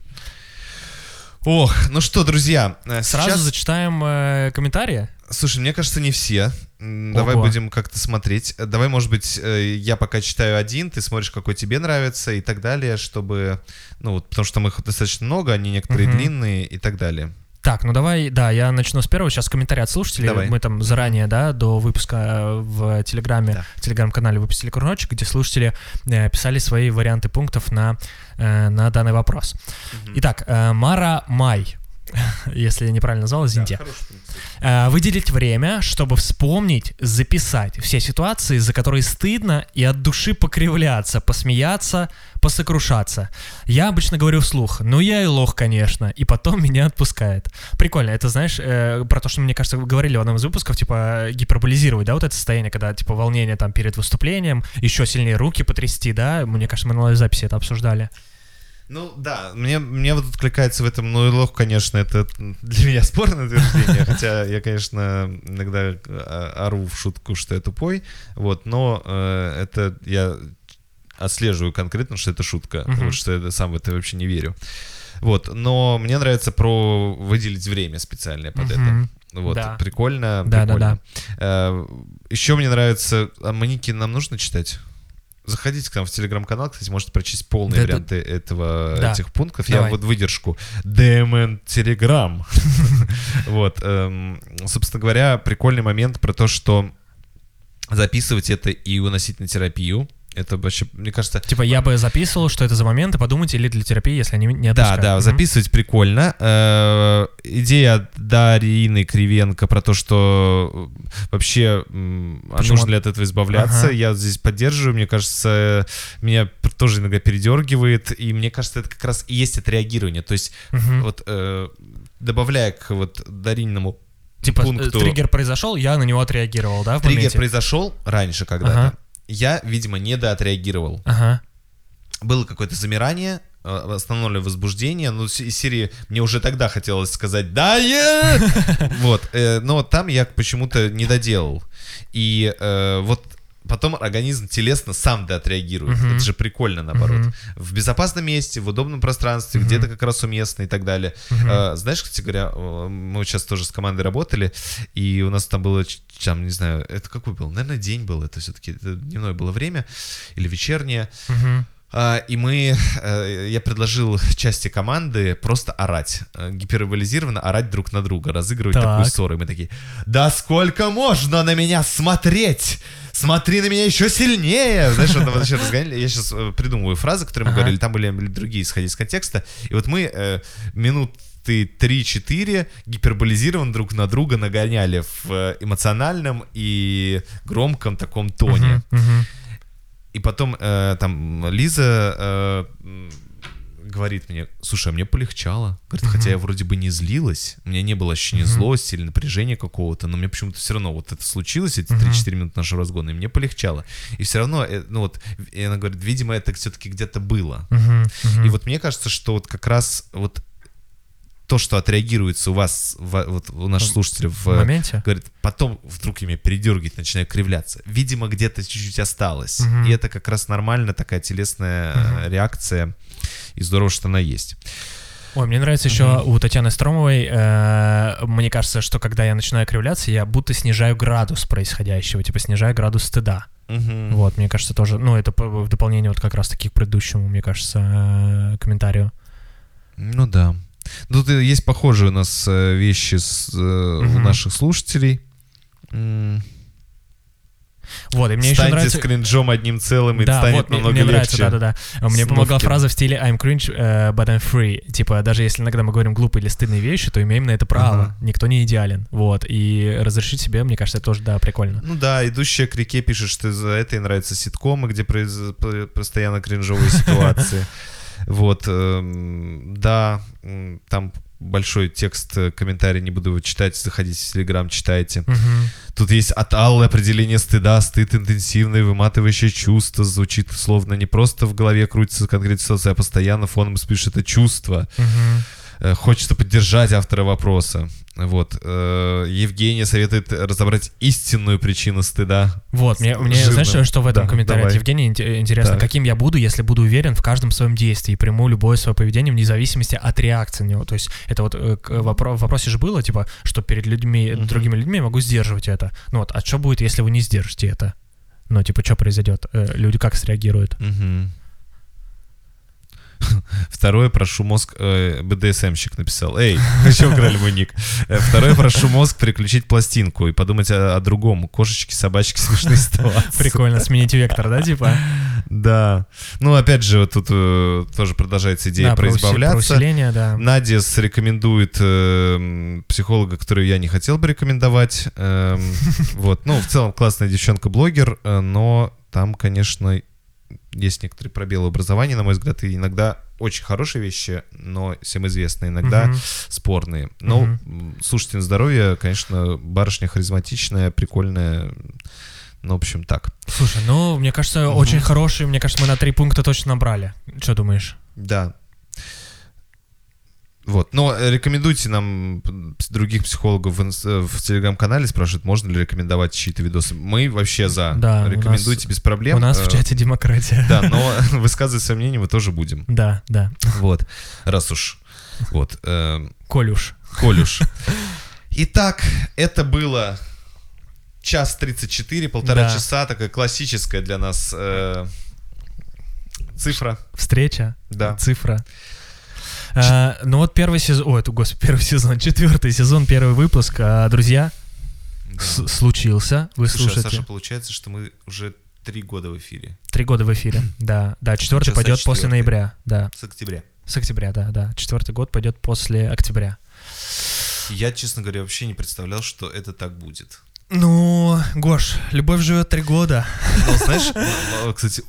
Speaker 1: Ох, ну что, друзья,
Speaker 2: сразу зачитаем комментарии?
Speaker 1: Слушай, мне кажется, не все. Давай будем как-то смотреть. Давай, может быть, я пока читаю один, ты смотришь, какой тебе нравится и так далее, чтобы... Ну, вот, потому что их достаточно много, они некоторые длинные и так далее.
Speaker 2: Так, ну давай, да, я начну с первого. Сейчас комментарий от слушателей.
Speaker 1: Давай.
Speaker 2: Мы там заранее, да, до выпуска в Телеграме,
Speaker 1: Да.
Speaker 2: в Телеграм-канале выпустили кружочек, где слушатели писали свои варианты пунктов на данный вопрос. Итак, Мара Май, если я неправильно назвал, извините. Выделить время, чтобы вспомнить, записать все ситуации, за которые стыдно, и от души покривляться, посмеяться, посокрушаться. Я обычно говорю вслух: ну я и лох, конечно, и потом меня отпускает. Прикольно, это, знаешь, про то, что, мне кажется, вы говорили в одном из выпусков, типа, гиперболизировать, да, вот это состояние, когда, типа, волнение там перед выступлением, еще сильнее руки потрясти, да, мне кажется, мы на записи это обсуждали.
Speaker 1: Ну да, мне вот откликается в этом, ну и лох, конечно, это для меня спорное утверждение, хотя я, конечно, иногда ору в шутку, что я тупой, вот, но это я отслеживаю конкретно, что это шутка, вот, что я сам в это вообще не верю. Вот, но мне нравится про выделить время специальное под это. Вот,
Speaker 2: да.
Speaker 1: Прикольно,
Speaker 2: Да,
Speaker 1: прикольно.
Speaker 2: да.
Speaker 1: Еще мне нравится, а маники нам нужно читать? Заходите к нам в Телеграм-канал, кстати, можете прочесть полные варианты этих пунктов.
Speaker 2: Давай.
Speaker 1: Я вот выдержку. DMN Telegram. Вот. Собственно говоря, прикольный момент про то, что записывать это и уносить на терапию. Это вообще, мне кажется...
Speaker 2: Типа, я бы записывал, что это за моменты, подумать, или для терапии, если они не отпускают.
Speaker 1: Да, записывать прикольно. Идея Дарины Кривенко про то, что вообще нужно ли от этого избавляться, я здесь поддерживаю. Мне кажется, меня тоже иногда передергивает, и мне кажется, это как раз и есть отреагирование. То есть, вот добавляя к вот Дарининому
Speaker 2: типа,
Speaker 1: пункту...
Speaker 2: триггер произошел, я на него отреагировал, да, в моменте?
Speaker 1: Триггер произошел раньше когда-то. Я, видимо, недоотреагировал. Было какое-то замирание, основное возбуждение, ну, из серии мне уже тогда хотелось сказать «Да, я!» Вот, но там я почему-то не доделал. И вот потом организм телесно сам доотреагирует. Это же прикольно, наоборот. В безопасном месте, в удобном пространстве, где-то как раз уместно и так далее. Знаешь, кстати говоря, мы сейчас тоже с командой работали, и у нас там было, там, не знаю, это какой был? Наверное, день был, это все-таки дневное было время или вечернее. И я предложил части команды просто орать, гиперболизированно орать друг на друга, разыгрывать такую ссору. И мы такие: да сколько можно на меня смотреть? Смотри на меня еще сильнее! Знаешь, вот вообще разгоняли. Я сейчас придумываю фразы, которые мы говорили, там были другие, исходя из контекста. И вот мы минуты 3-4 гиперболизированно друг на друга нагоняли в эмоциональном и громком таком тоне. И потом там Лиза говорит мне: слушай, а мне полегчало. Говорит, хотя я вроде бы не злилась, у меня не было ощущения злости или напряжения какого-то, но мне почему-то все равно вот это случилось, эти 3-4 минуты нашего разгона, и мне полегчало. И все равно, ну вот, и она говорит, видимо, это все-таки где-то было. И вот мне кажется, что вот как раз вот то, что отреагируется у вас, вот у наших слушателей в
Speaker 2: моменте,
Speaker 1: говорит, потом вдруг я меня передергивает, начинаю кривляться. Видимо, где-то чуть-чуть осталось. И это как раз нормально, такая телесная реакция. И здорово, что она есть.
Speaker 2: Ой, мне нравится еще у Татьяны Стромовой, мне кажется, что когда я начинаю кривляться, я будто снижаю градус происходящего, типа снижаю градус стыда. Вот, мне кажется, тоже, ну, это в дополнение вот как раз-таки к предыдущему, мне кажется, комментарию.
Speaker 1: Ну да. Тут есть похожие у нас вещи у наших слушателей.
Speaker 2: Вот, и мне
Speaker 1: Станьте
Speaker 2: еще нравится...
Speaker 1: с кринжом одним целым, и станет
Speaker 2: вот,
Speaker 1: намного
Speaker 2: мне
Speaker 1: легче.
Speaker 2: Нравится, Мне помогла фраза в стиле I'm cringe, but I'm free. Типа, даже если иногда мы говорим глупые или стыдные вещи, то имеем на это право. Никто не идеален. Вот, и разрешить себе, мне кажется, это тоже, да, прикольно.
Speaker 1: Ну да, идущая к реке пишет, что из-за этого ей нравятся ситкомы, где постоянно кринжовые ситуации. Вот, да, там большой текст, комментарий, не буду его читать, заходите в Телеграм, читайте. Тут есть от Аллы определение стыда: стыд — интенсивное, выматывающее чувство, звучит словно не просто в голове крутится конкретная ситуация, а постоянно фоном спишет это чувство. хочется поддержать автора вопроса. Вот. Евгения советует разобрать истинную причину стыда.
Speaker 2: Вот, мне знаешь, что в этом комментарии от Евгения интересно? Так. Каким я буду, если буду уверен в каждом своем действии и приму любое свое поведение вне зависимости от реакции на него. То есть это вот в вопросе же было, типа, что перед людьми, другими людьми я могу сдерживать это. Ну вот, а что будет, если вы не сдержите это? Ну, типа, что произойдет? Люди как среагируют?
Speaker 1: Второе, прошу мозг... БДСМщик написал. Эй, еще украли мой ник. Второе, прошу мозг переключить пластинку и подумать о другом. Кошечки, собачки, смешные ситуации.
Speaker 2: Прикольно, сменить вектор, да, типа?
Speaker 1: Да. Ну, опять же, вот тут тоже продолжается идея про избавляться.
Speaker 2: Про усиление, да.
Speaker 1: Надя рекомендует психолога, которую я не хотел бы рекомендовать. Вот. Ну, в целом, классная девчонка-блогер, но там, конечно... Есть некоторые пробелы образования, на мой взгляд, и иногда очень хорошие вещи, но всем известные, иногда спорные. Ну, слушайте на здоровье, конечно, барышня харизматичная, прикольная, ну, в общем, так.
Speaker 2: Слушай, ну, мне кажется, очень хороший, мне кажется, мы на 3 пункта точно набрали. Что думаешь?
Speaker 1: Да. Вот, но рекомендуйте нам других психологов в телеграм-канале, спрашивают, можно ли рекомендовать чьи-то видосы. Мы вообще за. Да, рекомендуйте без проблем.
Speaker 2: У нас в чате демократия.
Speaker 1: Да, но высказывать свое мнение мы тоже будем.
Speaker 2: Да, да.
Speaker 1: Вот, раз уж. Вот.
Speaker 2: Коль уж.
Speaker 1: Итак, это было 1:34, 1,5 часа, такая классическая для нас цифра.
Speaker 2: Встреча,
Speaker 1: да.
Speaker 2: Цифра. Ну вот первый сезон, первый сезон, 4-й сезон, 1-й выпуск, друзья, случился, вы слушаете.
Speaker 1: Саша, получается, что мы уже 3 года в эфире.
Speaker 2: 3 года в эфире, да, 4-й пойдет после ноября, да.
Speaker 1: С октября.
Speaker 2: С октября, да, 4-й год пойдет после октября.
Speaker 1: Я, честно говоря, вообще не представлял, что это так будет.
Speaker 2: Ну, Гош, любовь живет 3 года.
Speaker 1: Ну, знаешь, кстати,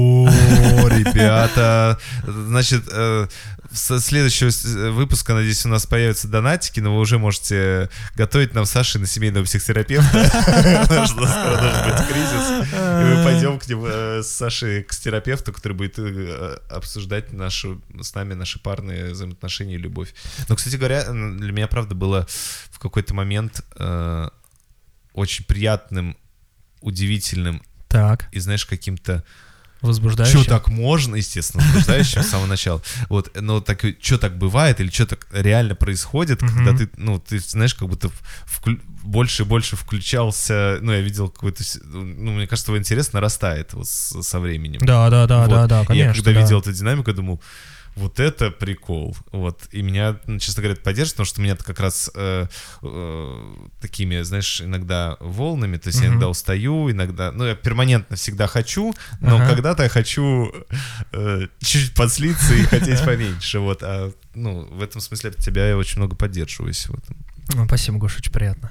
Speaker 1: ребята, значит, с следующего выпуска, надеюсь, у нас появятся донатики, но вы уже можете готовить нам Саши на семейного психотерапевта. Потому что у нас скоро должен быть кризис. И мы пойдем к нему с Сашей к терапевту, который будет обсуждать с нами наши парные взаимоотношения и любовь. Но, кстати говоря, для меня, правда, было в какой-то момент очень приятным, удивительным.
Speaker 2: Так.
Speaker 1: И, знаешь, каким-то...
Speaker 2: Возбуждающим.
Speaker 1: Что так можно, естественно, возбуждающим с самого начала. Вот, но так, что так бывает, или что так реально происходит, когда ты, ты, знаешь, как будто больше и больше включался, я видел какой-то, мне кажется, твой интерес нарастает вот со временем.
Speaker 2: Да, конечно.
Speaker 1: И я когда видел эту динамику, я думал, вот это прикол. Вот. И меня, честно говоря, поддерживает, потому что меня как раз такими, знаешь, иногда волнами, то есть я иногда устаю, иногда, я перманентно всегда хочу, но когда-то я хочу чуть-чуть подслиться и хотеть поменьше. Вот. А в этом смысле от тебя я очень много поддерживаюсь в этом.
Speaker 2: Спасибо, Гоша, очень приятно.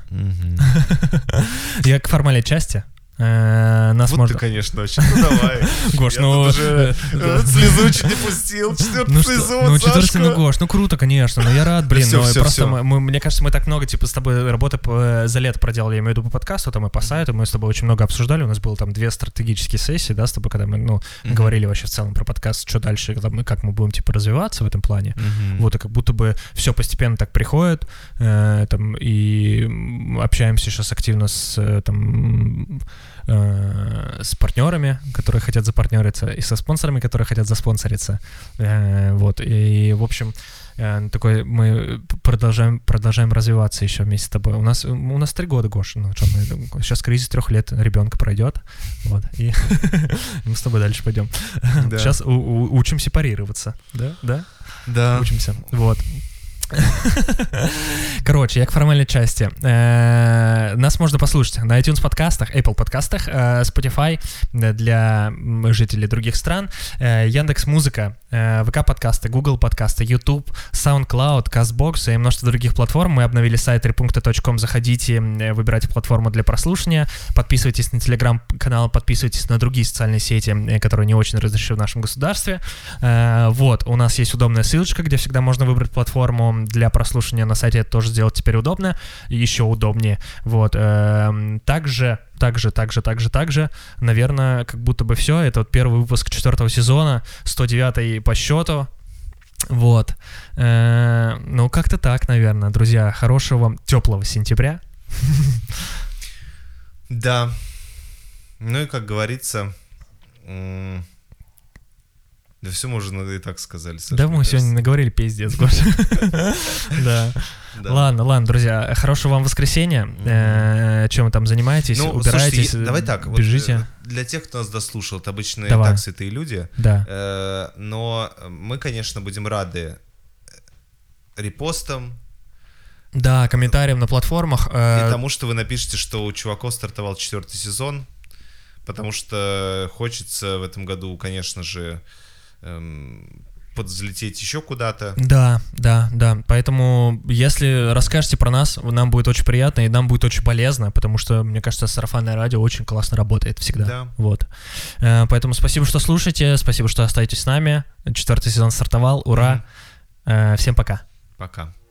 Speaker 2: Я к формальной части. Нас
Speaker 1: вот
Speaker 2: можно...
Speaker 1: ты, конечно, очень. Давай.
Speaker 2: Гош,
Speaker 1: уже слезу чуть не пустил. 4-й сезон, Сашка.
Speaker 2: Гош, круто, конечно. Но я рад, блин. Просто мне кажется, мы так много, с тобой работы за лето проделали, я имею в виду по подкасту, там и по сайту, мы с тобой очень много обсуждали. У нас было там 2 стратегические сессии, да, с тобой, когда мы, говорили вообще в целом про подкаст, что дальше, как мы будем, развиваться в этом плане. Вот, и как будто бы все постепенно так приходит, и общаемся сейчас активно с партнерами, которые хотят запартнериться, и со спонсорами, которые хотят заспонсориться. Вот, и, в общем, такой мы продолжаем развиваться еще вместе с тобой. У нас 3 года, Гоша, сейчас кризис 3 лет ребенка пройдет, вот, и мы с тобой дальше пойдем. Сейчас учим сепарироваться, да? Да. Учимся, вот. Короче, я к формальной части. Нас можно послушать на iTunes подкастах, Apple подкастах, Spotify для жителей других стран, Яндекс.Музыка, ВК подкасты, Google подкасты, YouTube, SoundCloud, CastBox и множество других платформ. Мы обновили сайт tripunkta.com, заходите, выбирайте платформу для прослушивания, подписывайтесь на телеграм-канал, подписывайтесь на другие социальные сети, которые не очень разрешены в нашем государстве. Вот, у нас есть удобная ссылочка, где всегда можно выбрать платформу для прослушивания на сайте. Это тоже сделать теперь удобно, еще удобнее. Вот. Также, наверное, как будто бы все. Это вот первый выпуск 4-го сезона, 109-й по счету. Вот. Ну, как-то так, наверное. Друзья, хорошего вам теплого сентября.
Speaker 1: Да. Ну и, как говорится, да все мы уже и так сказали. Саша,
Speaker 2: Да, мы сегодня наговорили пиздец, Гоша. Да. Ладно, друзья, хорошего вам воскресенья. Чем вы там занимаетесь? Убираетесь,
Speaker 1: давай так,
Speaker 2: бежите.
Speaker 1: Для тех, кто нас дослушал, это обычно
Speaker 2: Давай.
Speaker 1: так святые люди.
Speaker 2: Да.
Speaker 1: Но мы, конечно, будем рады репостам.
Speaker 2: Да, комментариям на платформах.
Speaker 1: И тому, что вы напишите, что у чуваков стартовал 4-й сезон. Потому что хочется в этом году, конечно же, подзлететь еще куда-то.
Speaker 2: Да. Поэтому, если расскажете про нас, нам будет очень приятно и нам будет очень полезно, потому что, мне кажется, сарафанное радио очень классно работает всегда.
Speaker 1: Да.
Speaker 2: Вот. Поэтому спасибо, что слушаете, спасибо, что остаетесь с нами. 4-й сезон стартовал, ура. Всем пока.
Speaker 1: Пока.